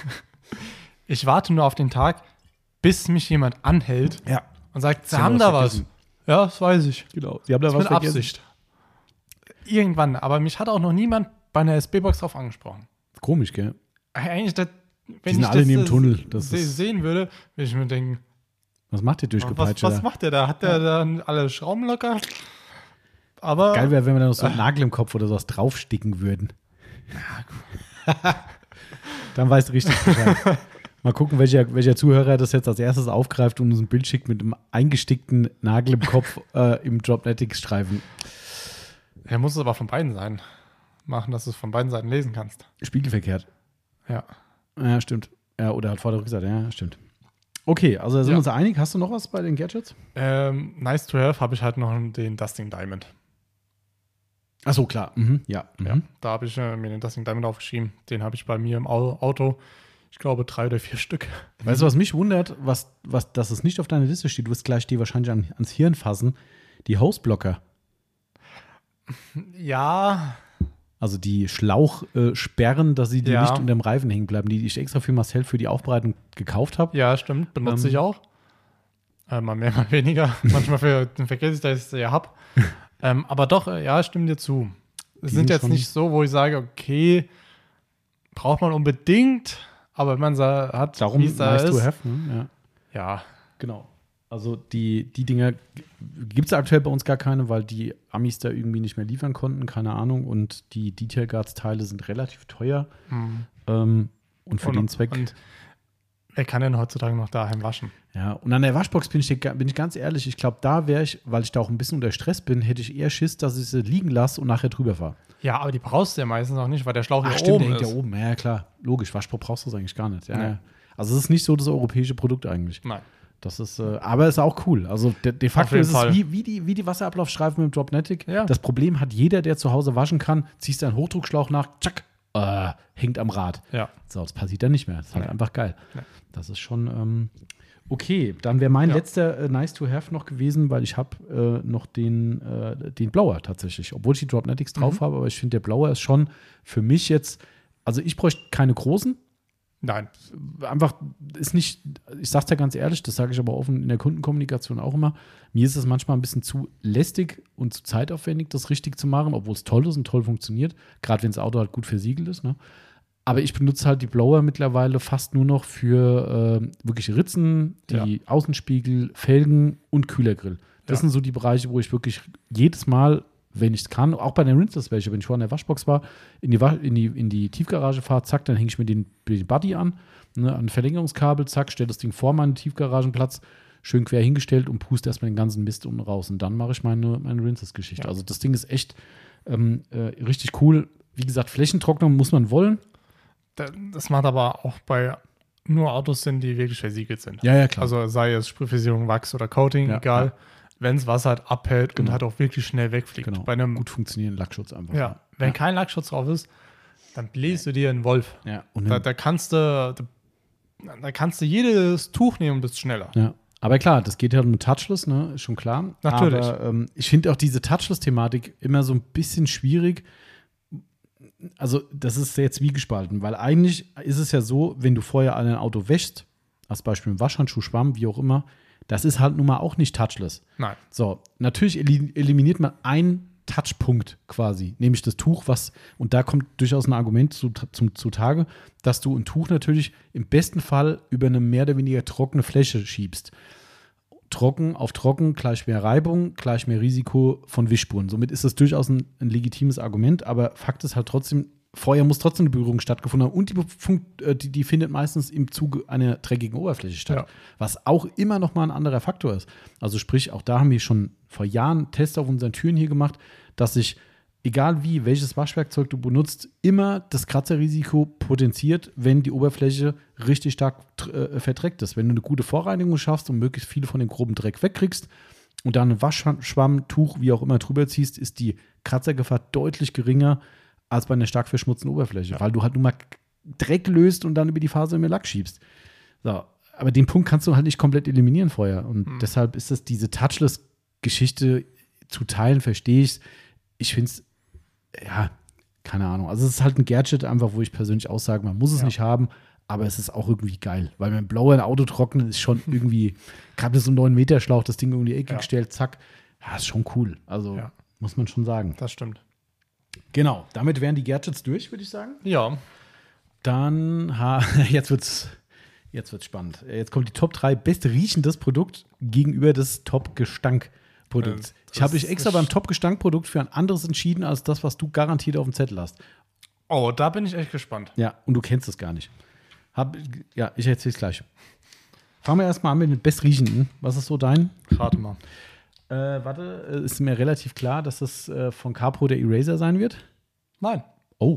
B: Ich warte nur auf den Tag, bis mich jemand anhält
A: Ja,
B: und sagt, sie
A: Sie
B: haben
A: haben
B: da
A: was
B: was.
A: vergessen.
B: Ja, das weiß ich.
A: genau. Sie haben da
B: Das
A: was
B: ist mit
A: vergessen.
B: Absicht. Irgendwann, aber mich hat auch noch niemand bei einer S B-Box drauf angesprochen.
A: Komisch, gell?
B: Eigentlich, das, wenn
A: sind
B: ich
A: alle
B: das
A: in ihrem
B: äh,
A: Tunnel. Das
B: se-
A: ist-
B: sehen würde, würde ich mir denken,
A: Was macht ihr
B: was,
A: durchgepeitscht?
B: was
A: da?
B: macht der da? Hat der dann alle Schrauben locker? Aber
A: Geil wäre, wenn wir da noch so einen Nagel im Kopf oder sowas draufsticken würden. Dann weißt du richtig Bescheid. Mal gucken, welcher, welcher Zuhörer das jetzt als erstes aufgreift und uns ein Bild schickt mit einem eingestickten Nagel im Kopf äh, im Dropnetics-Streifen.
B: er muss es aber von beiden sein. Machen, dass du es von beiden Seiten lesen kannst.
A: Spiegelverkehrt.
B: Ja.
A: Ja, stimmt. Ja, oder hat Vorder- Rückseite. Ja, stimmt. Okay, also da sind
B: Ja.
A: wir uns einig. Hast du noch was bei den Gadgets?
B: Ähm, nice to have habe ich halt noch den Dusting Diamond.
A: Ach so, klar. Mhm. Ja. Mhm.
B: Ja, da habe ich äh, mir den Dusting Diamond aufgeschrieben. Den habe ich bei mir im Au- Auto. Ich glaube, drei oder vier Stück.
A: Weißt du, was mich wundert, was, was, dass es nicht auf deiner Liste steht? Du wirst gleich die wahrscheinlich an, ans Hirn fassen. Die Hostblocker.
B: Ja,
A: Also die Schlauchsperren, äh, Sperren, dass sie dir
B: Ja.
A: nicht unter dem Reifen hängen bleiben, die ich extra für Marcel für die Aufbereitung gekauft habe.
B: ja, stimmt. Benutze
A: Ähm.
B: ich auch. Äh, mal mehr, mal weniger. Manchmal ver vergesse ich, dass ich es ja habe. ähm, aber doch, äh, ja, stimmt dir zu. Es
A: Die
B: sind
A: sind
B: jetzt
A: schon-
B: nicht so, wo ich sage, okay, braucht man unbedingt, aber wenn man sa- hat,
A: Darum
B: wie es da
A: nice to
B: ist.
A: have. Ne? Ja,
B: Ja,
A: genau. Also die, die Dinger gibt es aktuell bei uns gar keine, weil die Amis da irgendwie nicht mehr liefern konnten, keine Ahnung. Und die Detail Guards Teile sind relativ teuer.
B: hm.
A: Ähm, und für
B: und,
A: den Zweck.
B: Und wer kann denn heutzutage noch daheim waschen?
A: Ja, und an der Waschbox bin ich, dir- bin ich ganz ehrlich, ich glaube, da wäre ich, weil ich da auch ein bisschen unter Stress bin, hätte ich eher Schiss, dass ich sie liegen lasse und nachher drüber fahre.
B: Ja, aber die brauchst du ja meistens auch nicht, weil der Schlauch
A: Ach,
B: hier
A: stimmt,
B: oben
A: der hängt
B: ist.
A: ja oben. Ja, klar, logisch. Waschbau brauchst du es eigentlich gar nicht. Ja,
B: Nee.
A: ja. Also es ist nicht so das europäische Produkt eigentlich.
B: Nein.
A: Das ist, äh, aber ist auch cool. Also de, de facto
B: jeden
A: ist es
B: Fall.
A: wie, wie, die, wie die Wasserablaufstreifen mit dem Dropnetic.
B: Ja.
A: Das Problem hat jeder, der zu Hause waschen kann, ziehst deinen Hochdruckschlauch nach, tschack, äh, hängt am Rad.
B: Ja.
A: So, das passiert dann nicht mehr. Das ist halt
B: Nee.
A: einfach geil.
B: Nee.
A: Das ist schon ähm, okay. Dann wäre mein
B: Ja.
A: letzter äh, Nice to Have noch gewesen, weil ich habe äh, noch den, äh, den Blower tatsächlich, obwohl ich die Dropnetics drauf
B: Mhm.
A: habe, aber ich finde, der Blower ist schon für mich jetzt, also ich bräuchte keine großen,
B: Nein.
A: einfach ist nicht, ich sag's dir ganz ehrlich, das sage ich aber offen in der Kundenkommunikation auch immer, mir ist es manchmal ein bisschen zu lästig und zu zeitaufwendig, das richtig zu machen, obwohl es toll ist und toll funktioniert, gerade wenn das Auto halt gut versiegelt ist, ne? Aber ich benutze halt die Blower mittlerweile fast nur noch für äh, wirklich Ritzen, die Außenspiegel, Felgen und Kühlergrill. Das
B: Ja.
A: sind so die Bereiche, wo ich wirklich jedes Mal, wenn ich es kann, auch bei den Rinseless welche, wenn ich vorher in der Waschbox war, in die, Wa- in die, in die Tiefgarage fahre, zack, dann hänge ich mir den, den Buddy an, ne, an ein Verlängerungskabel, zack, stelle das Ding vor meinen Tiefgaragenplatz, schön quer hingestellt und puste erstmal den ganzen Mist unten raus. Und dann mache ich meine, meine Rinses-Geschichte.
B: Ja.
A: Also das Ding ist echt ähm, äh, richtig cool. Wie gesagt, Flächentrocknung muss man wollen.
B: Das macht aber auch bei nur Autos Sinn, die wirklich versiegelt sind.
A: Ja, ja, klar.
B: Also sei es Sprühversiegelung, Wachs oder Coating,
A: Ja,
B: egal.
A: ja.
B: Wenn es Wasser halt abhält
A: Genau.
B: und halt auch wirklich schnell wegfliegt.
A: Genau.
B: Bei einem,
A: gut funktionierenden Lackschutz einfach.
B: ja, wenn
A: ja.
B: kein Lackschutz drauf ist, dann bläst du dir einen Wolf.
A: Ja, und
B: Da, da kannst du da, da kannst du jedes Tuch nehmen und bist schneller.
A: ja. Aber klar, das geht ja mit Touchless, ne? Ist schon klar.
B: Natürlich.
A: Aber ähm, ich finde auch diese Touchless-Thematik immer so ein bisschen schwierig. Also, das ist jetzt wie gespalten, weil eigentlich ist es ja so, wenn du vorher ein Auto wäschst, als Beispiel mit Waschhandschuh, Schwamm, wie auch immer, das ist halt nun mal auch nicht touchless.
B: Nein.
A: So, natürlich eli- eliminiert man einen Touchpunkt quasi, nämlich das Tuch, was, und da kommt durchaus ein Argument zu, zum, zutage, dass du ein Tuch natürlich im besten Fall über eine mehr oder weniger trockene Fläche schiebst. Trocken auf trocken gleich mehr Reibung, gleich mehr Risiko von Wischspuren. Somit ist das durchaus ein, ein legitimes Argument, aber Fakt ist halt trotzdem, vorher muss trotzdem eine Berührung stattgefunden haben und die, Funk- äh, die, die findet meistens im Zuge einer dreckigen Oberfläche statt,
B: Ja.
A: was auch immer noch mal ein anderer Faktor ist. Also sprich, auch da haben wir schon vor Jahren Tests auf unseren Türen hier gemacht, dass sich, egal wie, welches Waschwerkzeug du benutzt, immer das Kratzerrisiko potenziert, wenn die Oberfläche richtig stark äh, verdreckt ist. Wenn du eine gute Vorreinigung schaffst und möglichst viele von dem groben Dreck wegkriegst und dann ein Waschschwamm, Tuch, wie auch immer drüber ziehst, ist die Kratzergefahr deutlich geringer als bei einer stark verschmutzten Oberfläche,
B: Ja.
A: weil du halt nur mal Dreck löst und dann über die Faser mehr Lack schiebst. So, aber den Punkt kannst du halt nicht komplett eliminieren vorher. Und
B: Mhm.
A: deshalb ist das diese Touchless-Geschichte zu teilen, verstehe ich. Ich finde es, ja, keine Ahnung. Also es ist halt ein Gadget einfach, wo ich persönlich auch sage, man muss es
B: Ja.
A: nicht haben, aber es ist auch irgendwie geil. Weil mit dem Blower ein Auto trocknen ist schon irgendwie, gerade so ein neun Meter Schlauch, das Ding um die Ecke
B: Ja.
A: gestellt, zack. Ja, ist schon cool. Also
B: Ja.
A: muss man schon sagen.
B: Das stimmt.
A: Genau, damit wären die Gadgets durch, würde ich sagen.
B: Ja.
A: Dann, ha, jetzt wird's, jetzt wird's spannend. Jetzt kommt die Top drei best riechendes Produkt gegenüber des Top-Gestank-Produkts.
B: Äh,
A: ich habe
B: das
A: mich extra
B: ist-
A: beim Top-Gestank-Produkt für ein anderes entschieden, als das, was du garantiert auf dem Zettel hast.
B: Oh, da bin ich echt gespannt.
A: Ja, und du kennst es gar nicht. Hab, ja, ich erzähle es gleich. Fangen wir erstmal an mit dem best riechenden. Was ist so dein?
B: Rate mal.
A: Äh, warte, äh, ist mir relativ klar, dass das äh, von Capro der Eraser sein wird.
B: Nein.
A: Oh,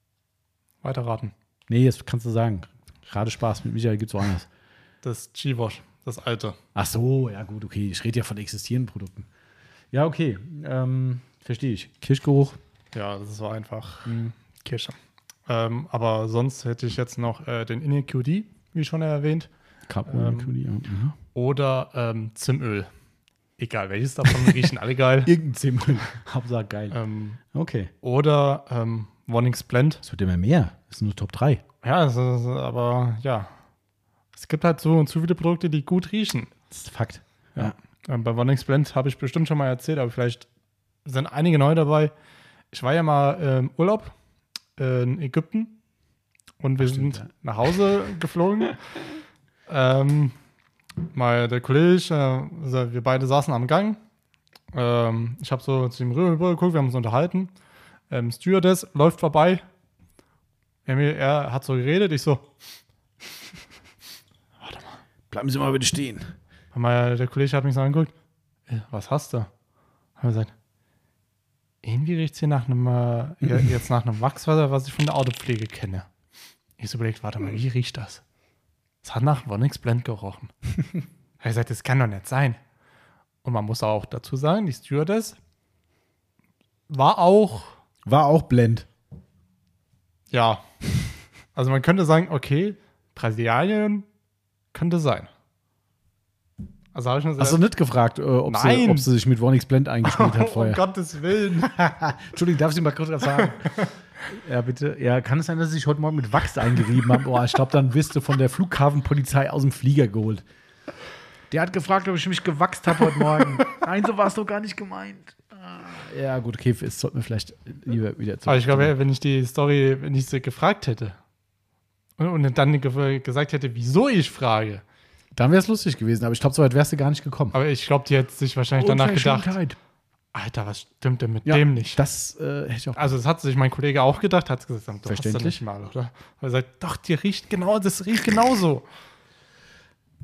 B: Weiter raten.
A: nee, jetzt kannst du sagen. Gerade Spaß, mit Michael gibt es woanders.
B: Das G-Wash, das alte.
A: Ach so, ja gut, okay. Ich rede ja von existierenden Produkten. Ja, okay. Ähm, verstehe ich. Kirschgeruch.
B: Ja, das war einfach Kirsche. Ähm, aber sonst hätte ich jetzt noch äh, den Innie Q D, wie schon erwähnt,
A: Capro,
B: Ähm,
A: Q D, ja. Mhm.
B: oder ähm, Zimtöl. Egal welches davon, riechen alle geil.
A: Irgendein Zimmel. Hauptsache geil.
B: ähm,
A: Okay.
B: oder ähm, Wonnings Blend.
A: Es wird immer mehr. Das sind nur Top drei.
B: Ja, das ist, aber ja. Es gibt halt so und so viele Produkte, die gut riechen.
A: Das ist Fakt.
B: Ja. Ähm, bei Wonnings Blend habe ich bestimmt schon mal erzählt, aber vielleicht sind einige neu dabei. Ich war ja mal im Urlaub äh, in Ägypten und wir
A: Stimmt,
B: sind
A: ja.
B: nach Hause geflogen. ähm, mal der Kollege, äh, also wir beide saßen am Gang. Ähm, ich habe so zu ihm rüber geguckt, wir haben uns unterhalten. Ähm, Stewardess läuft vorbei. Er, mir, er hat so geredet, ich so,
A: Bleiben Sie mal bitte stehen.
B: mal, der Kollege hat mich so angeguckt. "Äh, Was hast du? Hat er gesagt, irgendwie riecht es hier nach einem, äh, ja, jetzt nach einem Wachswasser, was ich von der Autopflege kenne. Ich so überlegt, warte mal, wie riecht das? Es hat nach Wonnings Blend gerochen. Er hat gesagt, das kann doch nicht sein. Und man muss auch dazu sagen, die Stewardess war auch,
A: War auch Blend.
B: ja, also man könnte sagen, okay, Brasilien könnte sein. Also habe ich mir
A: Hast du nicht gefragt, äh, ob, sie,
B: Nein.
A: ob sie sich mit Wonnings Blend eingespielt hat
B: um
A: vorher?
B: Gottes Willen.
A: Entschuldigung, darf ich mal kurz was sagen? Ja, bitte. Ja, kann es sein, dass ich heute Morgen mit Wachs eingerieben habe? Oh, ich glaube, dann wirst du von der Flughafenpolizei aus dem Flieger geholt. Der hat gefragt, ob ich mich gewachst habe heute Morgen. Nein, so war es doch gar nicht gemeint. Ah, ja, gut, okay, es sollten wir vielleicht lieber wieder zurück.
B: Aber ich glaube, wenn ich die Story, wenn ich sie gefragt hätte und, und dann ge gesagt hätte, wieso ich frage,
A: Dann wäre es lustig gewesen, aber ich glaube, so weit wärst du gar nicht gekommen.
B: aber ich glaube, die hätte sich wahrscheinlich danach gedacht,
A: Unverschämtheit.
B: Alter, was stimmt denn mit
A: Ja,
B: dem nicht?
A: Das äh, hätte ich auch.
B: Also das hat sich mein Kollege auch gedacht, hat gesagt, du hast das
A: Verständlich.
B: nicht mal, oder? Er sagt, doch, dir riecht genau, das riecht genauso.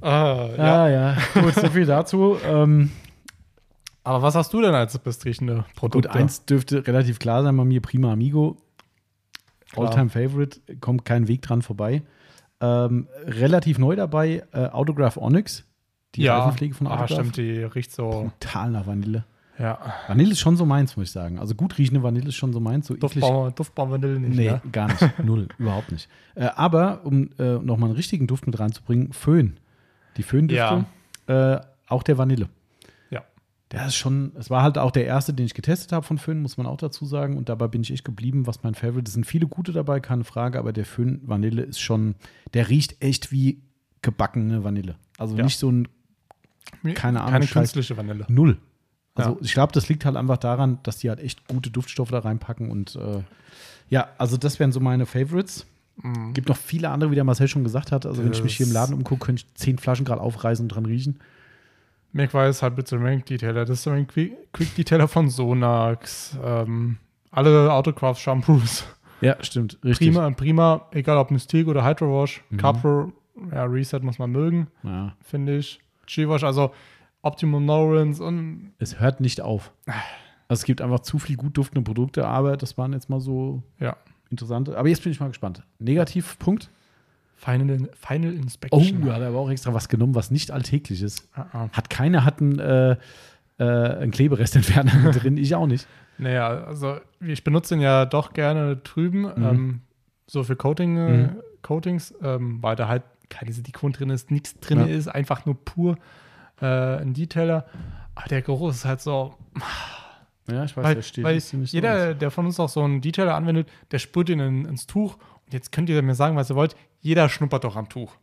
B: Ah,
A: Ja, ja. Gut, so viel dazu. ähm,
B: Aber was hast du denn als bestrichende Produkte?
A: gut, eins dürfte relativ klar sein bei mir. Prima Amigo.
B: Klar.
A: Alltime Favorite. Kommt kein Weg dran vorbei. Ähm, relativ neu dabei. Äh, Autograph Onyx. Die
B: ja,
A: Reifenpflege von
B: ah,
A: Autograph.
B: stimmt, die riecht so.
A: Brutal nach Vanille.
B: Ja.
A: Vanille ist schon so meins, muss ich sagen. Also gut riechende Vanille ist schon so meins. So eklig.
B: Duftbaum, Duftbaumvanille nicht,
A: Nee,
B: ne?
A: gar nicht. Null. Überhaupt nicht. Äh, aber, um äh, nochmal einen richtigen Duft mit reinzubringen, Föhn. Die Föhndüfte. Äh, auch der Vanille.
B: Ja.
A: Der ist schon, es war halt auch der erste, den ich getestet habe von Föhn, muss man auch dazu sagen. Und dabei bin ich echt geblieben, was mein Favorite ist. Es sind viele gute dabei, keine Frage, aber der Föhn Vanille ist schon, der riecht echt wie gebackene Vanille. Also
B: Ja.
A: nicht so ein, keine Ahnung,
B: Keine
A: Scheiß-
B: künstliche Vanille.
A: Null. Also
B: Ja.
A: ich glaube, das liegt halt einfach daran, dass die halt echt gute Duftstoffe da reinpacken. Und äh, ja, also das wären so meine Favorites.
B: Mhm.
A: Gibt noch viele andere, wie der Marcel schon gesagt hat. Also wenn ich mich hier im
B: Das-
A: Laden umgucke, könnte ich zehn Flaschen gerade aufreißen und dran riechen.
B: Mirkwei ist halt mit so einem Rank Detailer. Das ist so ein Quick, Quick Detailer von Sonax. Ähm, alle Autocraft Shampoos.
A: Ja, stimmt. Richtig.
B: Prima, prima, egal ob Mystique oder Hydro Wash.
A: Mhm.
B: Carpro, ja, Reset muss man mögen,
A: Ja,
B: finde ich. G-Wash, also Optimum Norins und
A: es hört nicht auf. Also es gibt einfach zu viel gut duftende Produkte, aber das waren jetzt mal so
B: ja.
A: interessante. Aber jetzt bin ich mal gespannt. Negativpunkt.
B: Final, Final
A: Oh,
B: Inspection.
A: da hat er aber auch extra was genommen, was nicht alltäglich ist.
B: Ah, ah.
A: Hat keiner hat einen, äh, äh, einen Kleberestentferner mit drin, ich auch nicht.
B: Naja, also ich benutze den ja doch gerne drüben, ähm, so für Coating, äh,
A: Mhm.
B: Coatings, ähm, weil da halt keine Silikon drin ist, nichts drin
A: Ja.
B: ist, einfach nur pur äh, ein Detailer. Aber der Geruch ist halt so,
A: Ja, ich weiß,
B: weil,
A: der steht
B: weil
A: ist ziemlich so
B: jeder,
A: aus.
B: der von uns auch so einen Detailer anwendet, der spürt ihn in, ins Tuch. Und jetzt könnt ihr mir sagen, was ihr wollt, jeder schnuppert doch am Tuch.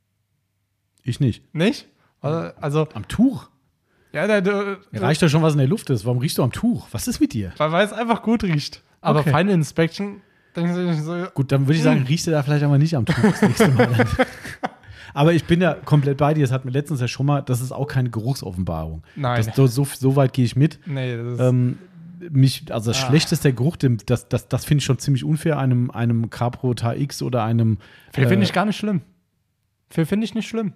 A: Ich nicht.
B: Nicht? Also, also
A: Am Tuch?
B: ja, der, der,
A: Mir reicht doch schon, was in der Luft ist. Warum riechst du am Tuch? Was ist mit dir?
B: weil es einfach gut riecht. Aber
A: Okay.
B: Final Inspection, denken Sie sich so,
A: Gut, dann würde ich sagen, riechst du da vielleicht aber nicht am Tuch das nächste Mal. Aber ich bin ja komplett bei dir. Das hat mir letztens ja schon mal, das ist auch keine Geruchsoffenbarung.
B: nein.
A: Das, so, so, so weit gehe ich mit.
B: Nee, das ist.
A: Ähm, mich, also das
B: Ah.
A: schlechteste Geruch, dem, das, das, das finde ich schon ziemlich unfair, einem, einem Capro T X oder einem.
B: Viel finde ich
A: äh,
B: gar nicht schlimm. Viel finde ich nicht schlimm.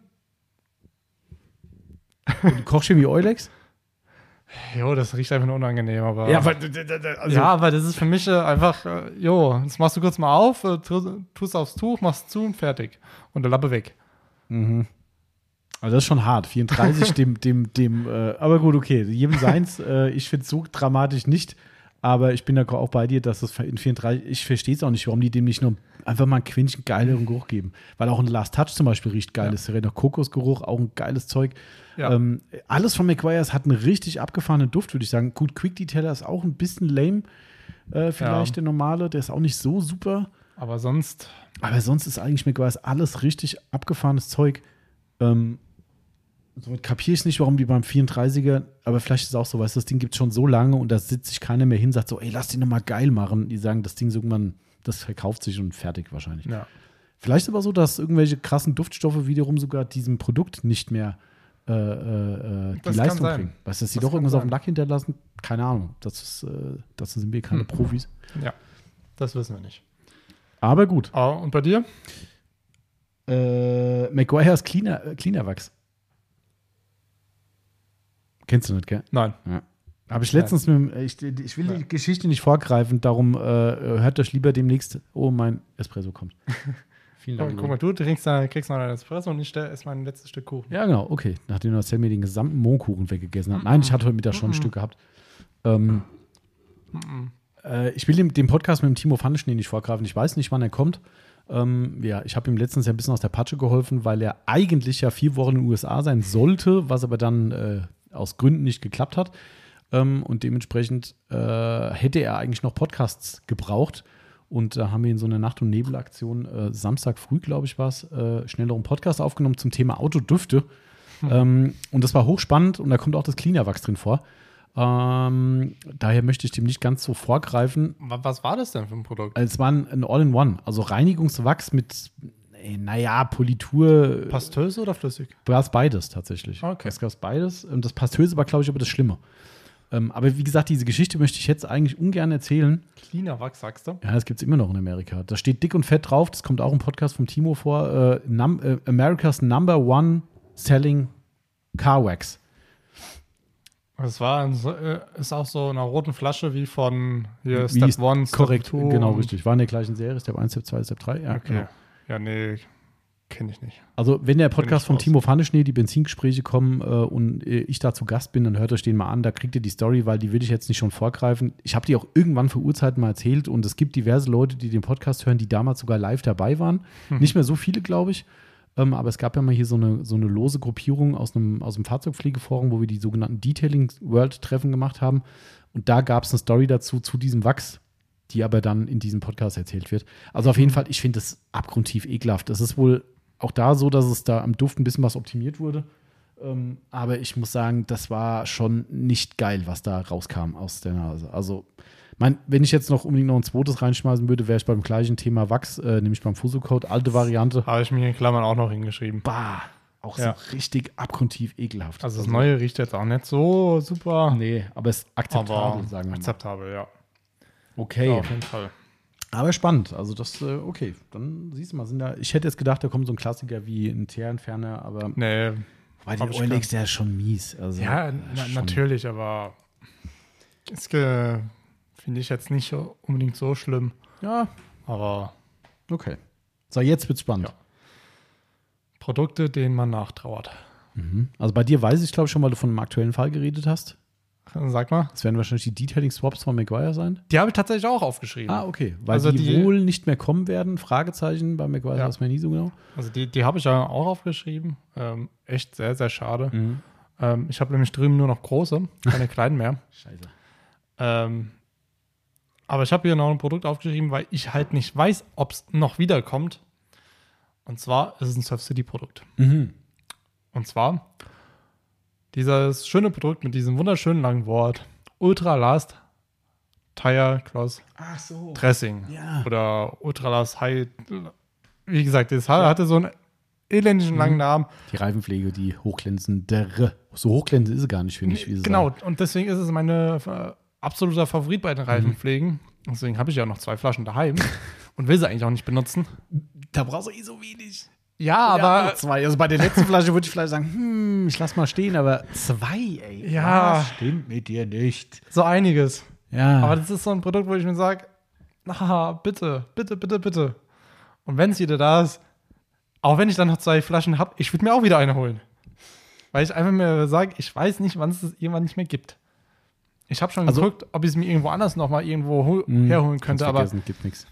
A: Kochchemie Eulex?
B: Jo, das riecht einfach nur unangenehm, aber.
A: Ja, aber also,
B: ja, aber das ist für mich äh, einfach, äh, jo, das machst du kurz mal auf, äh, tu, tust aufs Tuch, machst zu und fertig. Und der Lappe weg.
A: Mhm. Also das ist schon hart. vierunddreißig, dem, dem, dem, äh, aber gut, okay, jedem seins. Äh, ich finde es so dramatisch nicht, aber ich bin da auch bei dir, dass das in vierunddreißig, ich verstehe es auch nicht, warum die dem nicht nur einfach mal ein Quäntchen geileren Geruch geben. Weil auch ein Last Touch zum Beispiel riecht geil.
B: Ja.
A: Das ist ja Kokosgeruch, auch ein geiles Zeug.
B: Ja.
A: Ähm, alles von McGuire's hat einen richtig abgefahrenen Duft, würde ich sagen. Gut, Quick Detailer ist auch ein bisschen lame, äh, vielleicht
B: Ja.
A: der normale, der ist auch nicht so super.
B: Aber sonst,
A: Aber sonst ist eigentlich McGuire's alles richtig abgefahrenes Zeug. Ähm, somit kapiere ich nicht, warum die beim vierunddreißiger, aber vielleicht ist es auch so, weißt du, das Ding gibt es schon so lange und da sitzt sich keiner mehr hin, sagt so, ey, lass den nochmal geil machen. Die sagen, das Ding ist irgendwann, das verkauft sich und fertig wahrscheinlich.
B: ja.
A: Vielleicht aber so, dass irgendwelche krassen Duftstoffe wiederum sogar diesem Produkt nicht mehr äh, äh, die
B: Das kann
A: Leistung
B: sein.
A: bringen. Weißt du, dass die
B: Das
A: doch
B: kann
A: irgendwas auf
B: sein.
A: dem Lack hinterlassen? Keine Ahnung. Das ist, äh, dazu sind wir keine
B: Hm.
A: Profis.
B: Ja. Das wissen wir nicht.
A: Aber gut.
B: Ah, und bei dir?
A: Äh, McGuire's Cleaner, äh, Cleaner Wachs. Kennst du nicht, gell?
B: Nein.
A: Habe ich letztens mit dem, ich, ich will die
B: Ja.
A: Geschichte nicht vorgreifen, darum äh, hört euch lieber demnächst, oh, mein Espresso kommt. Vielen
B: Guck,
A: Dank.
B: guck mal, du trinkst, dann- kriegst noch einen Espresso und ich esse mein letztes Stück Kuchen.
A: Ja, genau, okay. Nachdem Marcel mir den gesamten Mohnkuchen weggegessen hat. Nein, ich hatte heute Mittag schon ein
B: Mhm.
A: Stück gehabt. Ähm,
B: Mhm.
A: äh, ich will dem, dem Podcast mit dem Timo Pfannenschnee nicht vorgreifen. Ich weiß nicht, wann er kommt. Ähm, ja, ich habe ihm letztens ja ein bisschen aus der Patsche geholfen, weil er eigentlich ja vier Wochen in den U S A sein sollte, was aber dann äh, aus Gründen nicht geklappt hat. Ähm, und dementsprechend äh, hätte er eigentlich noch Podcasts gebraucht. Und da haben wir in so einer Nacht- und Nebelaktion äh, Samstag früh, glaube ich, war es, äh, schnell noch einen Podcast aufgenommen zum Thema Autodüfte.
B: Hm.
A: Ähm, und das war hochspannend und da kommt auch das Cleaner Wachs drin vor. Ähm, daher möchte ich dem nicht ganz so vorgreifen.
B: Wa- Was war das denn für ein Produkt?
A: Es war ein, ein All-in-One, also Reinigungswachs mit, ey, naja, Politur.
B: Pastöse oder flüssig?
A: Gab es beides tatsächlich.
B: Okay.
A: Es gab beides. Und das Pastöse war, glaube ich, aber das Schlimme. Ähm, aber wie gesagt, diese Geschichte möchte ich jetzt eigentlich ungern erzählen.
B: Cleaner Wachs, sagst du?
A: Ja, das gibt es immer noch in Amerika. Da steht dick und fett drauf, das kommt auch im Podcast vom Timo vor. Äh, num äh, America's Number One Selling Car Wax.
B: Es war ein, äh, ist auch so in einer roten Flasche wie von hier
A: Wie
B: Step eins,
A: korrekt,
B: Step zwei.
A: genau, richtig. War in der gleichen Serie, Step eins, Step zwei, Step drei. Ja,
B: Okay.
A: genau.
B: Ja, nee, kenne ich nicht.
A: Also, wenn der Podcast
B: ich
A: vom
B: raus.
A: Timo Pfanneschnee, die Benzingespräche kommen äh, und äh, ich da zu Gast bin, dann hört euch den mal an. Da kriegt ihr die Story, weil die will ich jetzt nicht schon vorgreifen. Ich habe die auch irgendwann für Urzeiten mal erzählt und es gibt diverse Leute, die den Podcast hören, die damals sogar live dabei waren.
B: Mhm.
A: Nicht mehr so viele, glaube ich. Ähm, aber es gab ja mal hier so eine, so eine lose Gruppierung aus einem, aus dem Fahrzeugpflegeforum, wo wir die sogenannten Detailing-World-Treffen gemacht haben. Und da gab es eine Story dazu, zu diesem Wachs, die aber dann in diesem Podcast erzählt wird. Also auf jeden Fall, ich finde das abgrundtief ekelhaft. Es ist wohl auch da so, dass es da am Duft ein bisschen was optimiert wurde. Ähm, aber ich muss sagen, das war schon nicht geil, was da rauskam aus der Nase. Also, mein, wenn ich jetzt noch unbedingt noch ein zweites reinschmeißen würde, wäre ich beim gleichen Thema Wachs, äh, nämlich beim Fuso-Code, alte Variante.
B: Habe ich mir in Klammern auch noch hingeschrieben.
A: Bah, auch
B: Ja.
A: so richtig abgrundtief ekelhaft.
B: Also das Neue riecht jetzt auch nicht so super.
A: Nee, aber es ist akzeptabel,
B: aber
A: sagen wir mal.
B: akzeptabel, ja.
A: Okay.
B: Ja, auf jeden Fall.
A: Aber spannend. Also das, äh, okay, dann siehst du mal, sind da, ich hätte jetzt gedacht, da kommt so ein Klassiker wie ein Teerentferner, aber
B: Nee,
A: bei
B: hab
A: den
B: ich
A: Eulex, der ist schon mies. Also,
B: ja,
A: äh,
B: na,
A: schon.
B: natürlich, aber es ge- finde ich jetzt nicht so- unbedingt so schlimm.
A: Ja,
B: Aber
A: okay. So, jetzt wird's spannend.
B: Ja. Produkte, denen man nachtrauert.
A: Mhm. Also bei dir weiß ich, glaube ich, schon, weil du von einem aktuellen Fall geredet hast.
B: Sag mal.
A: Das werden wahrscheinlich die Detailing-Swaps von Maguire sein.
B: Die habe ich tatsächlich auch aufgeschrieben.
A: Ah, okay. Weil
B: Also
A: die,
B: die-
A: wohl nicht mehr kommen werden. Fragezeichen bei Maguire,
B: Ja.
A: weiß man nie so genau.
B: Also die, die habe ich ja auch aufgeschrieben. Ähm, echt sehr, sehr schade.
A: Mhm.
B: Ähm, ich habe nämlich drüben nur noch große, keine kleinen mehr.
A: Scheiße.
B: Ähm, aber ich habe hier noch ein Produkt aufgeschrieben, weil ich halt nicht weiß, ob es noch wiederkommt. Und zwar ist es ein Surf City Produkt.
A: Mhm.
B: Und zwar dieses schöne Produkt mit diesem wunderschönen langen Wort Ultra Last Tire Cross
A: Ach so.
B: Dressing.
A: Ja.
B: Oder Ultra Last High. Wie gesagt, das hatte so einen elendischen langen Namen.
A: Die Reifenpflege, die hochglänzendere. So hochglänzend ist sie gar nicht, finde ich. Wie sie
B: Genau,
A: sagen.
B: und deswegen ist es meine äh, absoluter Favorit bei den Reifenpflegen.
A: Mhm.
B: Deswegen habe ich ja noch zwei Flaschen daheim und will sie eigentlich auch nicht benutzen.
A: Da brauchst du eh so wenig.
B: Ja,
A: Ja,
B: aber
A: nur zwei. Also bei der letzten Flasche würde ich vielleicht sagen, hm, ich lass mal stehen, aber zwei, ey.
B: Ja.
A: Das stimmt mit dir nicht.
B: so einiges.
A: Ja.
B: Aber das ist so ein Produkt, wo ich mir sage, na, bitte, bitte, bitte, bitte. Und wenn es wieder da ist, auch wenn ich dann noch zwei Flaschen habe, ich würde mir auch wieder eine holen. Weil ich einfach mir sage, ich weiß nicht, wann es das irgendwann nicht mehr gibt. Ich habe schon
A: Also-
B: geguckt, ob ich es mir irgendwo anders noch mal irgendwo hol-
A: Mhm.
B: herholen könnte,
A: Kannst
B: aber
A: vergessen, gibt nichts.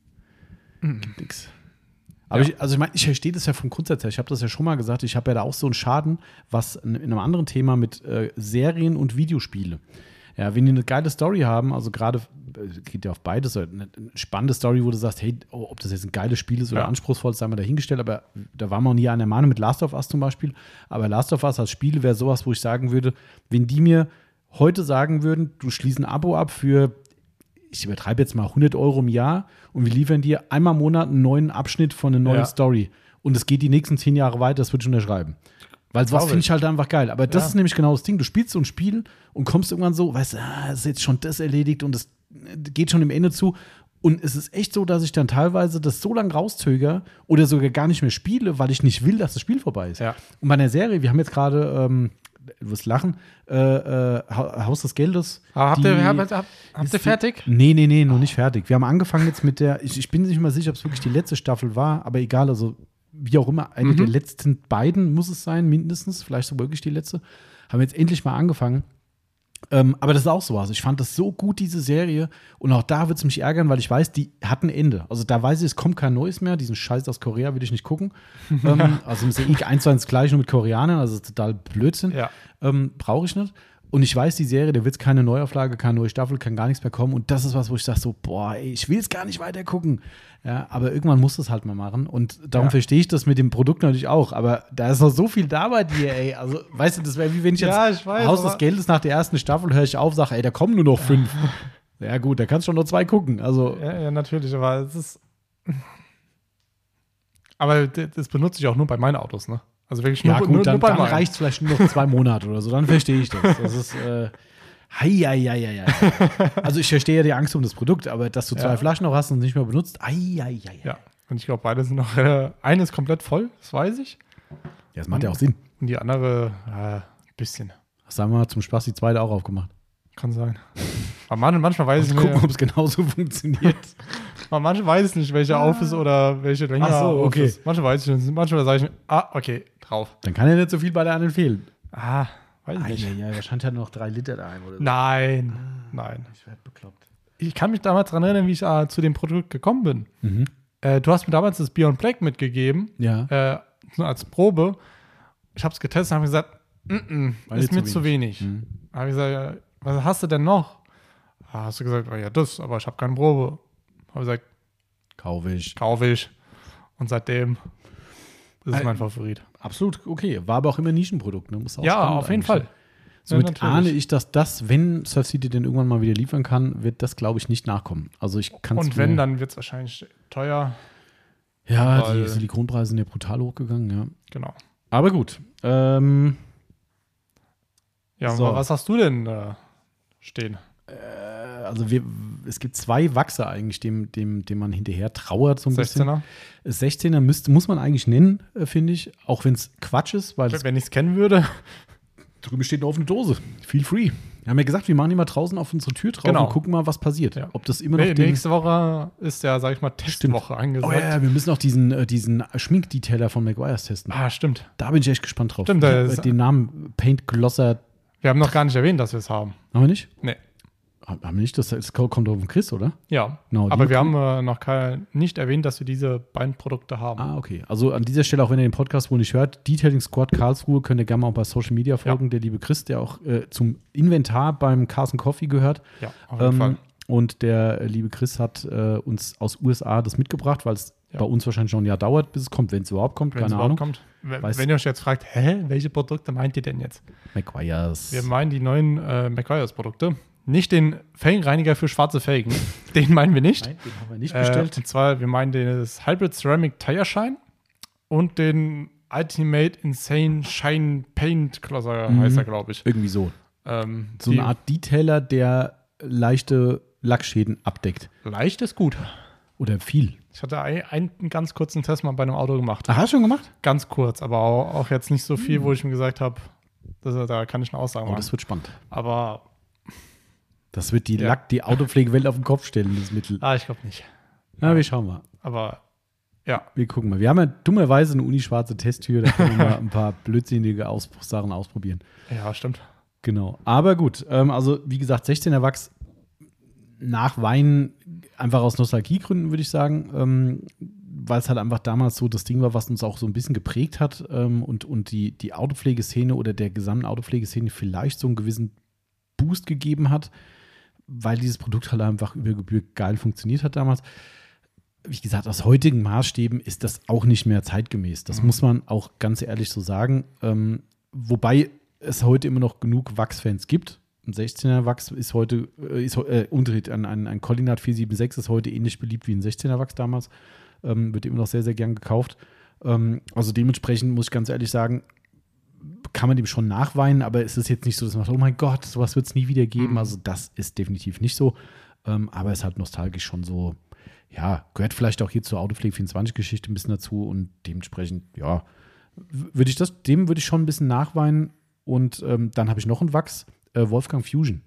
A: Gibt nichts. Aber
B: Ja.
A: ich, also ich meine, ich verstehe das ja vom Grundsatz her. Ich habe das ja schon mal gesagt. Ich habe ja da auch so einen Schaden, was in, in einem anderen Thema mit äh, Serien und Videospiele. Ja, wenn die eine geile Story haben, also gerade äh, geht ja auf beides, eine, eine spannende Story, wo du sagst, hey, oh, ob das jetzt ein geiles Spiel ist oder
B: Ja.
A: anspruchsvoll, sei mal dahingestellt, aber da war man auch nie an der Meinung mit Last of Us zum Beispiel. Aber Last of Us als Spiel wäre sowas, wo ich sagen würde, wenn die mir heute sagen würden, du schließt ein Abo ab für, ich übertreibe jetzt mal hundert Euro im Jahr und wir liefern dir einmal im Monat einen neuen Abschnitt von einer neuen
B: Ja.
A: Story und es geht die nächsten zehn Jahre weiter, das würde ich unterschreiben. Weil sowas
B: Glaube
A: finde ich
B: ich.
A: halt einfach geil. Aber das
B: Ja.
A: ist nämlich genau das Ding. Du spielst so ein Spiel und kommst irgendwann so, weißt du, ah, ist jetzt schon das erledigt und es geht schon dem Ende zu. Und es ist echt so, dass ich dann teilweise das so lange rauszöger oder sogar gar nicht mehr spiele, weil ich nicht will, dass das Spiel vorbei ist.
B: Ja.
A: Und bei einer Serie, wir haben jetzt gerade, ähm, du wirst lachen, äh, äh, Ha- Haus des Geldes.
B: Aber habt
A: die-
B: ihr, habt, habt, habt
A: ist
B: ihr
A: die-
B: fertig?
A: Nee, nee, nee, noch nicht fertig. Wir haben angefangen jetzt mit der, ich, ich bin nicht mal sicher, ob es wirklich die letzte Staffel war, aber egal, also wie auch immer, eine
B: Mhm.
A: der letzten beiden muss es sein, mindestens, vielleicht sogar wirklich die letzte. Haben wir jetzt endlich mal angefangen. Ähm, aber das ist auch so was. Ich fand das so gut, diese Serie. Und auch da wird es mich ärgern, weil ich weiß, die hat ein Ende. Also da weiß ich, es kommt kein Neues mehr. Diesen Scheiß aus Korea will ich nicht gucken. ähm, also ist ja eh eins zu eins gleich nur mit Koreanern. Also ist total Blödsinn.
B: Ja.
A: Ähm, brauche ich nicht. Und ich weiß, die Serie, da wird keine Neuauflage, keine neue Staffel, kann gar nichts mehr kommen. Und das ist was, wo ich sage so, boah, ey, ich will es gar nicht weiter gucken. Ja, aber irgendwann muss es halt mal machen. Und darum
B: Ja.
A: verstehe ich das mit dem Produkt natürlich auch. Aber da ist noch so viel da bei dir, ey. Also, weißt du, das wäre wie wenn ich jetzt
B: Ja, ich weiß,
A: Haus des
B: aber-
A: Geldes nach der ersten Staffel höre ich auf, sage, ey, da kommen nur noch fünf. Ja, gut, da kannst du schon nur zwei gucken. Also,
B: Ja, ja, natürlich, aber es ist. Aber d- das benutze ich auch nur bei meinen Autos, ne? Also wirklich nur,
A: ja, gut,
B: nur,
A: dann,
B: nur bei
A: dann
B: meinen.
A: reicht es vielleicht nur noch zwei Monate oder so. Dann verstehe ich das. Das ist, äh, hei, hei, hei, hei, hei. Also, ich verstehe ja die Angst um das Produkt, aber dass du zwei
B: Ja.
A: Flaschen noch hast und nicht mehr benutzt, ei, ei, ei, ei.
B: Ja, und ich glaube, beide sind noch. Äh, eine ist komplett voll, das weiß ich.
A: Ja, das macht ja auch Sinn.
B: Und die andere, äh, ein bisschen.
A: Sagen wir mal zum Spaß die zweite auch aufgemacht.
B: Kann sein. Aber man, manchmal weiß ich nicht.
A: Gucken, ob es genauso funktioniert.
B: Aber manchmal weiß ich nicht, welche auf ist oder welche länger
A: Ach so,
B: auf
A: okay.
B: ist. Manchmal weiß ich nicht. Manchmal sage ich, ah, okay, drauf.
A: Dann kann ja nicht so viel bei der anderen fehlen.
B: Ah, weiß ich
A: Ah,
B: nicht.
A: ja, ja, wahrscheinlich hat er noch drei Liter daheim oder so.
B: Nein, nein.
A: Ich werde bekloppt.
B: Ich kann mich damals daran erinnern, wie ich äh, zu dem Produkt gekommen bin.
A: Mhm.
B: Äh, du hast mir damals das Beyond Black mitgegeben,
A: Ja.
B: äh, nur als Probe. Ich habe es getestet und habe gesagt, mm -mm,
A: War
B: ist
A: dir
B: mir
A: zu
B: zu wenig.
A: Mhm.
B: Habe ich gesagt, ja, was hast du denn noch? Ah, hast du gesagt, oh, ja, das, aber ich habe keine Probe. Habe gesagt,
A: Kaufe ich.
B: kaufe ich. Und seitdem ist es
A: Äh,
B: mein Favorit.
A: Absolut, okay. War aber auch immer ein Nischenprodukt. Ne? Muss auch
B: Ja,
A: spannend
B: auf jeden
A: eigentlich
B: Fall.
A: sein. Somit
B: Ja, natürlich.
A: ahne ich, dass das, wenn Surf City denn irgendwann mal wieder liefern kann, wird das, glaube ich, nicht nachkommen. Also ich kann
B: Und wenn, dann wird es wahrscheinlich teuer.
A: Ja,
B: weil-
A: die Silikonpreise sind ja brutal hochgegangen, ja.
B: Genau.
A: Aber gut. Ähm,
B: Ja,
A: So.
B: aber was hast du denn äh, stehen?
A: äh, also wir, es gibt zwei Wachse eigentlich, dem, dem, dem man hinterher trauert so ein
B: sechzehner?
A: bisschen. sechzehner müsste, muss man eigentlich nennen, äh, finde ich. Auch wenn es Quatsch ist, weil es
B: Wenn ich es kennen würde.
A: drüben steht eine offene Dose. Feel free. Wir haben ja gesagt, wir machen die mal draußen auf unsere Tür drauf
B: Genau.
A: und gucken mal, was passiert.
B: Ja.
A: Ob das immer noch
B: Nee,
A: den,
B: nächste Woche ist ja, sag ich mal, Testwoche angesagt.
A: Oh ja, wir müssen auch diesen, äh, diesen Schminkdetailer von McGuire's testen.
B: Ah, stimmt.
A: Da bin ich echt gespannt drauf.
B: Stimmt,
A: Ich
B: da
A: hab,
B: ist-
A: äh, den Namen Paint Glosser
B: Wir haben noch gar nicht erwähnt, dass wir es haben.
A: haben wir nicht?
B: Nee.
A: Haben wir nicht? Das, das kommt doch von Chris, oder?
B: Ja.
A: Genau,
B: Aber
A: die-
B: wir haben äh, noch kein, nicht erwähnt, dass wir diese beiden Produkte haben.
A: Ah, okay. Also an dieser Stelle, auch wenn ihr den Podcast wohl nicht hört, Detailing Squad Karlsruhe, könnt ihr gerne mal auch bei Social Media folgen.
B: Ja.
A: Der liebe Chris, der auch äh, zum Inventar beim Carson Coffee gehört.
B: Ja, auf jeden
A: Ähm,
B: Fall.
A: und der äh, liebe Chris hat äh, uns aus U S A das mitgebracht, weil es
B: Ja.
A: bei uns wahrscheinlich schon ein Jahr dauert, bis es kommt, wenn es überhaupt kommt.
B: Wenn es
A: Keine
B: überhaupt
A: Ahnung.
B: kommt. Wenn,
A: Weiß-
B: wenn ihr euch jetzt fragt, hä, welche Produkte meint ihr denn jetzt?
A: McGuire's.
B: Wir meinen die neuen äh, McGuire's Produkte. Nicht den Felgenreiniger für schwarze Felgen. Den meinen wir nicht.
A: Nein, den haben wir nicht
B: Äh,
A: bestellt.
B: und zwar, wir meinen den Hybrid Ceramic Tire Shine und den Ultimate Insane Shine Paint Closer
A: Mhm.
B: heißt er, glaube ich.
A: Irgendwie so.
B: Ähm,
A: So
B: die
A: eine Art Detailer, der leichte Lackschäden abdeckt.
B: leicht ist gut.
A: Oder viel.
B: Ich hatte ein, einen ganz kurzen Test mal bei einem Auto gemacht.
A: Ach, hast du schon gemacht?
B: Ganz kurz, aber auch, auch jetzt nicht so viel, wo ich mir gesagt habe, das- da kann ich eine Aussage
A: Oh,
B: machen.
A: das wird spannend.
B: Aber,
A: Das wird die
B: Ja.
A: Lack, die Autopflegewelt auf den Kopf stellen, dieses Mittel.
B: ah, ich glaube nicht.
A: Na, wir schauen mal.
B: Aber, ja.
A: Wir gucken mal. Wir haben ja dummerweise eine unischwarze Testtür, da können wir mal ein paar blödsinnige Aus Sachen ausprobieren.
B: Ja, stimmt.
A: Genau. Aber gut, ähm, also wie gesagt, sechzehner Wachs nach Wein einfach aus Nostalgiegründen, würde ich sagen, ähm, weil es halt einfach damals so das Ding war, was uns auch so ein bisschen geprägt hat ähm, und, und die, die Autopflegeszene oder der gesamten Autopflegeszene vielleicht so einen gewissen Boost gegeben hat, weil dieses Produkt halt einfach über Gebühr geil funktioniert hat damals. Wie gesagt, aus heutigen Maßstäben ist das auch nicht mehr zeitgemäß. Das
B: Mhm.
A: muss man auch ganz ehrlich so sagen. Ähm, wobei es heute immer noch genug Wachsfans gibt. Ein sechzehner Wachs ist heute, äh, ist, äh, umdreht, ein, ein, ein Collinat vier sieben sechs ist heute ähnlich beliebt wie ein sechzehner Wachs damals. Ähm, wird immer noch sehr, sehr gern gekauft. Ähm, also dementsprechend muss ich ganz ehrlich sagen, kann man dem schon nachweinen, aber es ist jetzt nicht so, dass man sagt, oh mein Gott, sowas wird es nie wieder geben.
B: Mhm.
A: Also das ist definitiv nicht so. Ähm, aber es ist halt nostalgisch schon so, ja, gehört vielleicht auch hier zur Autopflege vierundzwanzig-Geschichte ein bisschen dazu und dementsprechend, ja, w- würde ich das, dem würde ich schon ein bisschen nachweinen. Und ähm, dann habe ich noch einen Wachs, äh, Wolfgang Fusion.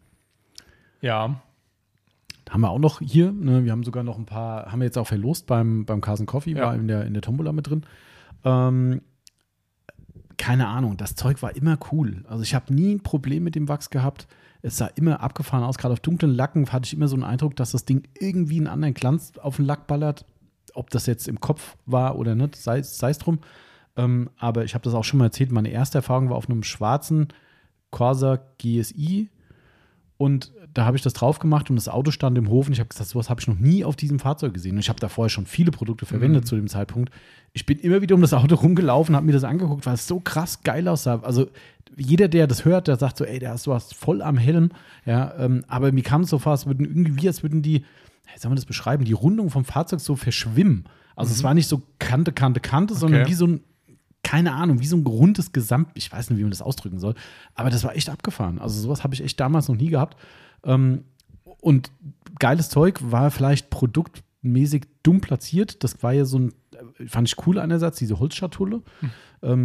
B: Ja.
A: Haben wir auch noch hier, ne? Wir haben sogar noch ein paar, haben wir jetzt auch verlost beim, beim Carson Coffee,
B: Ja.
A: war in der, in der Tombola mit drin. Ähm, keine Ahnung, das Zeug war immer cool. Also ich habe nie ein Problem mit dem Wachs gehabt. Es sah immer abgefahren aus. Gerade auf dunklen Lacken hatte ich immer so einen Eindruck, dass das Ding irgendwie einen anderen Glanz auf den Lack ballert. Ob das jetzt im Kopf war oder nicht, sei sei es drum. Ähm, aber ich habe das auch schon mal erzählt. Meine erste Erfahrung war auf einem schwarzen Corsa G S I. Und da habe ich das drauf gemacht und das Auto stand im Hof und ich habe gesagt, sowas habe ich noch nie auf diesem Fahrzeug gesehen. Und ich habe da vorher schon viele Produkte verwendet
B: Mhm.
A: zu dem Zeitpunkt. Ich bin immer wieder um das Auto rumgelaufen, habe mir das angeguckt, weil es so krass geil aussah. Also jeder, der das hört, der sagt so, ey, der hast du was voll am Helm. Ja, ähm, aber mir kam es so vor, als würden irgendwie, als würden die, wie soll man das beschreiben, die Rundung vom Fahrzeug so verschwimmen. Also es war nicht so Kante, Kante, Kante, sondern
B: Okay.
A: wie so ein, keine Ahnung, wie so ein rundes Gesamt, ich weiß nicht, wie man das ausdrücken soll, aber das war echt abgefahren. Also sowas habe ich echt damals noch nie gehabt. Ähm, und geiles Zeug war vielleicht produktmäßig dumm platziert. Das war ja so ein, äh, fand ich cool einerseits, diese Holzschatulle.
B: Hm.
A: Ähm,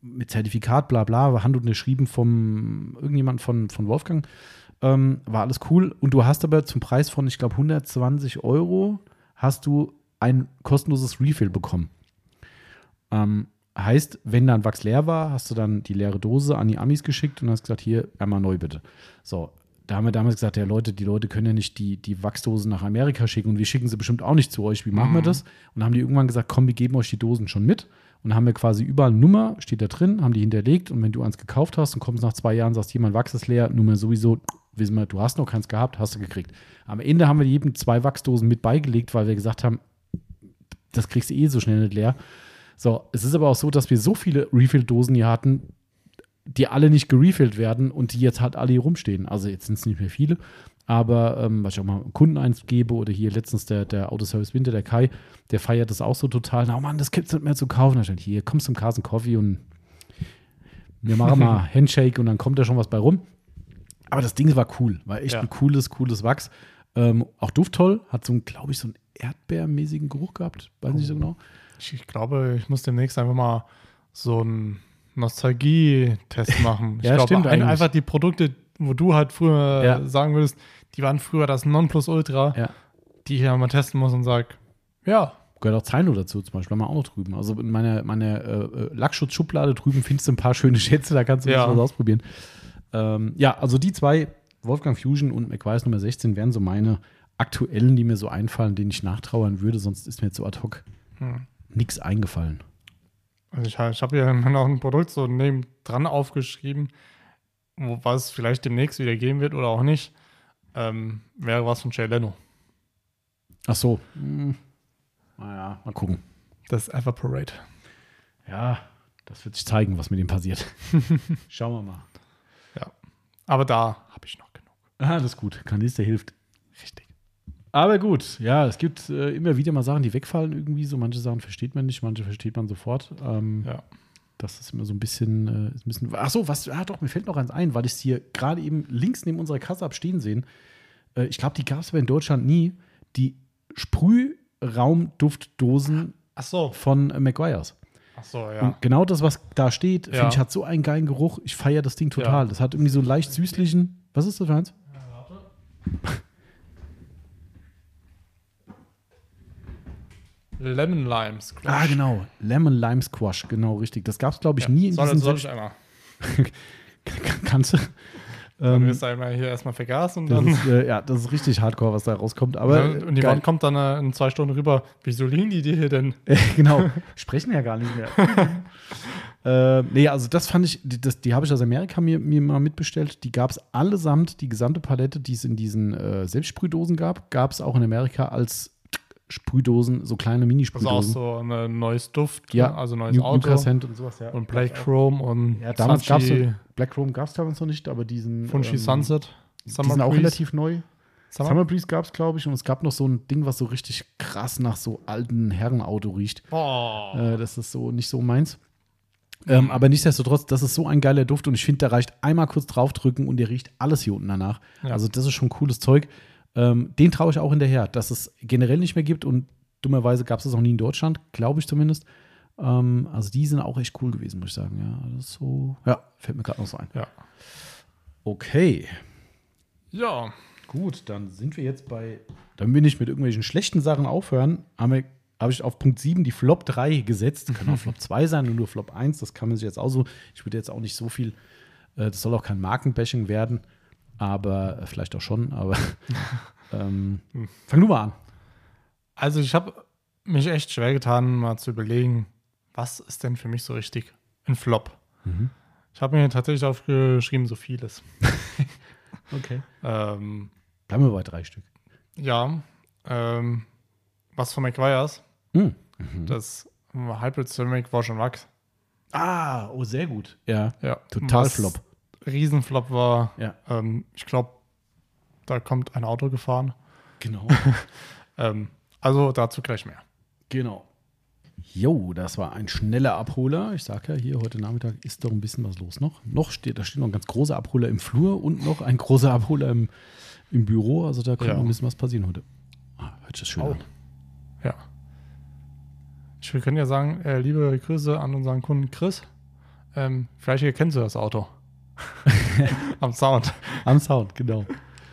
A: mit Zertifikat, bla bla, Hand unterschrieben vom irgendjemand von, von Wolfgang. Ähm, war alles cool. Und du hast aber zum Preis von, ich glaube, hundertzwanzig Euro hast du ein kostenloses Refill bekommen. Ähm, heißt, wenn dann Wachs leer war, hast du dann die leere Dose an die Amis geschickt und hast gesagt, hier, einmal neu bitte. So, da haben wir damals gesagt, ja Leute, die Leute können ja nicht die, die Wachsdosen nach Amerika schicken und wir schicken sie bestimmt auch nicht zu euch. Wie machen
B: Mhm.
A: wir das? Und dann haben die irgendwann gesagt, komm, wir geben euch die Dosen schon mit. Und dann haben wir quasi überall eine Nummer, steht da drin, haben die hinterlegt. Und wenn du eins gekauft hast und kommst nach zwei Jahren und sagst, jemand Wachs ist leer, Nummer sowieso, wissen wir, du hast noch keins gehabt, hast du gekriegt. Am Ende haben wir jedem zwei Wachsdosen mit beigelegt, weil wir gesagt haben, das kriegst du eh so schnell nicht leer. So, es ist aber auch so, dass wir so viele Refill-Dosen hier hatten, die alle nicht gerefillt werden und die jetzt halt alle hier rumstehen. Also jetzt sind es nicht mehr viele, aber ähm, was ich auch mal Kunden eins gebe oder hier letztens der, der Autoservice Winter, der Kai, der feiert das auch so total. Na, oh Mann, das gibt's nicht mehr zu kaufen. Da stand hier, kommst zum Carson Coffee und wir machen mal Handshake und dann kommt da schon was bei rum. Aber das Ding war cool, war echt
B: Ja.
A: ein cooles, cooles Wachs. Ähm, auch dufttoll, hat so ein, glaube ich, so einen erdbeermäßigen Geruch gehabt, weiß nicht so genau.
B: Ich, ich glaube, ich muss demnächst einfach mal so einen Nostalgie-Test machen. Ich
A: Ja,
B: glaube,
A: stimmt
B: ein,
A: eigentlich.
B: einfach die Produkte, wo du halt früher
A: Ja.
B: sagen würdest, die waren früher das Nonplusultra,
A: Ja.
B: die ich ja mal testen muss und sag, ja,
A: Gehört auch Zaino dazu, zum Beispiel, haben wir auch noch drüben. Also in meiner, meiner äh, Lackschutzschublade drüben findest du ein paar schöne Schätze, da kannst du
B: Ja.
A: was ausprobieren. Ähm, ja, also die zwei, Wolfgang Fusion und McWise Nummer sechzehn, wären so meine aktuellen, die mir so einfallen, denen ich nachtrauern würde, sonst ist mir jetzt so ad hoc
B: hm.
A: nichts eingefallen.
B: Also ich, ich habe hier noch ein Produkt so neben dran aufgeschrieben, wo, was es vielleicht demnächst wieder geben wird oder auch nicht. Ähm, wäre was von Jay Leno.
A: Ach so. Hm. Naja, mal gucken.
B: Das Evaporate.
A: Ja, das wird sich zeigen, was mit ihm passiert. Schauen wir mal.
B: Aber da habe ich noch genug.
A: Ah, das ist gut. Kanister hilft.
B: Richtig.
A: Aber gut, ja, es gibt äh, immer wieder mal Sachen, die wegfallen irgendwie. So manche Sachen versteht man nicht, manche versteht man sofort. Ähm,
B: Ja.
A: Das ist immer so ein bisschen, äh, ist ein bisschen. Ach so, was? Ah, doch, mir fällt noch eins ein, weil ich es hier gerade eben links neben unserer Kasse habe stehen sehen. Äh, ich glaube, die gab es aber in Deutschland nie. Die Sprühraumduftdosen
B: Ach so.
A: von äh, McGuire's.
B: Ach so, ja.
A: Und genau das, was da steht,
B: Ja.
A: finde ich, hat so einen geilen Geruch. Ich feiere das Ding total.
B: Ja.
A: Das hat irgendwie so einen leicht süßlichen. Was ist das für eins?
B: Lemon Lime Squash.
A: Ah, genau. Lemon Lime Squash. Genau, richtig. Das gab es, glaube ich,
B: Ja.
A: nie in
B: soll,
A: diesen
B: soll ich
A: Selbst-
B: einmal.
A: Kannst du?
B: Dann
A: Ähm,
B: wirst du einmal hier erstmal vergasen und
A: das
B: dann.
A: ist, äh, ja, das ist richtig hardcore, was da rauskommt. Aber
B: und die
A: geil.
B: Wand kommt dann äh, in zwei Stunden rüber. Wieso liegen die dir hier denn?
A: Äh, genau. Sprechen ja gar nicht mehr. äh, nee, also das fand ich, die, das, die habe ich aus Amerika mir, mir mal mitbestellt. Die gab es allesamt, die gesamte Palette, die es in diesen äh, Selbstsprühdosen gab, gab es auch in Amerika als Sprühdosen, so kleine
B: Das ist auch
A: Minisprühdosen.
B: so ein neues Duft,
A: Ja,
B: ne? Also neues
A: New-
B: Auto.
A: Nuka Scent und sowas, ja.
B: Und Black Chrome und
A: Ja, damals gab
B: Funky,
A: es Black Chrome gab es damals noch nicht, aber diesen
B: Funky
A: ähm,
B: Sunset.
A: die sind auch
B: Breeze.
A: relativ neu.
B: Summer,
A: Summer Breeze gab es, glaube ich, und es gab noch so ein Ding, was so richtig krass nach so alten Herrenauto riecht.
B: Boah.
A: Äh, das ist so nicht so meins. Ähm, aber nichtsdestotrotz, das ist so ein geiler Duft und ich finde, da reicht einmal kurz draufdrücken und der riecht alles hier unten danach.
B: Ja.
A: Also das ist schon cooles Zeug. Ähm, den traue ich auch hinterher, dass es generell nicht mehr gibt und dummerweise gab es das auch nie in Deutschland, glaube ich zumindest. Ähm, also die sind auch echt cool gewesen, muss ich sagen. Ja, das ist so, ja, fällt mir gerade noch so ein.
B: Ja.
A: Okay,
B: Ja.
A: gut, dann sind wir jetzt bei, damit wir nicht mit irgendwelchen schlechten Sachen aufhören, haben wir habe ich auf Punkt sieben die Flop drei gesetzt. Kann auch Flop zwei sein und nur Flop eins. Das kann man sich jetzt auch so. Ich würde jetzt auch nicht so viel, äh, das soll auch kein Markenbashing werden, aber äh, vielleicht auch schon. Aber ähm, fang du mal an.
B: Also ich habe mich echt schwer getan, mal zu überlegen, was ist denn für mich so richtig ein Flop?
A: Mhm.
B: Ich habe mir tatsächlich aufgeschrieben, so vieles.
A: Okay.
B: ähm,
A: Bleiben wir bei drei Stück.
B: ja, ähm, was von McGuire's,
A: Mhm.
B: das Hybrid Ceramic Wash and Wax.
A: Ah, oh, sehr gut. Ja,
B: Ja,
A: total
B: was
A: Flop.
B: Riesenflop war.
A: Ja.
B: Ähm, ich glaube, da kommt ein Auto gefahren.
A: Genau.
B: Ähm, also dazu gleich mehr.
A: Genau. Jo, das war ein schneller Abholer. Ich sage ja, hier heute Nachmittag ist doch ein bisschen was los noch. Noch steht, da steht noch ein ganz großer Abholer im Flur und noch ein großer Abholer im, im Büro. Also da könnte
B: Ja.
A: noch ein bisschen was passieren heute. Ah, hört sich das schön
B: Oh.
A: an.
B: Ja. Ich können ja sagen, äh, liebe Grüße an unseren Kunden Chris. Ähm, vielleicht erkennst du das Auto. Am Sound.
A: Am Sound, genau.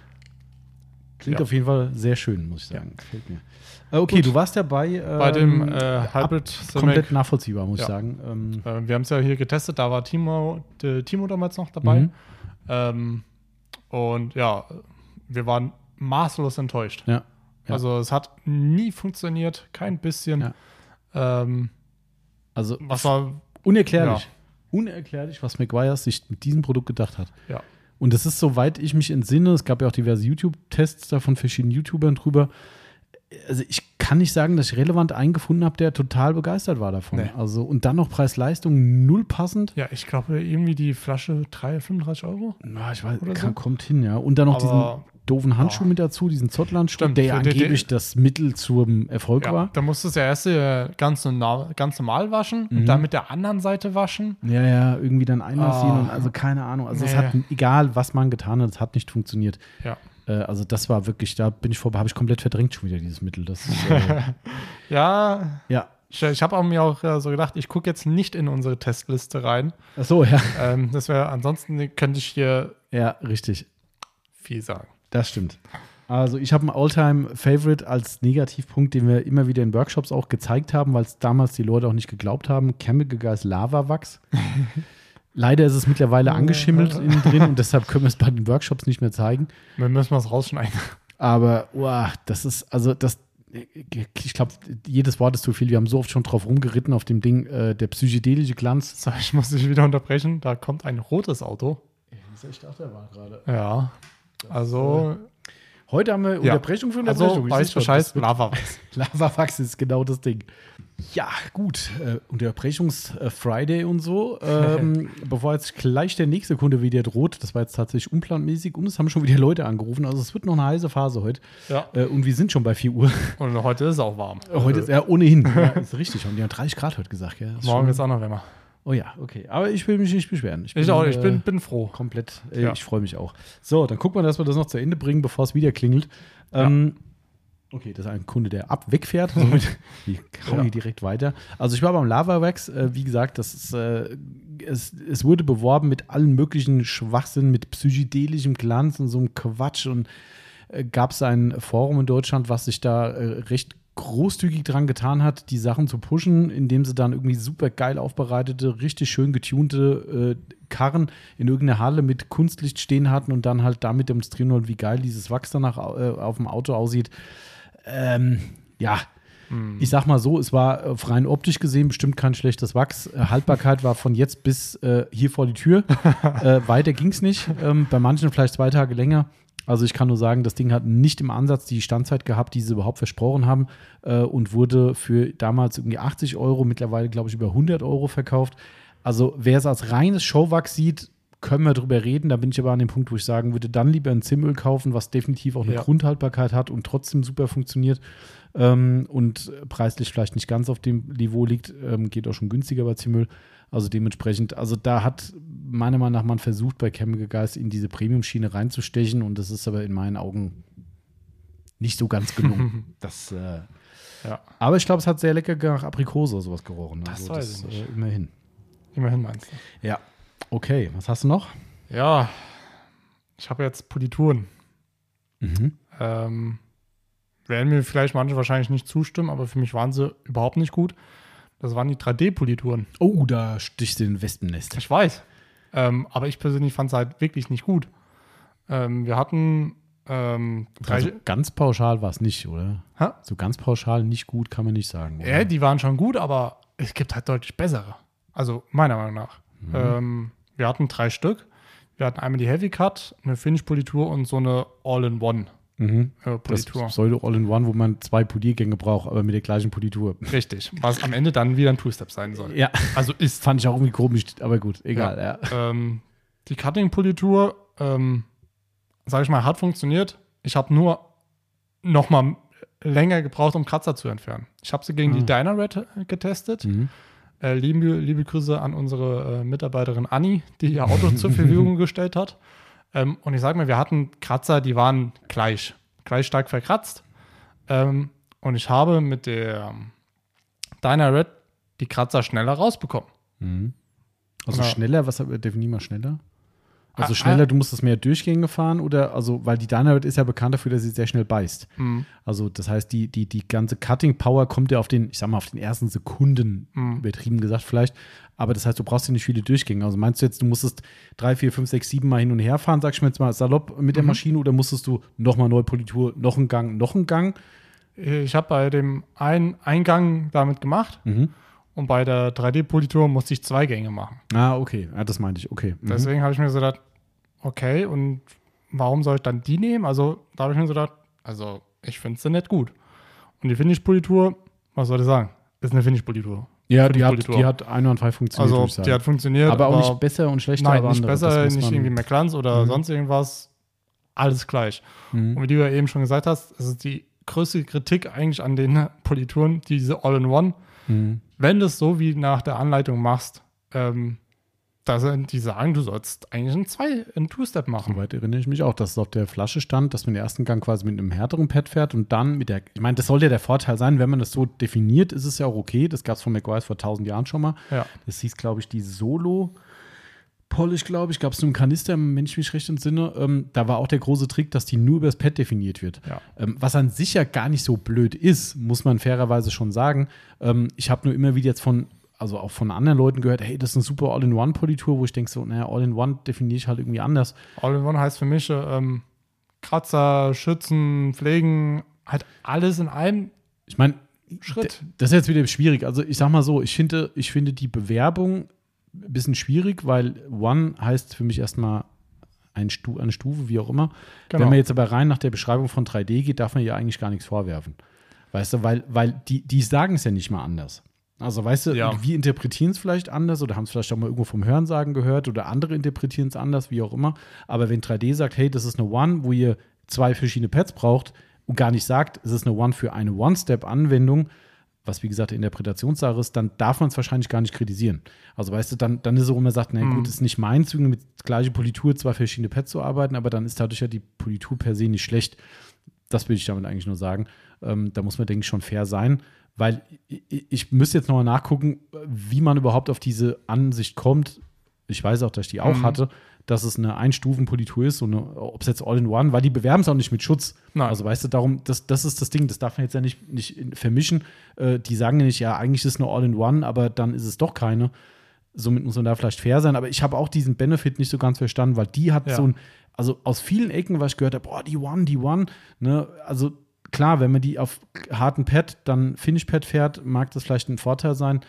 A: Klingt
B: Ja.
A: auf jeden Fall sehr schön, muss ich sagen. Gefällt mir. Äh, okay,
B: Gut.
A: du warst ja bei, ähm,
B: Bei dem äh,
A: ab-
B: Hybrid Civic.
A: komplett nachvollziehbar, muss
B: Ja.
A: ich sagen. Ähm,
B: Äh, wir haben es ja hier getestet, da war Timo, der Timo damals noch dabei.
A: Mhm.
B: Ähm, und ja, wir waren maßlos enttäuscht.
A: ja. Ja.
B: Also es hat nie funktioniert, kein bisschen.
A: Ja.
B: Ähm,
A: Also
B: was war,
A: unerklärlich. Unerklärlich, was McGuire sich mit diesem Produkt gedacht hat.
B: ja.
A: Und das ist, soweit ich mich entsinne, es gab ja auch diverse YouTube-Tests da von verschiedenen YouTubern drüber. Also ich kann nicht sagen, dass ich relevant einen gefunden habe, der total begeistert war davon.
B: Nee.
A: Also und dann noch Preis-Leistung null passend.
B: Ja, ich glaube irgendwie die Flasche drei, fünfunddreißig Euro.
A: Ja, ich weiß,
B: Oder
A: kann,
B: so.
A: kommt hin, ja. Und dann noch
B: Aber-
A: diesen doofen Handschuh
B: Ja.
A: mit dazu, diesen Zottlandschuh,
B: Stimmt,
A: der ja
B: für die-
A: angeblich
B: die-
A: das Mittel zum Erfolg
B: Ja,
A: war.
B: da musstest du ja erst äh, ganz, normal, ganz normal waschen
A: Mhm.
B: und dann mit der anderen Seite waschen.
A: Ja, ja, irgendwie dann einmassieren
B: Ah.
A: und also keine Ahnung. Also es
B: Nee.
A: hat, egal was man getan hat, es hat nicht funktioniert.
B: Ja.
A: Äh, also das war wirklich, da bin ich vorbei, habe ich komplett verdrängt schon wieder dieses Mittel. Das ist, äh,
B: Ja,
A: ja.
B: ich, ich habe mir auch äh, so gedacht, ich gucke jetzt nicht in unsere Testliste rein.
A: Ach so, ja.
B: ähm, das wäre, ansonsten könnte ich hier
A: Ja, richtig.
B: viel sagen.
A: Das stimmt. Also ich habe einen Alltime-Favorite als Negativpunkt, den wir immer wieder in Workshops auch gezeigt haben, weil es damals die Leute auch nicht geglaubt haben. Chemical Guys Lava Wachs. Leider ist es mittlerweile angeschimmelt innen drin und deshalb können wir es bei den Workshops nicht mehr zeigen.
B: Wir müssen was rausschneiden.
A: Aber uah, das ist, also das, ich glaube, jedes Wort ist zu viel. Wir haben so oft schon drauf rumgeritten auf dem Ding, äh, der psychedelische Glanz.
B: So, ich muss dich wieder unterbrechen. Da kommt ein rotes Auto.
A: Ich dachte, er war gerade.
B: Ja. Also,
A: Heute haben wir
B: Ja.
A: Unterbrechung für Unterbrechung.
B: also
A: Ich
B: weiß
A: seh's schon,
B: Bescheid,
A: das wird-
B: Lava weiß.
A: Lavawachs ist genau das Ding. Ja, gut. Äh, Unterbrechungs-Friday und so. Ähm, bevor jetzt gleich der nächste Kunde wieder droht, das war jetzt tatsächlich unplanmäßig und es haben schon wieder Leute angerufen. Also es wird noch eine heiße Phase heute.
B: Ja.
A: Äh, und wir sind schon bei vier Uhr.
B: Und heute ist es auch warm.
A: Heute ist er ohnehin. Ja, ist richtig. Und die haben dreißig Grad heute gesagt. Gell? Das ist
B: Morgen
A: schon-
B: ist auch noch wärmer.
A: Oh ja, okay. Aber ich will mich nicht beschweren.
B: Ich auch, ich
A: äh,
B: bin, bin froh.
A: komplett, äh,
B: Ja.
A: ich freue mich auch. So, dann gucken wir, dass wir das noch zu Ende bringen, bevor es wieder klingelt. Ähm, okay, das ist ein Kunde, der ab wegfährt. Somit die hauen
B: Ja.
A: hier direkt weiter. Also ich war beim Lava-Wax, äh, wie gesagt, das ist, äh, es, es wurde beworben mit allen möglichen Schwachsinn, mit psychedelischem Glanz und so einem Quatsch und äh, gab es ein Forum in Deutschland, was sich da äh, recht großzügig dran getan hat, die Sachen zu pushen, indem sie dann irgendwie super geil aufbereitete, richtig schön getunte äh, Karren in irgendeiner Halle mit Kunstlicht stehen hatten und dann halt damit demonstrieren wollten, wie geil dieses Wachs danach äh, auf dem Auto aussieht. Ähm, ja, ich sag mal so, es war äh, rein optisch gesehen bestimmt kein schlechtes Wachs. Äh, Haltbarkeit war von jetzt bis äh, hier vor die Tür. äh, weiter ging es nicht. Ähm, bei manchen vielleicht zwei Tage länger. Also ich kann nur sagen, das Ding hat nicht im Ansatz die Standzeit gehabt, die sie überhaupt versprochen haben äh, und wurde für damals irgendwie achtzig Euro, mittlerweile glaube ich über hundert Euro verkauft. Also wer es als reines Showwachs sieht, können wir drüber reden. Da bin ich aber an dem Punkt, wo ich sagen würde, dann lieber ein Zimöl kaufen, was definitiv auch eine
B: Ja.
A: Grundhaltbarkeit hat und trotzdem super funktioniert ähm, und preislich vielleicht nicht ganz auf dem Niveau liegt, ähm, geht auch schon günstiger bei Zimöl. Also dementsprechend, also da hat meiner Meinung nach man versucht, bei Chemical Guys in diese Premium-Schiene reinzustechen und das ist aber in meinen Augen nicht so ganz gelungen. das, äh,
B: Ja.
A: aber ich glaube, es hat sehr lecker nach Aprikose oder sowas gerochen.
B: Das
A: also,
B: weiß ich nicht.
A: Äh, immerhin.
B: Immerhin meinst du.
A: Ja. Okay, was hast du noch?
B: Ja, ich habe jetzt Polituren.
A: Mhm.
B: Ähm, werden mir vielleicht manche wahrscheinlich nicht zustimmen, aber für mich waren sie überhaupt nicht gut. Das waren die drei D-Polituren.
A: Oh, da stichst du in den Wespennest.
B: Ich weiß. Ähm, aber ich persönlich fand es halt wirklich nicht gut. Ähm, wir hatten ähm, drei.
A: Also ganz pauschal war es nicht, oder?
B: Hä?
A: So ganz pauschal nicht gut kann man nicht sagen. Oder?
B: Ja, die waren schon gut, aber es gibt halt deutlich bessere. Also meiner Meinung nach.
A: Mhm.
B: Ähm, wir hatten drei Stück. Wir hatten einmal die Heavy Cut, eine Finish-Politur und so eine All-in-One.
A: Mhm.
B: Äh,
A: Das
B: Politur.
A: Pseudo All-in-One, wo man zwei Poliergänge braucht, aber mit der gleichen Politur.
B: Richtig. Was am Ende dann wieder ein Two-Step sein soll.
A: Ja,
B: Also ist.
A: fand ich auch irgendwie komisch, aber gut, egal. Ja.
B: Ähm, die Cutting-Politur, ähm, sag ich mal, hat funktioniert. Ich habe nur noch mal länger gebraucht, um Kratzer zu entfernen. Ich habe sie gegen
A: Ah.
B: die Dynared getestet.
A: Mhm.
B: Äh, liebe, liebe Grüße an unsere äh, Mitarbeiterin Anni, die ihr Auto zur Verfügung gestellt hat. Ähm, und ich sage mal, wir hatten Kratzer, die waren gleich, gleich stark verkratzt. Ähm, und ich habe mit der Dynared die Kratzer schneller rausbekommen.
A: Mhm. Also
B: Ja.
A: schneller, was definier mal schneller? Also
B: Ah,
A: schneller,
B: ah.
A: du musstest mehr Durchgänge fahren oder, also, weil die Dynamite ist ja bekannt dafür, dass sie sehr schnell beißt.
B: Mhm.
A: Also das heißt, die, die, die ganze Cutting-Power kommt ja auf den, ich sag mal, auf den ersten Sekunden,
B: Mhm.
A: übertrieben gesagt vielleicht, aber das heißt, du brauchst ja nicht viele Durchgänge. Also meinst du jetzt, du musstest drei, vier, fünf, sechs, sieben Mal hin und her fahren, sag ich mir jetzt mal salopp mit der
B: Mhm.
A: Maschine, oder musstest du nochmal neue Politur, noch einen Gang, noch einen Gang?
B: Ich habe bei dem einen Eingang damit gemacht
A: Mhm.
B: und bei der drei D-Politur musste ich zwei Gänge machen.
A: Ah, okay, ja, das meinte ich, okay. Mhm.
B: Deswegen habe ich mir so gedacht, okay, und warum soll ich dann die nehmen? Also da habe ich mir so gedacht, also ich finde sie nicht gut. Und die Finish-Politur, was soll ich sagen, ist eine Finish-Politur.
A: Ja, die hat,
B: Politur.
A: die hat einwandfrei funktioniert,
B: Also
A: würde ich sagen.
B: die hat funktioniert,
A: aber auch nicht besser und schlechter.
B: nein,
A: aber
B: nicht
A: andere,
B: besser,
A: das muss
B: nicht
A: man-
B: irgendwie mehr Glanz oder
A: Mhm.
B: sonst irgendwas. Alles gleich.
A: Mhm.
B: Und wie du ja eben schon gesagt hast, es ist die größte Kritik eigentlich an den Polituren, diese All-in-One.
A: Mhm.
B: Wenn du es so wie nach der Anleitung machst, ähm, da sind die sagen, du sollst eigentlich einen zwei, einen Two-Step machen.
A: Soweit erinnere ich mich auch, dass es auf der Flasche stand, dass man den ersten Gang quasi mit einem härteren Pad fährt und dann mit der, ich meine, das sollte ja der Vorteil sein, wenn man das so definiert, ist es ja auch okay. Das gab es von Meguiar's vor tausend Jahren schon mal.
B: Ja.
A: Das hieß, glaube ich, die Solo Polish, glaube ich, gab es nur einen Kanister, wenn ich mich recht entsinne. Ähm, da war auch der große Trick, dass die nur über das Pad definiert wird.
B: Ja.
A: Ähm, was an sich ja gar nicht so blöd ist, muss man fairerweise schon sagen. Ähm, ich habe nur immer wieder jetzt von, also auch von anderen Leuten gehört, hey, das ist eine super All-in-One-Politur, wo ich denke so, naja, All-in-One definiere ich halt irgendwie anders.
B: All-in-One heißt für mich ähm, Kratzer, Schützen, Pflegen, halt alles in einem
A: Ich meine,
B: Schritt.
A: das ist jetzt wieder schwierig. Also ich sag mal so, ich finde, ich finde die Bewerbung ein bisschen schwierig, weil One heißt für mich erstmal ein Stu eine Stufe, wie auch immer.
B: Genau.
A: Wenn man jetzt aber rein nach der Beschreibung von drei D geht, darf man ja eigentlich gar nichts vorwerfen. Weißt du, weil, weil die, die sagen es ja nicht mal anders. Also weißt du,
B: Ja.
A: wir interpretieren es vielleicht anders oder haben es vielleicht auch mal irgendwo vom Hörensagen gehört oder andere interpretieren es anders, wie auch immer. Aber wenn drei D sagt, hey, das ist eine One, wo ihr zwei verschiedene Pads braucht und gar nicht sagt, es ist eine One für eine One-Step-Anwendung, was wie gesagt Interpretationssache ist, dann darf man es wahrscheinlich gar nicht kritisieren. Also weißt du, dann, dann ist es so, wo man sagt, na
B: Mhm.
A: gut, ist nicht meins, mit gleicher Politur zwei verschiedene Pads zu arbeiten, aber dann ist dadurch ja die Politur per se nicht schlecht. Das will ich damit eigentlich nur sagen. Ähm, da muss man, denke ich, schon fair sein, weil ich, ich müsste jetzt nochmal nachgucken, wie man überhaupt auf diese Ansicht kommt. Ich weiß auch, dass ich die auch
B: Mhm.
A: hatte, dass es eine Einstufenpolitur ist, so eine, ob es jetzt All-in-One, weil die bewerben es auch nicht mit Schutz.
B: Nein.
A: Also weißt du, darum, das, das ist das Ding, das darf man jetzt ja nicht, nicht in- vermischen. Äh, die sagen ja nicht, ja, eigentlich ist es eine All-in-One, aber dann ist es doch keine. Somit muss man da vielleicht fair sein. Aber ich habe auch diesen Benefit nicht so ganz verstanden, weil die hat
B: Ja.
A: so ein, also aus vielen Ecken, was ich gehört habe, boah, die One, die One, ne, also klar, wenn man die auf harten Pad, dann Finish-Pad fährt, mag das vielleicht ein Vorteil sein.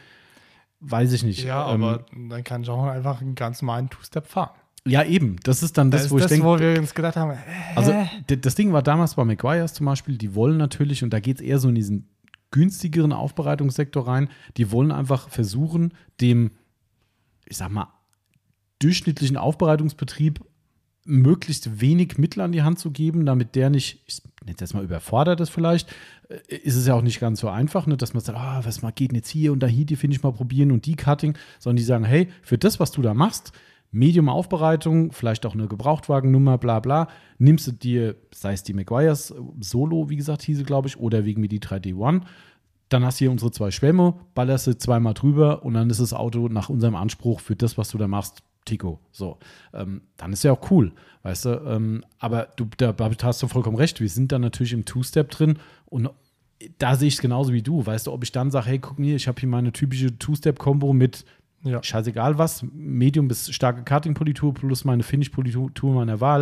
A: Weiß ich nicht.
B: Ja,
A: Ähm,
B: aber dann kann ich auch einfach einen ganz normalen Two-Step fahren.
A: ja, eben. Das ist dann das,
B: Das ist
A: wo ich
B: das,
A: denke,
B: wo wir uns gedacht haben, äh,
A: also d- das Ding war damals bei Meguiar's zum Beispiel, die wollen natürlich, und da geht es eher so in diesen günstigeren Aufbereitungssektor rein, die wollen einfach versuchen, dem, ich sag mal, durchschnittlichen Aufbereitungsbetrieb möglichst wenig Mittel an die Hand zu geben, damit der nicht, ich nenne es jetzt mal überfordert ist vielleicht, äh, ist es ja auch nicht ganz so einfach, ne, dass man sagt, ah, was mal geht denn jetzt hier und da hier, die finde ich mal probieren und die Cutting, sondern die sagen, hey, für das, was du da machst, Medium-Aufbereitung, vielleicht auch eine Gebrauchtwagennummer, bla bla, nimmst du dir, sei es die Meguiar's Solo, wie gesagt, hieße, glaube ich, oder wegen mir die drei D One, dann hast du hier unsere zwei Schwämme, ballerst du zweimal drüber und dann ist das Auto nach unserem Anspruch für das, was du da machst, Tico. So, ähm, dann ist ja auch cool, weißt du, ähm, aber du, da hast du vollkommen recht, wir sind dann natürlich im Two-Step drin und da sehe ich es genauso wie du, weißt du, ob ich dann sage, hey, guck mir, ich habe hier meine typische Two-Step-Kombo mit
B: ja.
A: scheißegal was, Medium bis starke Cutting-Politur plus meine Finish-Politur meiner Wahl.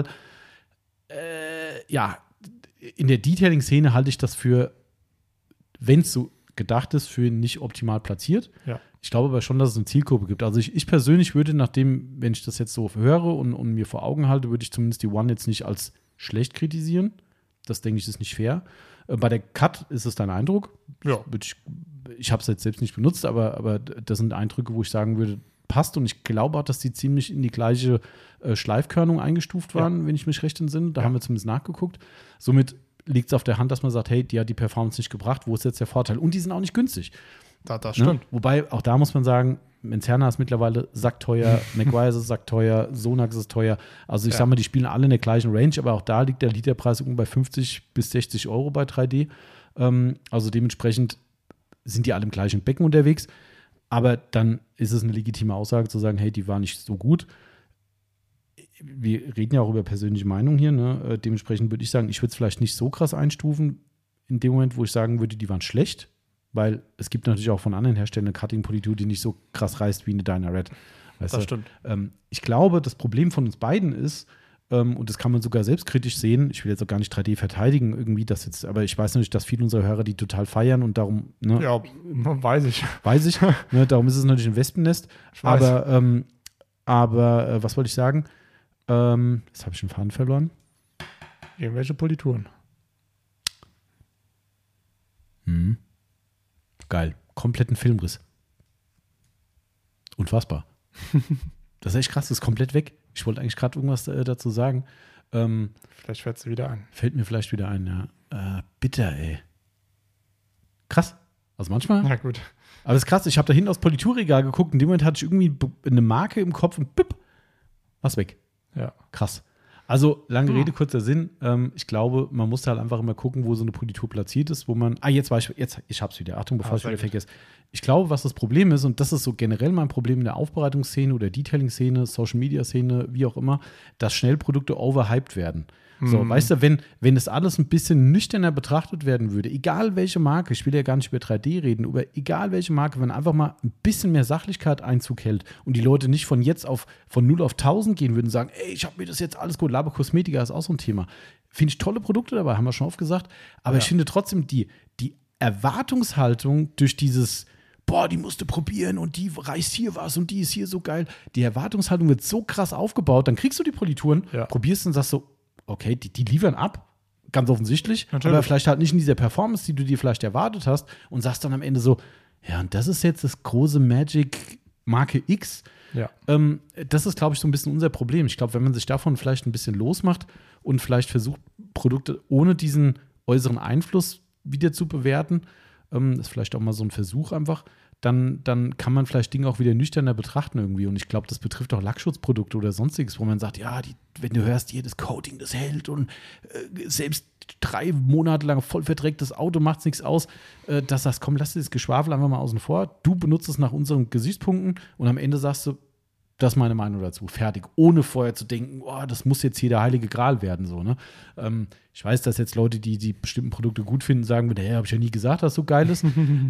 A: Äh, ja, in der Detailing-Szene halte ich das für, wenn es so gedacht ist, für nicht optimal platziert.
B: Ja.
A: Ich glaube aber schon, dass es eine Zielgruppe gibt. Also ich, ich persönlich würde, nachdem, wenn ich das jetzt so höre und, und mir vor Augen halte, würde ich zumindest die One jetzt nicht als schlecht kritisieren. Das denke ich, ist nicht fair. Äh, bei der Cut ist es dein Eindruck.
B: Ja.
A: Würde ich ich habe es jetzt selbst nicht benutzt, aber, aber das sind Eindrücke, wo ich sagen würde, passt. Und ich glaube auch, dass die ziemlich in die gleiche äh, Schleifkörnung eingestuft waren, ja. wenn ich mich recht entsinne. Da ja. haben wir zumindest nachgeguckt. Somit liegt es auf der Hand, dass man sagt, hey, die hat die Performance nicht gebracht. Wo ist jetzt der Vorteil? Und die sind auch nicht günstig.
B: Da, das stimmt.
A: Ne? Wobei, auch da muss man sagen, Mencerna ist mittlerweile sackteuer, Meguiar's ist sackteuer, Sonax ist teuer. Also ich ja. sag mal, die spielen alle in der gleichen Range, aber auch da liegt der Literpreis irgendwo bei fünfzig bis sechzig Euro bei drei D. Ähm, also dementsprechend sind die alle im gleichen Becken unterwegs. aber dann ist es eine legitime Aussage zu sagen, hey, die war nicht so gut. Wir reden ja auch über persönliche Meinung hier, ne? Dementsprechend würde ich sagen, ich würde es vielleicht nicht so krass einstufen, in dem Moment, wo ich sagen würde, die waren schlecht, weil es gibt natürlich auch von anderen Herstellern eine Cutting-Politur, die nicht so krass reißt wie eine Dynared. Weißt
B: Das
A: du?
B: stimmt.
A: Ähm, ich glaube, das Problem von uns beiden ist, ähm, und das kann man sogar selbstkritisch sehen, ich will jetzt auch gar nicht drei D verteidigen irgendwie, das jetzt, aber ich weiß natürlich, dass viele unserer Hörer die total feiern und darum, ne,
B: Ja, weiß ich.
A: weiß ich, ne, darum ist es natürlich ein Wespennest.
B: Ich weiß.
A: Aber, ähm, aber äh, was wollte ich sagen? Ähm, jetzt habe ich den Faden verloren.
B: Irgendwelche Polituren.
A: Hm. Geil. Kompletten Filmriss. Unfassbar. Das ist echt krass, das ist komplett weg. Ich wollte eigentlich gerade irgendwas äh, dazu sagen. Ähm,
B: Vielleicht fällt sie wieder ein.
A: fällt mir vielleicht wieder ein, ja. Äh, bitter, ey. Krass. Also manchmal.
B: Ja, gut.
A: Aber das ist krass, ich habe da hinten aufs Politurregal geguckt. In dem Moment hatte ich irgendwie eine Marke im Kopf und bip, was weg.
B: Ja.
A: Krass. Also, lange
B: Hm.
A: Rede, kurzer Sinn. Ähm, ich glaube, man muss halt einfach immer gucken, wo so eine Politur platziert ist, wo man. Ah, jetzt war ich. Jetzt, ich hab's wieder. Achtung, bevor
B: Ah,
A: ich wieder
B: sehr gut.
A: vergesse. Ich glaube, was das Problem ist, und das ist so generell mein Problem in der Aufbereitungsszene oder Detailing-Szene, Social-Media-Szene, wie auch immer, dass schnell Produkte overhyped werden. So,
B: Mhm.
A: weißt du, wenn, wenn das alles ein bisschen nüchterner betrachtet werden würde, egal welche Marke, ich will ja gar nicht über drei D reden, über egal welche Marke, wenn einfach mal ein bisschen mehr Sachlichkeit Einzug hält und die Leute nicht von jetzt auf, von null auf tausend gehen würden und sagen, ey, ich habe mir das jetzt alles gut, Laber Kosmetika ist auch so ein Thema. Finde ich tolle Produkte dabei, haben wir schon oft gesagt, aber
B: Ja.
A: ich finde trotzdem die, die Erwartungshaltung durch dieses boah, die musste probieren und die reißt hier was und die ist hier so geil. Die Erwartungshaltung wird so krass aufgebaut, dann kriegst du die Polituren,
B: Ja.
A: probierst und sagst so, okay, die, die liefern ab, ganz offensichtlich,
B: Natürlich.
A: aber vielleicht halt nicht in dieser Performance, die du dir vielleicht erwartet hast und sagst dann am Ende so, ja, und das ist jetzt das große Magic Marke X.
B: Ja.
A: Ähm, das ist, glaube ich, so ein bisschen unser Problem. Ich glaube, wenn man sich davon vielleicht ein bisschen losmacht und vielleicht versucht, Produkte ohne diesen äußeren Einfluss wieder zu bewerten, ähm, ist vielleicht auch mal so ein Versuch einfach, dann, dann kann man vielleicht Dinge auch wieder nüchterner betrachten irgendwie. Und ich glaube, das betrifft auch Lackschutzprodukte oder sonstiges, wo man sagt, ja, die, wenn du hörst, jedes Coating, das hält und äh, selbst drei Monate lang voll verdrecktes Auto macht es nichts aus, äh, dass das, komm, lass dieses Geschwafel einfach mal außen vor. Du benutzt es nach unseren Gesichtspunkten und am Ende sagst du, das ist meine Meinung dazu. Fertig. Ohne vorher zu denken, oh, das muss jetzt hier der heilige Gral werden. So, ne? ähm, ich weiß, dass jetzt Leute, die die bestimmten Produkte gut finden, sagen, hey, habe ich ja nie gesagt, dass so geil ist. ähm,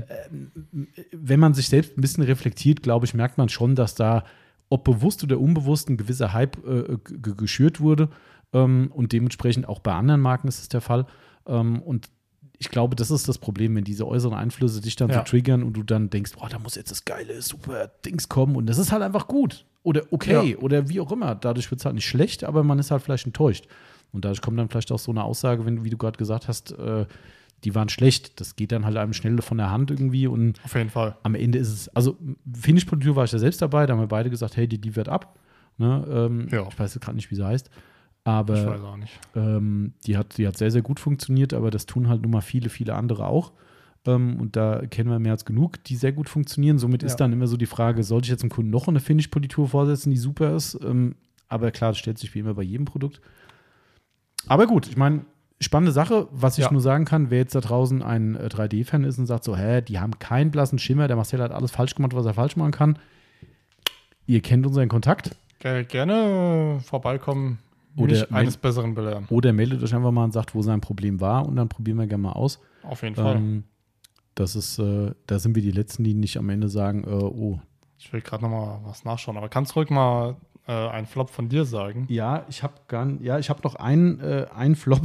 A: wenn man sich selbst ein bisschen reflektiert, glaube ich, merkt man schon, dass da, ob bewusst oder unbewusst, ein gewisser Hype äh, g- geschürt wurde. Ähm, und dementsprechend auch bei anderen Marken ist es der Fall. Ähm, und ich glaube, das ist das Problem, wenn diese äußeren Einflüsse dich dann
B: Ja.
A: so triggern und du dann denkst, oh, da muss jetzt das geile, super Dings kommen und das ist halt einfach gut oder okay
B: Ja.
A: oder wie auch immer. Dadurch wird es halt nicht schlecht, aber man ist halt vielleicht enttäuscht. Und dadurch kommt dann vielleicht auch so eine Aussage, wenn, wie du gerade gesagt hast, äh, die waren schlecht. Das geht dann halt einem schnell von der Hand irgendwie und
B: Auf jeden Fall.
A: am Ende ist es, also Finish-Politur war ich ja selbst dabei, da haben wir beide gesagt, hey, die liefert ab. Ne? Ähm,
B: Ja.
A: Ich weiß jetzt gerade nicht, wie sie heißt.
B: Ich
A: Aber
B: weiß auch nicht.
A: ähm, die, hat, die hat sehr, sehr gut funktioniert, aber das tun halt nun mal viele, viele andere auch. Ähm, und da kennen wir mehr als genug, die sehr gut funktionieren. Somit
B: Ja.
A: ist dann immer so die Frage, sollte ich jetzt dem Kunden noch eine Finish-Politur vorsetzen, die super ist? Ähm, aber klar, das stellt sich wie immer bei jedem Produkt. Aber gut, ich meine, spannende Sache. Was ich
B: Ja.
A: nur sagen kann, wer jetzt da draußen ein äh, drei D-Fan ist und sagt so, hä, die haben keinen blassen Schimmer, der Marcel hat alles falsch gemacht, was er falsch machen kann. Ihr kennt unseren Kontakt.
B: Ge- Gerne vorbeikommen,
A: Oder
B: mich
A: mein-
B: eines Besseren belehren.
A: Oder meldet euch einfach mal und sagt, wo sein Problem war und dann probieren wir gerne mal aus.
B: Auf jeden Fall.
A: Ähm, das ist, äh, da sind wir die Letzten, die nicht am Ende sagen, äh, oh.
B: Ich will gerade noch mal was nachschauen, aber kannst ruhig mal äh, einen Flop von dir sagen?
A: Ja, ich habe gar ja, ich habe noch einen, äh, einen Flop.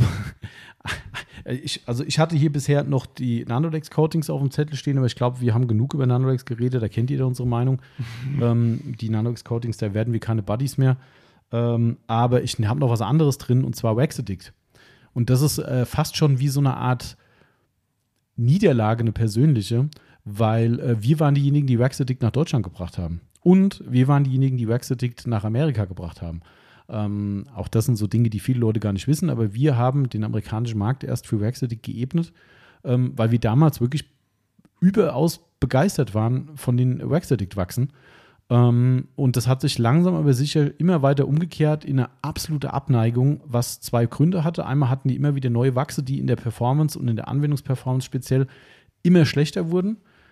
A: ich, also ich hatte hier bisher noch die Nanolex-Coatings auf dem Zettel stehen, aber ich glaube, wir haben genug über Nanolex geredet, da kennt jeder unsere Meinung. ähm, die Nanolex-Coatings, da werden wir keine Buddies mehr. Ähm, aber ich habe noch was anderes drin, und zwar Wax Addict. Und das ist äh, fast schon wie so eine Art Niederlage, eine persönliche, weil äh, wir waren diejenigen, die Wax Addict nach Deutschland gebracht haben. Und wir waren diejenigen, die Wax Addict nach Amerika gebracht haben. Ähm, auch das sind so Dinge, die viele Leute gar nicht wissen, aber wir haben den amerikanischen Markt erst für Wax Addict geebnet, ähm, weil wir damals wirklich überaus begeistert waren von den Wax Addict Wachsen. Ähm, und das hat sich langsam aber sicher immer weiter umgekehrt in eine absolute Abneigung, was zwei Gründe hatte. Einmal hatten die immer wieder neue Wachse, die in der Performance und in der Anwendungsperformance speziell immer schlechter wurden.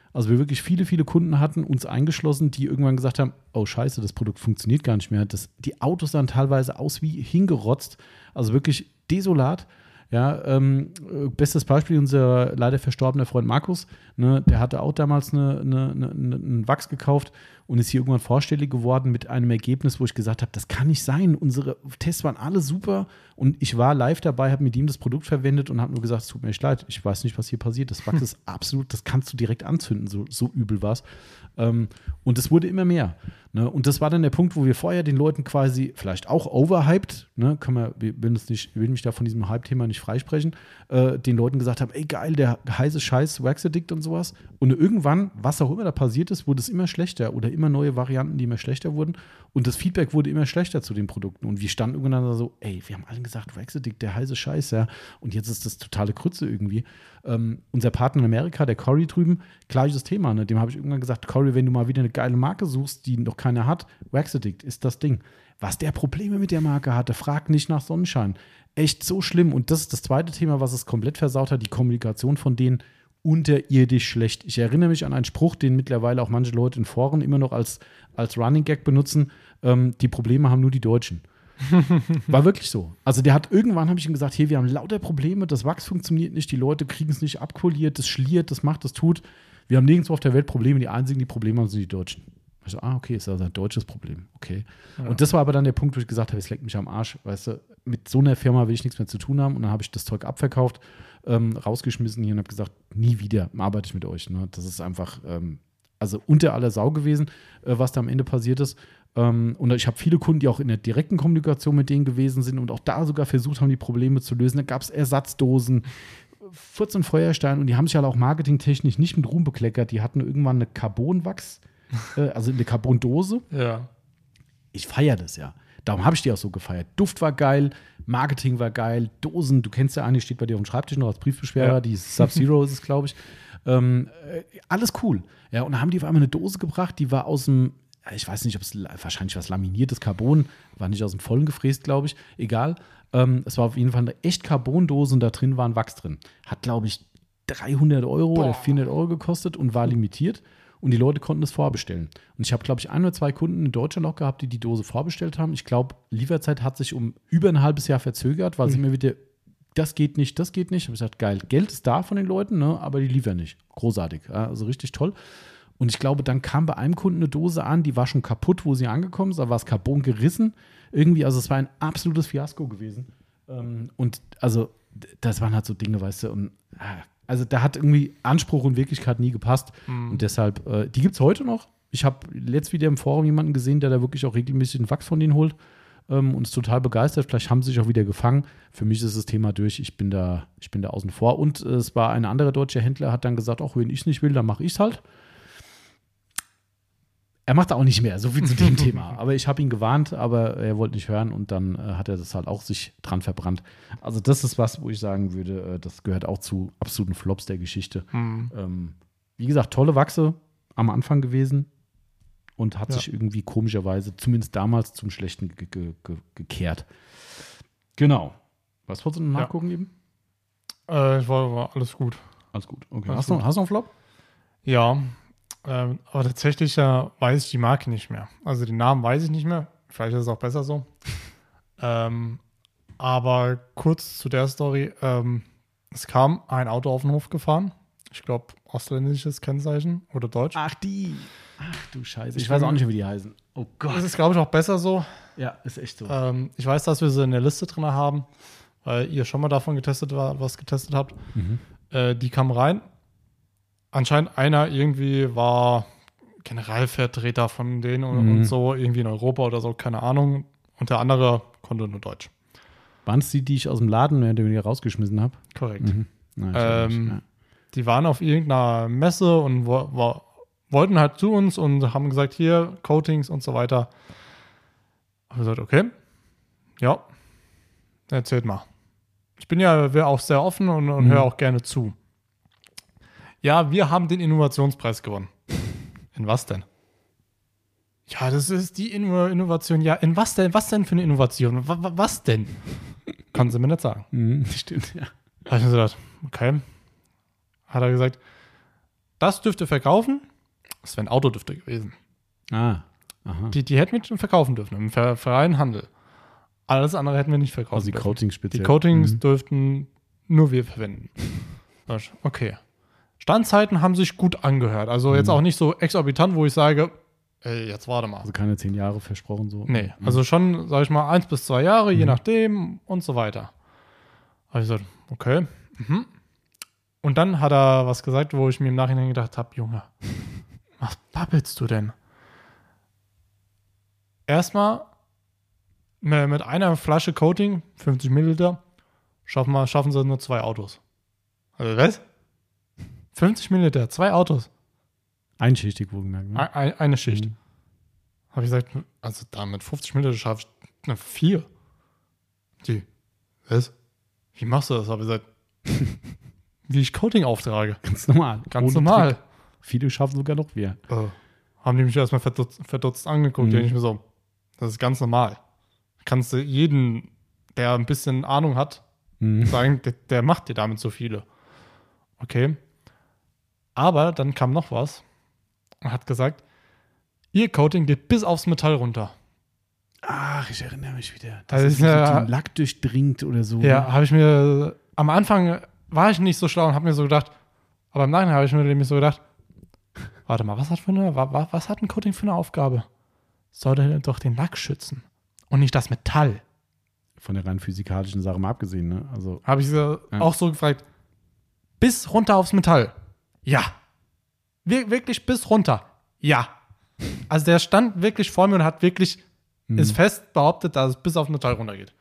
A: Also wir wirklich viele, viele Kunden hatten, uns eingeschlossen, die irgendwann gesagt haben, oh scheiße, das Produkt funktioniert gar nicht mehr. Das, die Autos sahen teilweise aus wie hingerotzt, also wirklich desolat. Ja, ähm, bestes Beispiel, unser leider verstorbener Freund Markus, ne, der hatte auch damals eine, eine, eine, einen Wachs gekauft und ist hier irgendwann vorstellig geworden mit einem Ergebnis, wo ich gesagt habe, das kann nicht sein. Unsere Tests waren alle super und ich war live dabei, habe mit ihm das Produkt verwendet und habe nur gesagt, es tut mir echt leid, ich weiß nicht, was hier passiert. Das Wachs ist absolut, das kannst du direkt anzünden, so, so übel war es. Ähm, und es wurde immer mehr. Ne? Und das war dann der Punkt, wo wir vorher den Leuten quasi vielleicht auch overhyped, ne, kann man, will, das nicht, will mich da von diesem Hype-Thema nicht freisprechen, äh, den Leuten gesagt haben, ey geil, der heiße Scheiß, Wax Addict und sowas. Und irgendwann, was auch immer da passiert ist, wurde es immer schlechter oder immer neue Varianten, die immer schlechter wurden. Und das Feedback wurde immer schlechter zu den Produkten. Und wir standen irgendwann da so, ey, wir haben alle gesagt, Wax Addict, der heiße Scheiß, ja. Und jetzt ist das totale Krütze irgendwie. Ähm, unser Partner in Amerika, der Cory drüben, gleiches Thema. Ne? Dem habe ich irgendwann gesagt, Cory, wenn du mal wieder eine geile Marke suchst, die noch keiner hat, Wax Addict ist das Ding. Was der Probleme mit der Marke hatte, frag nicht nach Sonnenschein. Echt so schlimm. Und das ist das zweite Thema, was es komplett versaut hat, die Kommunikation von denen unterirdisch schlecht. Ich erinnere mich an einen Spruch, den mittlerweile auch manche Leute in Foren immer noch als, als Running Gag benutzen. Ähm, die Probleme haben nur die Deutschen. War wirklich so. Also der hat irgendwann, habe ich ihm gesagt, hier, wir haben lauter Probleme, das Wachs funktioniert nicht, die Leute kriegen es nicht abpoliert, das schliert, das macht, das tut. Wir haben nirgendwo auf der Welt Probleme, die einzigen, die Probleme haben, sind die Deutschen. Ich so, ah, okay, ist also ein deutsches Problem, okay. Ja. Und das war aber dann der Punkt, wo ich gesagt habe, es leckt mich am Arsch, weißt du, mit so einer Firma will ich nichts mehr zu tun haben und dann habe ich das Zeug abverkauft, ähm, rausgeschmissen hier und habe gesagt, nie wieder arbeite ich mit euch. Ne? Das ist einfach, ähm, also unter aller Sau gewesen, äh, was da am Ende passiert ist. Um, und ich habe viele Kunden, die auch in der direkten Kommunikation mit denen gewesen sind und auch da sogar versucht haben, die Probleme zu lösen. Da gab es Ersatzdosen, vierzehn Feuersteine und die haben sich halt auch marketingtechnisch nicht mit Ruhm bekleckert. Die hatten irgendwann eine Carbonwachs, äh, also eine Carbondose.
B: Ja.
A: Ich feiere das ja. Darum habe ich die auch so gefeiert. Duft war geil, Marketing war geil, Dosen, du kennst ja eine, die steht bei dir auf dem Schreibtisch noch als Briefbeschwerer, ja. Die Sub-Zero ist es, glaube ich. Ähm, äh, alles cool. Ja, und dann haben die auf einmal eine Dose gebracht, die war aus dem ich weiß nicht, ob es wahrscheinlich was laminiertes Carbon, war nicht aus dem Vollen gefräst, glaube ich, egal. Ähm, es war auf jeden Fall eine echt Carbondose und da drin war ein Wachs drin. Hat, glaube ich, dreihundert Euro Boah. Oder vierhundert Euro gekostet und war limitiert und die Leute konnten es vorbestellen. Und ich habe, glaube ich, ein oder zwei Kunden in Deutschland auch gehabt, die die Dose vorbestellt haben. Ich glaube, Lieferzeit hat sich um über ein halbes Jahr verzögert, weil mhm. sie immer wieder, das geht nicht, das geht nicht. Ich habe gesagt, geil, Geld ist da von den Leuten, ne, aber die liefern nicht. Großartig, ja, also richtig toll. Und ich glaube, dann kam bei einem Kunden eine Dose an, die war schon kaputt, wo sie angekommen ist, da war das Carbon gerissen. Irgendwie, also es war ein absolutes Fiasko gewesen. Und also, das waren halt so Dinge, weißt du, und also da hat irgendwie Anspruch und Wirklichkeit nie gepasst. Mhm. Und deshalb, äh, die gibt es heute noch. Ich habe letzt wieder im Forum jemanden gesehen, der da wirklich auch regelmäßig einen Wachs von denen holt ähm, und ist total begeistert. Vielleicht haben sie sich auch wieder gefangen. Für mich ist das Thema durch. Ich bin da, ich bin da außen vor. Und äh, es war ein anderer deutscher Händler, hat dann gesagt, auch wenn ich es nicht will, dann mache ich es halt. Er macht auch nicht mehr, so viel zu dem Thema. Aber ich habe ihn gewarnt, aber er wollte nicht hören und dann äh, hat er das halt auch sich dran verbrannt. Also das ist was, wo ich sagen würde, äh, das gehört auch zu absoluten Flops der Geschichte. Mhm. Ähm, wie gesagt, tolle Wachse am Anfang gewesen und hat ja. sich irgendwie komischerweise, zumindest damals, zum Schlechten ge- ge- ge- gekehrt. Genau. Was wolltest du noch nachgucken,
B: ja.
A: eben?
B: Äh, ich war, war alles gut.
A: Alles gut, okay.
B: Alles
A: hast,
B: gut.
A: Du, hast du noch einen Flop?
B: Ja, Ähm, aber tatsächlich äh, weiß ich die Marke nicht mehr. Also den Namen weiß ich nicht mehr. Vielleicht ist es auch besser so. ähm, aber kurz zu der Story. Ähm, es kam ein Auto auf den Hof gefahren. Ich glaube, ausländisches Kennzeichen oder deutsch.
A: Ach, die. Ach du Scheiße. Ich, ich weiß auch nicht, wie die heißen. Oh Gott.
B: Das ist, glaube ich, auch besser so.
A: Ja, ist echt so.
B: Ähm, ich weiß, dass wir sie in der Liste drin haben, weil ihr schon mal davon getestet war, was getestet habt. Mhm. Äh, die kam rein. Anscheinend einer irgendwie war Generalvertreter von denen und, mhm. und so, irgendwie in Europa oder so, keine Ahnung. Und der andere konnte nur Deutsch.
A: Waren es die, die ich aus dem Laden mehr oder weniger rausgeschmissen habe?
B: Korrekt.
A: Mhm. Nein,
B: ähm, ja. Die waren auf irgendeiner Messe und wo, wo, wollten halt zu uns und haben gesagt, hier, Coatings und so weiter. Ich habe gesagt, okay, ja, erzählt mal. Ich bin ja auch sehr offen und, und mhm. höre auch gerne zu. Ja, wir haben den Innovationspreis gewonnen. In was denn? Ja, das ist die Inno- Innovation. Ja, in was denn? Was denn für eine Innovation? W- w- was denn? Kann sie mir nicht sagen.
A: Mhm, stimmt, ja.
B: Da habe ich mir gedacht, okay. Hat er gesagt, das dürfte verkaufen. Das wären Autodüfte gewesen.
A: Ah, aha.
B: Die, die hätten wir schon verkaufen dürfen im ver- freien Handel. Alles andere hätten wir nicht verkaufen
A: Also die
B: dürfen.
A: Coatings speziell.
B: Die Coatings
A: Mhm.
B: dürften nur wir verwenden. Okay. Standzeiten haben sich gut angehört. Also jetzt
A: Mhm.
B: auch nicht so exorbitant, wo ich sage, ey, jetzt warte mal.
A: Also keine zehn Jahre versprochen so.
B: Nee,
A: Mhm.
B: also schon, sag ich mal, eins bis zwei Jahre, je
A: Mhm.
B: nachdem und so weiter. Habe ich gesagt, okay. Mhm. Und dann hat er was gesagt, wo ich mir im Nachhinein gedacht habe, Junge, was babbelst du denn? Erstmal mit mit einer Flasche Coating, fünfzig Milliliter, schaffen, wir, schaffen sie nur zwei Autos. Also was? fünfzig Milliliter, zwei Autos,
A: Einschichtig wohlgemerkt. Ne?
B: ein, ein, eine Schicht.
A: Mhm.
B: Habe ich gesagt, also da mit fünfzig Milliliter schaffe ich eine vier. Die, was? Wie machst du das? Habe ich gesagt, wie ich Coating auftrage.
A: Ganz normal.
B: Ganz
A: Ohne
B: normal.
A: Trick. Viele schaffen sogar noch wir.
B: Äh, haben die mich erstmal verdutzt, verdutzt angeguckt.
A: Mhm.
B: Da denke ich mir so, das ist ganz normal. Kannst du jeden, der ein bisschen Ahnung hat,
A: Mhm.
B: sagen, der, der macht dir damit so viele. Okay. Aber dann kam noch was und hat gesagt, ihr Coating geht bis aufs Metall runter.
A: Ach, ich erinnere mich wieder.
B: Das
A: Das
B: ist
A: ist
B: ja-
A: so den Lack durchdringt oder so.
B: Ja,
A: ne?
B: habe ich mir, am Anfang war ich nicht so schlau und habe mir so gedacht, aber im Nachhinein habe ich mir nämlich so gedacht, warte mal, was hat, für eine, wa- wa- was hat ein Coating für eine Aufgabe? Sollte doch den Lack schützen und nicht das Metall.
A: Von der rein physikalischen Sache mal abgesehen. Ne? Also,
B: Habe ich sie
A: Ja.
B: auch so gefragt, bis runter aufs Metall? Ja. Wir, wirklich bis runter? Ja. Also der stand wirklich vor mir und hat wirklich,
A: Mhm.
B: ist fest behauptet, dass es bis auf Metall runtergeht.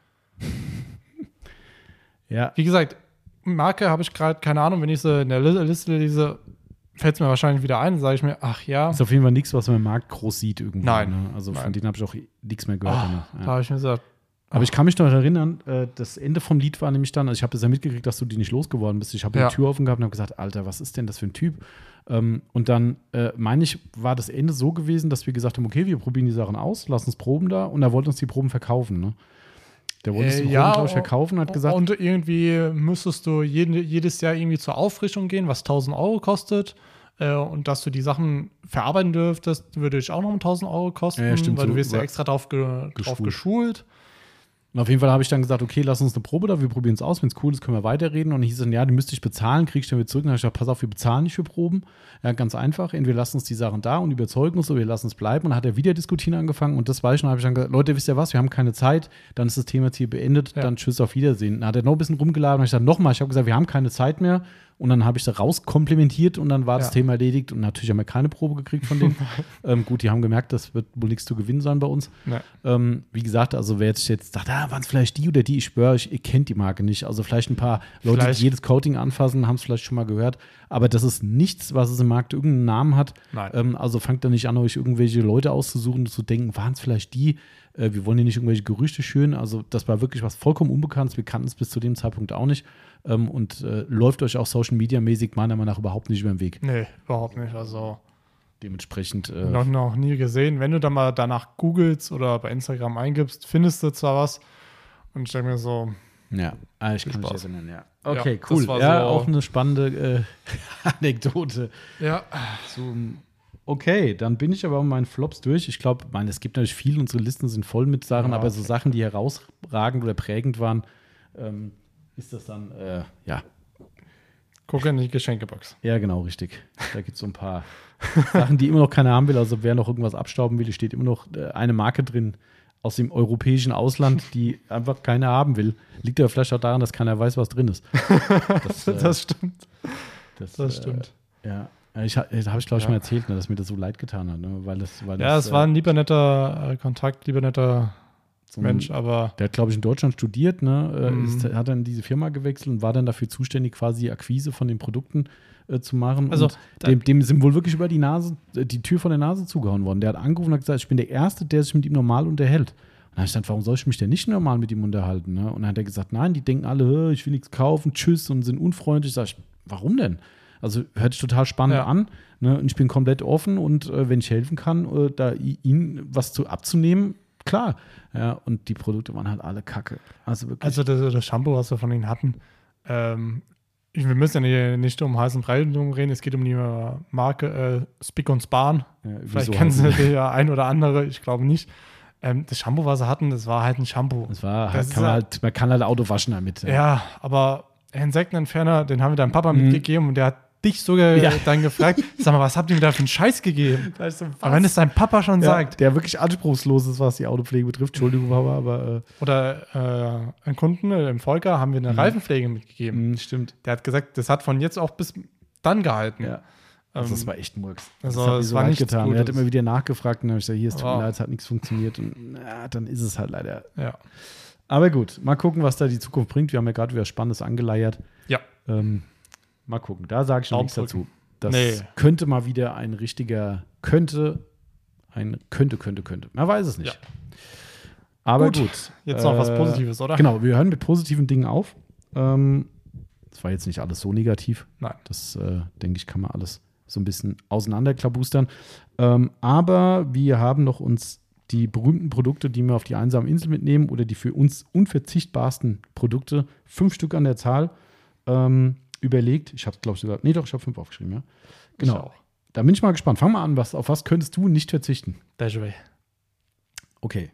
A: ja,
B: Wie gesagt, Marke habe ich gerade, keine Ahnung, wenn ich sie in der Li- Liste lese, fällt es mir wahrscheinlich wieder ein, sage ich mir, ach ja,
A: ist auf jeden Fall nichts, was man im Markt groß sieht irgendwo.
B: Nein.
A: Ne? Also von
B: Nein.
A: denen habe ich auch nichts mehr gehört.
B: ah,
A: danach.
B: da
A: Ja.
B: habe ich mir gesagt,
A: Aber ich kann mich noch erinnern, äh, das Ende vom Lied war nämlich dann, also ich habe das ja mitgekriegt, dass du die nicht losgeworden bist. Ich habe
B: Ja.
A: die Tür offen gehabt und habe gesagt, Alter, was ist denn das für ein Typ? Ähm, und dann, äh, meine ich, war das Ende so gewesen, dass wir gesagt haben, okay, wir probieren die Sachen aus, lass uns Proben da und er wollte uns die Proben verkaufen. Ne? Der wollte uns die
B: Äh,
A: Proben,
B: ja,
A: glaube ich, verkaufen und hat gesagt,
B: und irgendwie müsstest du jede, jedes Jahr irgendwie zur Auffrischung gehen, was tausend Euro kostet. Äh, und dass du die Sachen verarbeiten dürftest, würde dich auch noch um tausend Euro kosten,
A: Ja, stimmt,
B: weil
A: so
B: du wirst ja
A: über-
B: extra drauf, ge drauf
A: geschult.
B: geschult.
A: und auf jeden Fall habe ich dann gesagt, okay, lass uns eine Probe da, wir probieren es aus, wenn es cool ist, können wir weiterreden. Und dann hieß es dann, ja, die müsste ich bezahlen, kriegst du dann wieder zurück. Und dann habe ich gesagt, pass auf, wir bezahlen nicht für Proben. Ja, ganz einfach, entweder lassen uns die Sachen da und überzeugen uns oder wir lassen es bleiben. Und dann hat er wieder diskutieren angefangen und das weiß ich, und dann habe ich dann gesagt, Leute, wisst ihr was, wir haben keine Zeit, dann ist das Thema jetzt hier beendet,
B: Ja.
A: dann tschüss, auf Wiedersehen. Dann hat er noch ein bisschen rumgeladen und ich gesagt, nochmal, ich habe gesagt, wir haben keine Zeit mehr. Und dann habe ich da rauskomplimentiert und dann war das
B: Ja.
A: Thema erledigt. Und natürlich haben wir keine Probe gekriegt von denen. ähm, gut, die haben gemerkt, das wird wohl nichts zu gewinnen sein bei uns.
B: Ne.
A: Ähm, wie gesagt, also wer jetzt, jetzt sagt, ah, waren es vielleicht die oder die, ich schwöre, ich, ihr kennt die Marke nicht. Also vielleicht ein paar Leute,
B: Vielleicht-
A: die jedes Coating anfassen, haben es vielleicht schon mal gehört. Aber das ist nichts, was es im Markt irgendeinen Namen hat.
B: Nein.
A: Ähm, also fangt da nicht an, euch irgendwelche Leute auszusuchen und zu denken, waren es vielleicht die? Äh, wir wollen hier nicht irgendwelche Gerüchte schüren. Also das war wirklich was vollkommen Unbekanntes. Wir kannten es bis zu dem Zeitpunkt auch nicht. Ähm, und äh, läuft euch auch Social Media mäßig meiner Meinung nach überhaupt nicht über den Weg.
B: Nee, überhaupt nicht. Also
A: Dementsprechend. Äh,
B: noch, noch nie gesehen. Wenn du da mal danach googelst oder bei Instagram eingibst, findest du zwar was. Und ich denke mir so,
A: Ja, ah, ich
B: Viel
A: kann mich
B: Spaß.
A: erinnern, ja. Okay,
B: Ja, das
A: cool.
B: war
A: Ja,
B: so-
A: auch eine spannende äh, Anekdote.
B: ja,
A: Zum okay, dann bin ich aber um meinen Flops durch. Ich glaube, meine, es gibt natürlich viel, unsere Listen sind voll mit Sachen,
B: Ja.
A: aber so Sachen, die herausragend oder prägend waren, ähm, ist das dann, äh, ja,
B: guck in die Geschenkebox.
A: ja, genau, richtig. Da gibt es so ein paar Sachen, die immer noch keiner haben will. Also wer noch irgendwas abstauben will, steht immer noch äh, eine Marke drin aus dem europäischen Ausland, die einfach keiner haben will. Liegt aber vielleicht auch daran, dass keiner weiß, was drin ist. Das, äh,
B: Das stimmt.
A: das,
B: Das
A: äh,
B: stimmt.
A: Ja, ich, ha- das habe ich, glaube ich,
B: Ja.
A: mal erzählt, ne, dass mir das so leid getan hat. Ne, weil das, weil
B: Ja,
A: das,
B: es war ein lieber netter äh, Kontakt, lieber netter
A: so ein-
B: Mensch, aber
A: Der hat, glaube ich, in Deutschland studiert, ne? äh,
B: Mhm.
A: Ist, hat dann diese Firma gewechselt und war dann dafür zuständig, quasi die Akquise von den Produkten äh, zu machen.
B: Also,
A: und
B: da-
A: dem, dem sind wohl wirklich über die Nase, äh, die Tür von der Nase zugehauen worden. Der hat angerufen und hat gesagt, ich bin der Erste, der sich mit ihm normal unterhält. Und dann habe ich gesagt, warum soll ich mich denn nicht normal mit ihm unterhalten? Ne? Und dann hat er gesagt, nein, die denken alle, "Hä, ich will nichts kaufen, tschüss und sind unfreundlich. Sag ich, warum denn? Also hört sich total spannend
B: Ja.
A: an. Ne? Und ich bin komplett offen und äh, wenn ich helfen kann, äh, da i- ihnen was zu abzunehmen, klar. Ja, und die Produkte waren halt alle kacke. Also wirklich.
B: also das, das Shampoo, was wir von ihnen hatten, ähm, wir müssen ja nicht um heißen Brei drum reden, es geht um die Marke äh, Spick und Span.
A: Ja,
B: Vielleicht kennen sie die ja ein oder andere, ich glaube nicht. Ähm, das Shampoo, was sie hatten, das war halt ein Shampoo.
A: Das war,
B: Das
A: halt, kann man, halt, man kann halt Auto waschen damit.
B: Ja, ja aber Insektenentferner, den haben wir deinem Papa mhm. mitgegeben und der hat dich sogar ja. dann gefragt, sag mal, was habt ihr mir da für einen Scheiß gegeben? Weißt du, aber wenn es dein Papa schon ja, sagt.
A: Der wirklich anspruchslos ist, was die Autopflege betrifft. Entschuldigung, Papa, aber. Äh
B: Oder äh, ein Kunden, äh, im Volker, haben wir eine mhm. Reifenpflege mitgegeben.
A: Mhm, stimmt.
B: Der hat gesagt, das hat von jetzt auch bis dann gehalten.
A: Ja. Also das war echt ein Murks.
B: Also
A: das hat
B: es
A: so
B: war
A: leid
B: nichts
A: getan.
B: Gutes.
A: Er hat immer wieder nachgefragt und dann habe ich gesagt, hier, es tut
B: oh.
A: mir leid, es hat nichts funktioniert. Und na, dann ist es halt leider.
B: Ja.
A: Aber gut, mal gucken, was da die Zukunft bringt. Wir haben ja gerade wieder Spannendes angeleiert.
B: Ja.
A: Ähm, mal gucken, da sage ich noch nichts dazu. Das
B: nee.
A: könnte mal wieder ein richtiger, könnte, ein könnte, könnte, könnte. Man weiß es nicht.
B: Ja.
A: Aber
B: gut.
A: gut.
B: Jetzt noch äh, was Positives, oder?
A: Genau, wir hören mit positiven Dingen auf. Ähm, das war jetzt nicht alles so negativ.
B: Nein.
A: Das, äh, denke ich, kann man alles so ein bisschen auseinanderklabustern. Ähm, aber wir haben noch uns die berühmten Produkte, die wir auf die einsame Insel mitnehmen oder die für uns unverzichtbarsten Produkte, fünf Stück an der Zahl, ähm, überlegt. Ich habe es, glaube ich, sogar, nee doch, ich habe fünf aufgeschrieben, ja. Genau.
B: Ich auch.
A: Da bin ich mal gespannt. Fang mal an, was, auf was könntest du nicht verzichten?
B: Dejaway.
A: Okay.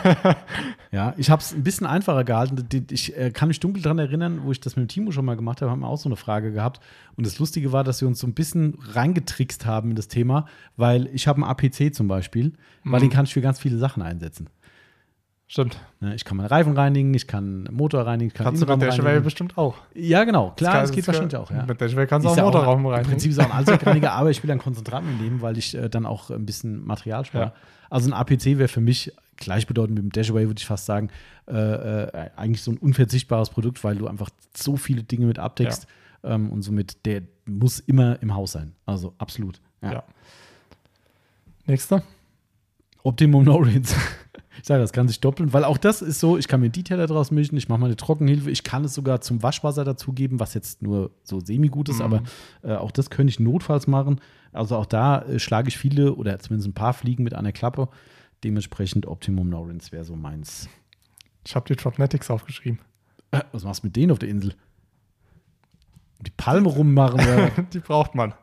A: Ja, ich habe es ein bisschen einfacher gehalten. Ich äh, kann mich dunkel daran erinnern, wo ich das mit dem Timo schon mal gemacht habe, haben wir auch so eine Frage gehabt. Und das Lustige war, dass wir uns so ein bisschen reingetrickst haben in das Thema, weil ich habe einen A P C zum Beispiel, weil
B: Mhm.
A: den kann ich für ganz viele Sachen einsetzen.
B: Stimmt.
A: Ne, ich kann meinen Reifen reinigen, ich kann einen Motor reinigen, ich kann
B: Kannst du mit
A: Innenraum
B: Dejaway
A: reinigen.
B: bestimmt auch.
A: Ja, genau. Klar,
B: kann-
A: das geht
B: kann-
A: wahrscheinlich auch. Ja.
B: Mit Dejaway kannst du
A: Ist
B: auch
A: ja
B: einen Motorraum
A: Im
B: rein.
A: Prinzip ist es auch ein Allzweckreiniger, aber ich will ein Konzentrat mitnehmen, weil ich äh, dann auch ein bisschen Material spare.
B: Ja.
A: Also ein A P C wäre für mich gleichbedeutend mit dem Dejaway, würde ich fast sagen, äh, äh, eigentlich so ein unverzichtbares Produkt, weil du einfach so viele Dinge mit abdeckst ähm, und somit der muss immer im Haus sein. Also absolut. Ja.
B: Ja. Nächster.
A: Optimum No-Rinse. Ich sage, das kann sich doppeln, weil auch das ist so, ich kann mir einen Detailer draus mischen, ich mache mal eine Trockenhilfe, ich kann es sogar zum Waschwasser dazugeben, was jetzt nur so semi-gut ist,
B: Mhm.
A: aber äh, auch das könnte ich notfalls machen. Also auch da äh, schlage ich viele oder zumindest ein paar Fliegen mit einer Klappe. Dementsprechend Optimum No-Rinse wäre so meins.
B: Ich habe die Dropnetics aufgeschrieben.
A: Äh, was machst du mit denen auf der Insel? Die Palme rummachen? Oder?
B: Die braucht man.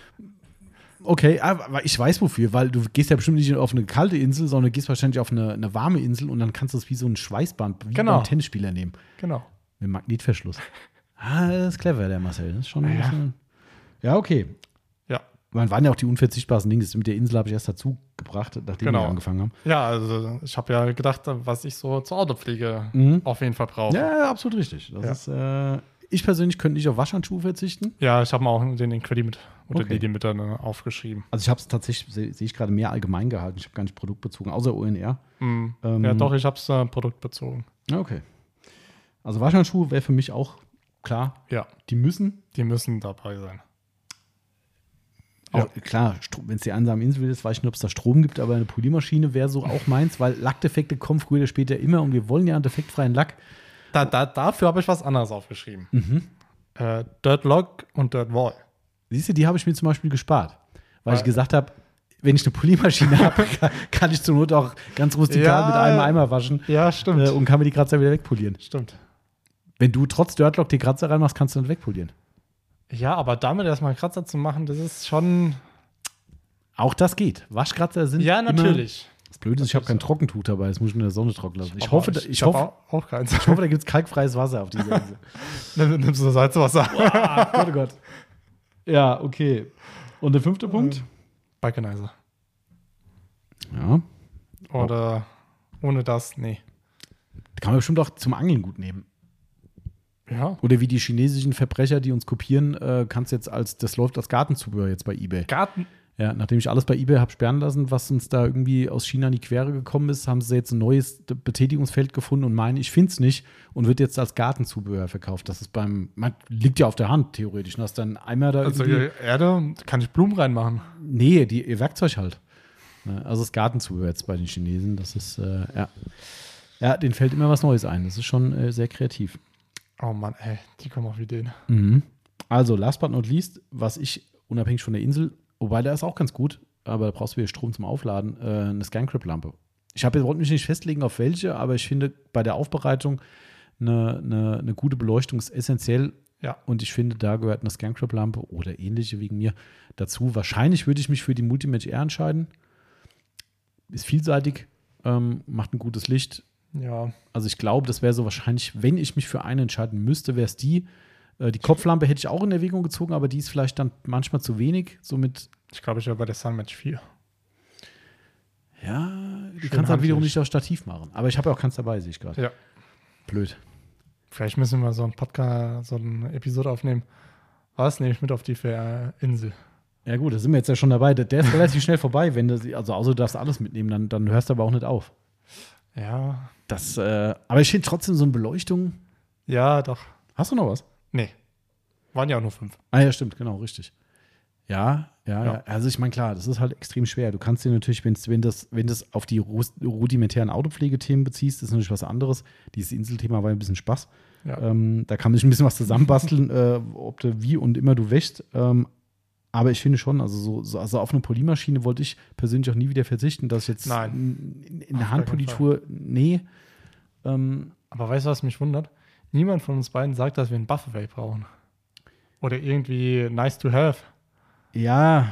A: Okay, aber ich weiß wofür, weil du gehst ja bestimmt nicht auf eine kalte Insel, sondern du gehst wahrscheinlich auf eine, eine warme Insel und dann kannst du es wie so ein Schweißband, wie
B: Genau.
A: beim Tennisspieler nehmen.
B: Genau.
A: Mit Magnetverschluss. Ah, das ist clever, der Marcel. Das ist schon ein
B: Ja.
A: bisschen. Ja, okay.
B: Ja.
A: Man waren ja auch die unverzichtbarsten Dinge. Das mit der Insel habe ich erst dazu gebracht, nachdem
B: Genau.
A: wir angefangen haben.
B: Ja, also ich habe ja gedacht, was ich so zur Autopflege
A: Mhm.
B: auf jeden Fall brauche.
A: Ja, ja, absolut richtig. Das
B: Ja.
A: ist, äh, ich persönlich könnte nicht auf Waschhandschuhe verzichten.
B: Ja, ich habe mir auch den Inquidi mit oder
A: Okay.
B: die, die mit dann äh, aufgeschrieben.
A: Also ich habe es tatsächlich, sehe seh ich gerade, mehr allgemein gehalten. Ich habe gar nicht produktbezogen, außer O N R.
B: Mhm.
A: Ähm,
B: ja, doch, ich habe es äh, produktbezogen.
A: Ja, okay. Also Waschhandschuhe wäre für mich auch klar.
B: Ja,
A: Die müssen.
B: die müssen dabei sein.
A: Auch, klar, wenn es die einsame Insel ist, weiß ich nicht, ob es da Strom gibt, aber eine Poliermaschine wäre so auch meins, weil Lackdefekte kommen früher oder später immer und wir wollen ja einen defektfreien Lack.
B: Da, da, dafür habe ich was anderes aufgeschrieben.
A: Mhm.
B: Äh, Dirt Log und Dirt Wall.
A: Siehst du, die habe ich mir zum Beispiel gespart, weil
B: Weil-
A: ich gesagt habe, wenn ich eine Poliermaschine habe, kann, kann ich zur Not auch ganz rustikal
B: Ja.
A: mit einem Eimer waschen
B: Ja, stimmt.
A: äh, und kann mir die Kratzer wieder wegpolieren.
B: Stimmt.
A: Wenn du trotz Dirtlock die Kratzer reinmachst, kannst du dann wegpolieren.
B: Ja, aber damit erstmal einen Kratzer zu machen, das ist schon.
A: Auch das geht. Waschkratzer sind
B: Ja,
A: immer,
B: natürlich.
A: das Blöde ist, ich habe kein Trockentuch dabei, das muss ich in der Sonne trocknen lassen. Ich
B: Aber
A: hoffe, da- ich,
B: hab
A: hoffe,
B: auch, auch keins.
A: ich hoffe, da gibt es kalkfreies Wasser auf dieser Insel.
B: Nimm- Nimmst du das Salzwasser?
A: Ah, Gott, oh Gott. Ja, okay. Und der fünfte Punkt?
B: Balkanizer.
A: Ja.
B: Oder ohne das, nee.
A: Kann man bestimmt auch zum Angeln gut nehmen.
B: Ja.
A: Oder wie die chinesischen Verbrecher, die uns kopieren, äh, kannst jetzt als, das läuft als Gartenzubehör jetzt bei eBay.
B: Garten.
A: Ja, nachdem ich alles bei eBay habe sperren lassen, was uns da irgendwie aus China in die Quere gekommen ist, haben sie jetzt ein neues Betätigungsfeld gefunden und meinen, ich finde es nicht und wird jetzt als Gartenzubehör verkauft. Das ist beim, man liegt ja auf der Hand theoretisch. Du hast dann Eimer da
B: Also
A: irgendwie.
B: Erde, kann ich Blumen reinmachen.
A: Nee, die, ihr Werkzeug halt. Ne, also das Gartenzubehör jetzt bei den Chinesen, das ist, äh, ja. Ja, denen fällt immer was Neues ein. Das ist schon äh, sehr kreativ.
B: Oh Mann, ey, die kommen auf Ideen.
A: Mhm. Also, last but not least, was ich unabhängig von der Insel, wobei der ist auch ganz gut, aber da brauchst du wieder Strom zum Aufladen, äh, eine Scancrip-Lampe. Ich habe wollte mich nicht festlegen, auf welche, aber ich finde bei der Aufbereitung eine, eine, eine gute Beleuchtung ist essentiell.
B: Ja.
A: Und ich finde, da gehört eine Scantrap-Lampe oder ähnliche wegen mir dazu. Wahrscheinlich würde ich mich für die Multimatch R entscheiden. Ist vielseitig, ähm, macht ein gutes Licht.
B: Ja.
A: Also ich glaube, das wäre so wahrscheinlich, wenn ich mich für eine entscheiden müsste, wäre es die. Äh, die Kopflampe hätte ich auch in Erwägung gezogen, aber die ist vielleicht dann manchmal zu wenig. Somit
B: Ich glaube, ich wäre bei der Sunmatch vier.
A: Ja, die
B: Schön
A: kannst halt wiederum
B: handlich.
A: nicht auf Stativ machen. Aber ich habe ja auch keins dabei, sehe ich gerade.
B: Ja.
A: Blöd.
B: Vielleicht müssen wir so einen Podcast, so eine Episode aufnehmen. Was nehme ich mit auf die Fair Insel?
A: Ja gut, da sind wir jetzt ja schon dabei. Der, der ist relativ schnell vorbei, wenn du, also außer du darfst alles mitnehmen, dann, dann hörst du aber auch nicht auf.
B: Ja.
A: Das, äh, aber ich finde trotzdem so eine Beleuchtung.
B: Ja, doch.
A: Hast du noch was?
B: Nee. Waren ja auch nur fünf.
A: Ah ja, stimmt, genau, richtig. Ja, ja,
B: Ja.
A: ja. Also ich meine, klar, das ist halt extrem schwer. Du kannst dir natürlich, wenn's, wenn das, wenn das auf die ru- rudimentären Autopflegethemen beziehst, ist natürlich was anderes. Dieses Inselthema war ein bisschen Spaß.
B: Ja.
A: Ähm, da kann man sich ein bisschen was zusammenbasteln, äh, ob du wie und immer du wäschst. Ähm, aber ich finde schon, also so, so also auf eine Polymaschine wollte ich persönlich auch nie wieder verzichten, dass ich jetzt
B: Nein.
A: in, in
B: Auf
A: der
B: gar
A: Handpolitur, nee. Ähm,
B: Aber weißt du, was mich wundert? Niemand von uns beiden sagt, dass wir einen Bufferway brauchen. Oder irgendwie nice to have.
A: ja,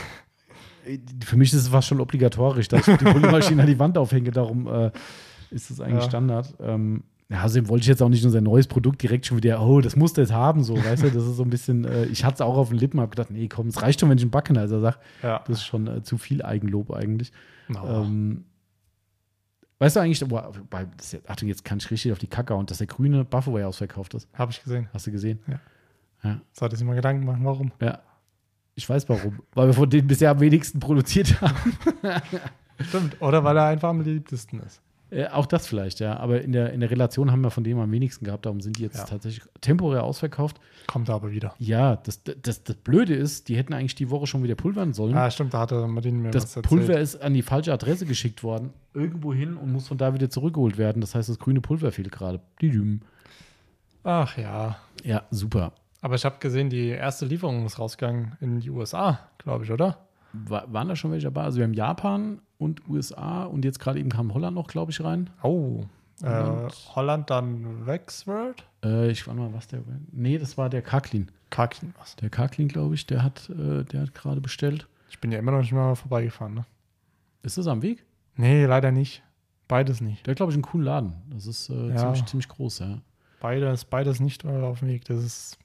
A: für mich ist es fast schon obligatorisch, dass ich die Polymaschine an die Wand aufhänge, darum äh, ist es eigentlich
B: Ja.
A: Standard. Ähm, ja, also wollte ich jetzt auch nicht unser neues Produkt direkt schon wieder, oh, das musst du jetzt haben, so, weißt du, das ist so ein bisschen, äh, ich hatte es auch auf den Lippen, habe gedacht, nee, komm, es reicht schon, wenn ich einen Backenhalter sage.
B: Ja.
A: Das ist schon äh, zu viel Eigenlob eigentlich.
B: No.
A: Ähm, weißt du eigentlich, boah, bei, das ist jetzt, Achtung, jetzt kann ich richtig auf die Kacke hauen, dass der grüne Bufferway ausverkauft ist.
B: Habe ich gesehen.
A: Hast du gesehen?
B: Ja.
A: Ja.
B: Sollte sich mal Gedanken machen, warum.
A: Ja. Ich weiß warum. Weil wir von denen bisher am wenigsten produziert haben.
B: Stimmt. Oder weil er einfach am beliebtesten ist.
A: Äh, auch das vielleicht, ja. Aber in der, in der Relation haben wir von dem am wenigsten gehabt. Darum sind die jetzt
B: Ja.
A: tatsächlich temporär ausverkauft.
B: Kommt aber wieder.
A: Ja, das, das, das Blöde ist, die hätten eigentlich die Woche schon wieder pulvern sollen.
B: Ah, stimmt, da hatte Martin mir
A: das
B: was erzählt.
A: Pulver ist an die falsche Adresse geschickt worden. Irgendwo hin und muss von da wieder zurückgeholt werden. Das heißt, das grüne Pulver fehlt gerade. Didüm.
B: Ach ja.
A: Ja, super.
B: Aber ich habe gesehen, die erste Lieferung ist rausgegangen in die U S A, glaube ich, oder?
A: War, waren da schon welche dabei? Also wir haben Japan und U S A und jetzt gerade eben kam Holland noch, glaube ich, rein.
B: Oh. Äh,
A: Holland.
B: Holland dann Wexford?
A: Äh, ich warte mal, was der. Nee, das war der Karklin.
B: Karkin was.
A: Der Karklin, glaube ich, der hat, äh, der hat gerade bestellt.
B: Ich bin ja immer noch nicht mal vorbeigefahren, ne?
A: Ist das am Weg?
B: Nee, leider nicht. Beides nicht.
A: Der hat, glaube ich, einen coolen Laden. Das ist äh,
B: Ja.
A: ziemlich, ziemlich groß, ja.
B: Beides, beides nicht äh, auf dem Weg. Das ist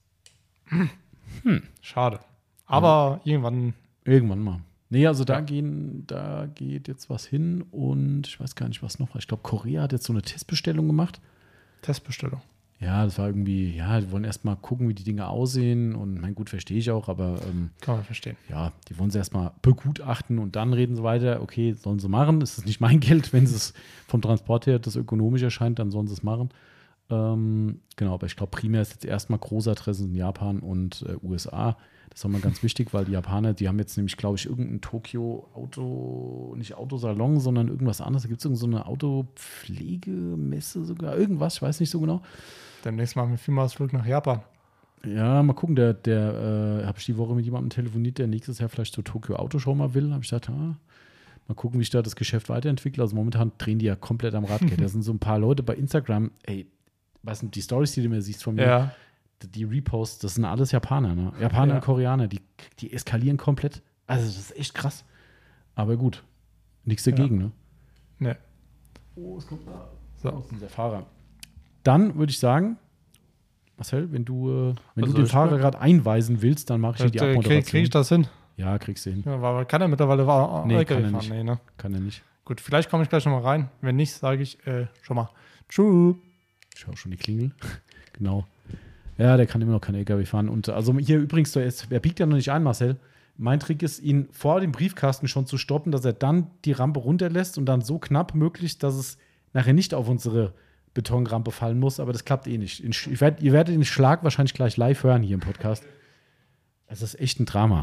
B: hm. schade. Aber irgendwann,
A: Irgendwann mal. Nee, also da
B: Ja.
A: gehen, da geht jetzt was hin und ich weiß gar nicht, was noch war. Ich glaube, Korea hat jetzt so eine Testbestellung gemacht.
B: Testbestellung.
A: Ja, das war irgendwie, ja, die wollen erst mal gucken, wie die Dinge aussehen und mein gut, verstehe ich auch, aber ähm,
B: Kann man verstehen.
A: ja, die wollen sie erstmal begutachten und dann reden sie weiter. Okay, sollen sie machen. Es ist nicht mein Geld. Wenn es vom Transport her das ökonomisch erscheint, dann sollen sie es machen. Ähm, genau, aber ich glaube, primär ist jetzt erstmal Großadresse in Japan und äh, U S A. Das ist auch mal ganz wichtig, weil die Japaner, die haben jetzt nämlich, glaube ich, irgendein Tokio-Auto, nicht Autosalon, sondern irgendwas anderes. Da gibt es irgendeine Autopflegemesse sogar, irgendwas, ich weiß nicht so genau.
B: Demnächst machen wir Filmausflug nach Japan.
A: Ja, mal gucken, der, der äh, habe ich die Woche mit jemandem telefoniert, der nächstes Jahr vielleicht zur Tokyo Autoshow mal will. Habe ich gedacht, ah, mal gucken, wie ich da das Geschäft weiterentwickle. Also momentan drehen die ja komplett am Rad. Da sind so ein paar Leute bei Instagram, ey, was sind die Stories, die du mir siehst von mir?
B: Ja.
A: Die Reposts, das sind alles Japaner, ne? Japaner,
B: Ja.
A: Koreaner, die, die eskalieren komplett. Also das ist echt krass. Aber gut, nichts
B: Ja.
A: dagegen, ne?
B: Ne.
A: Oh, es kommt da.
B: So.
A: Der Fahrer. Dann würde ich sagen, Marcel, wenn du, äh, wenn
B: Also
A: du den
B: ich
A: Fahrer
B: bin-
A: gerade einweisen willst, dann mache ich dir die
B: Äh, Krieg,
A: Abmoderation.
B: krieg ich das hin?
A: Ja, kriegst du hin.
B: Ja, aber kann er mittlerweile wa-
A: Nee,
B: L
A: kann
B: K W
A: er
B: fahren?
A: nicht.
B: Nee, ne?
A: Kann er nicht.
B: Gut, vielleicht komme ich gleich nochmal rein. Wenn nicht, sage ich äh, schon mal Tschüss.
A: Ich schau schon die Klingel. Genau. Ja, der kann immer noch kein L K W fahren. Und also hier übrigens, der, ist, der biegt ja noch nicht ein, Marcel. Mein Trick ist, ihn vor dem Briefkasten schon zu stoppen, dass er dann die Rampe runterlässt und dann so knapp möglichst, dass es nachher nicht auf unsere Betonrampe fallen muss. Aber das klappt eh nicht. Ich werd, ihr werdet den Schlag wahrscheinlich gleich live hören hier im Podcast. Es ist echt ein Drama.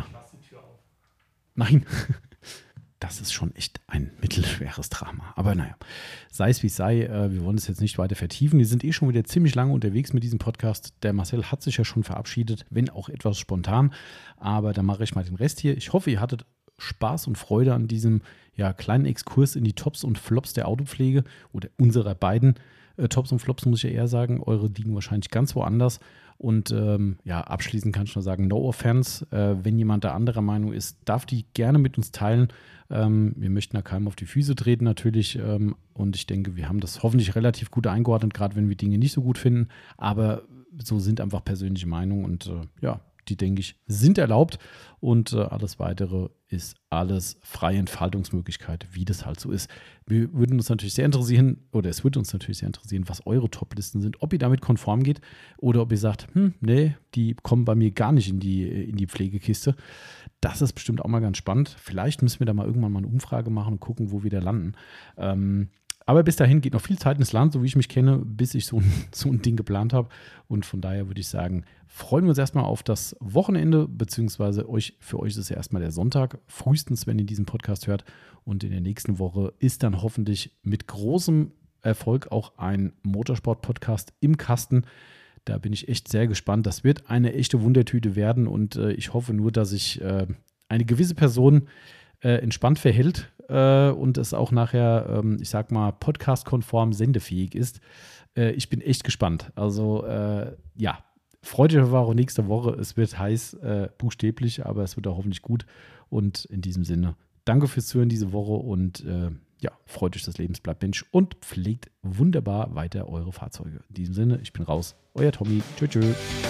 A: Nein. Das ist schon echt ein mittelschweres Drama. Aber naja, sei es wie es sei, äh, wir wollen es jetzt nicht weiter vertiefen. Wir sind eh schon wieder ziemlich lange unterwegs mit diesem Podcast. Der Marcel hat sich ja schon verabschiedet, wenn auch etwas spontan. Aber dann mache ich mal den Rest hier. Ich hoffe, ihr hattet Spaß und Freude an diesem ja, kleinen Exkurs in die Tops und Flops der Autopflege oder unserer beiden. Äh, Tops und Flops muss ich ja eher sagen, eure liegen wahrscheinlich ganz woanders. Und ähm, ja, abschließend kann ich nur sagen, no offense. Äh, wenn jemand da anderer Meinung ist, darf die gerne mit uns teilen. Ähm, wir möchten da keinem auf die Füße treten natürlich. Ähm, und ich denke, wir haben das hoffentlich relativ gut eingeordnet, gerade wenn wir Dinge nicht so gut finden. Aber so sind einfach persönliche Meinungen und äh, ja, die, denke ich, sind erlaubt und äh, alles Weitere ist alles freie Entfaltungsmöglichkeit, wie das halt so ist. Wir würden uns natürlich sehr interessieren, oder es würde uns natürlich sehr interessieren, was eure Top-Listen sind, ob ihr damit konform geht oder ob ihr sagt, hm, nee, die kommen bei mir gar nicht in die, in die Pflegekiste. Das ist bestimmt auch mal ganz spannend. Vielleicht müssen wir da mal irgendwann mal eine Umfrage machen und gucken, wo wir da landen. Ähm, Aber bis dahin geht noch viel Zeit ins Land, so wie ich mich kenne, bis ich so ein, so ein Ding geplant habe. Und von daher würde ich sagen, freuen wir uns erstmal auf das Wochenende, beziehungsweise euch, für euch ist es ja erstmal der Sonntag, frühestens, wenn ihr diesen Podcast hört. Und in der nächsten Woche ist dann hoffentlich mit großem Erfolg auch ein Motorsport-Podcast im Kasten. Da bin ich echt sehr gespannt. Das wird eine echte Wundertüte werden und äh, ich hoffe nur, dass sich äh, eine gewisse Person äh, entspannt verhält äh, und es auch nachher, ähm, ich sag mal, podcast-konform sendefähig ist. Äh, ich bin echt gespannt. Also, äh, ja, freut euch auf nächste Woche. Es wird heiß, äh, buchstäblich, aber es wird auch hoffentlich gut. Und in diesem Sinne, danke fürs Zuhören diese Woche und äh, ja, freut euch, das Leben bleibt Mensch und pflegt wunderbar weiter eure Fahrzeuge. In diesem Sinne, ich bin raus. Euer Tommy. Tschö, tschö.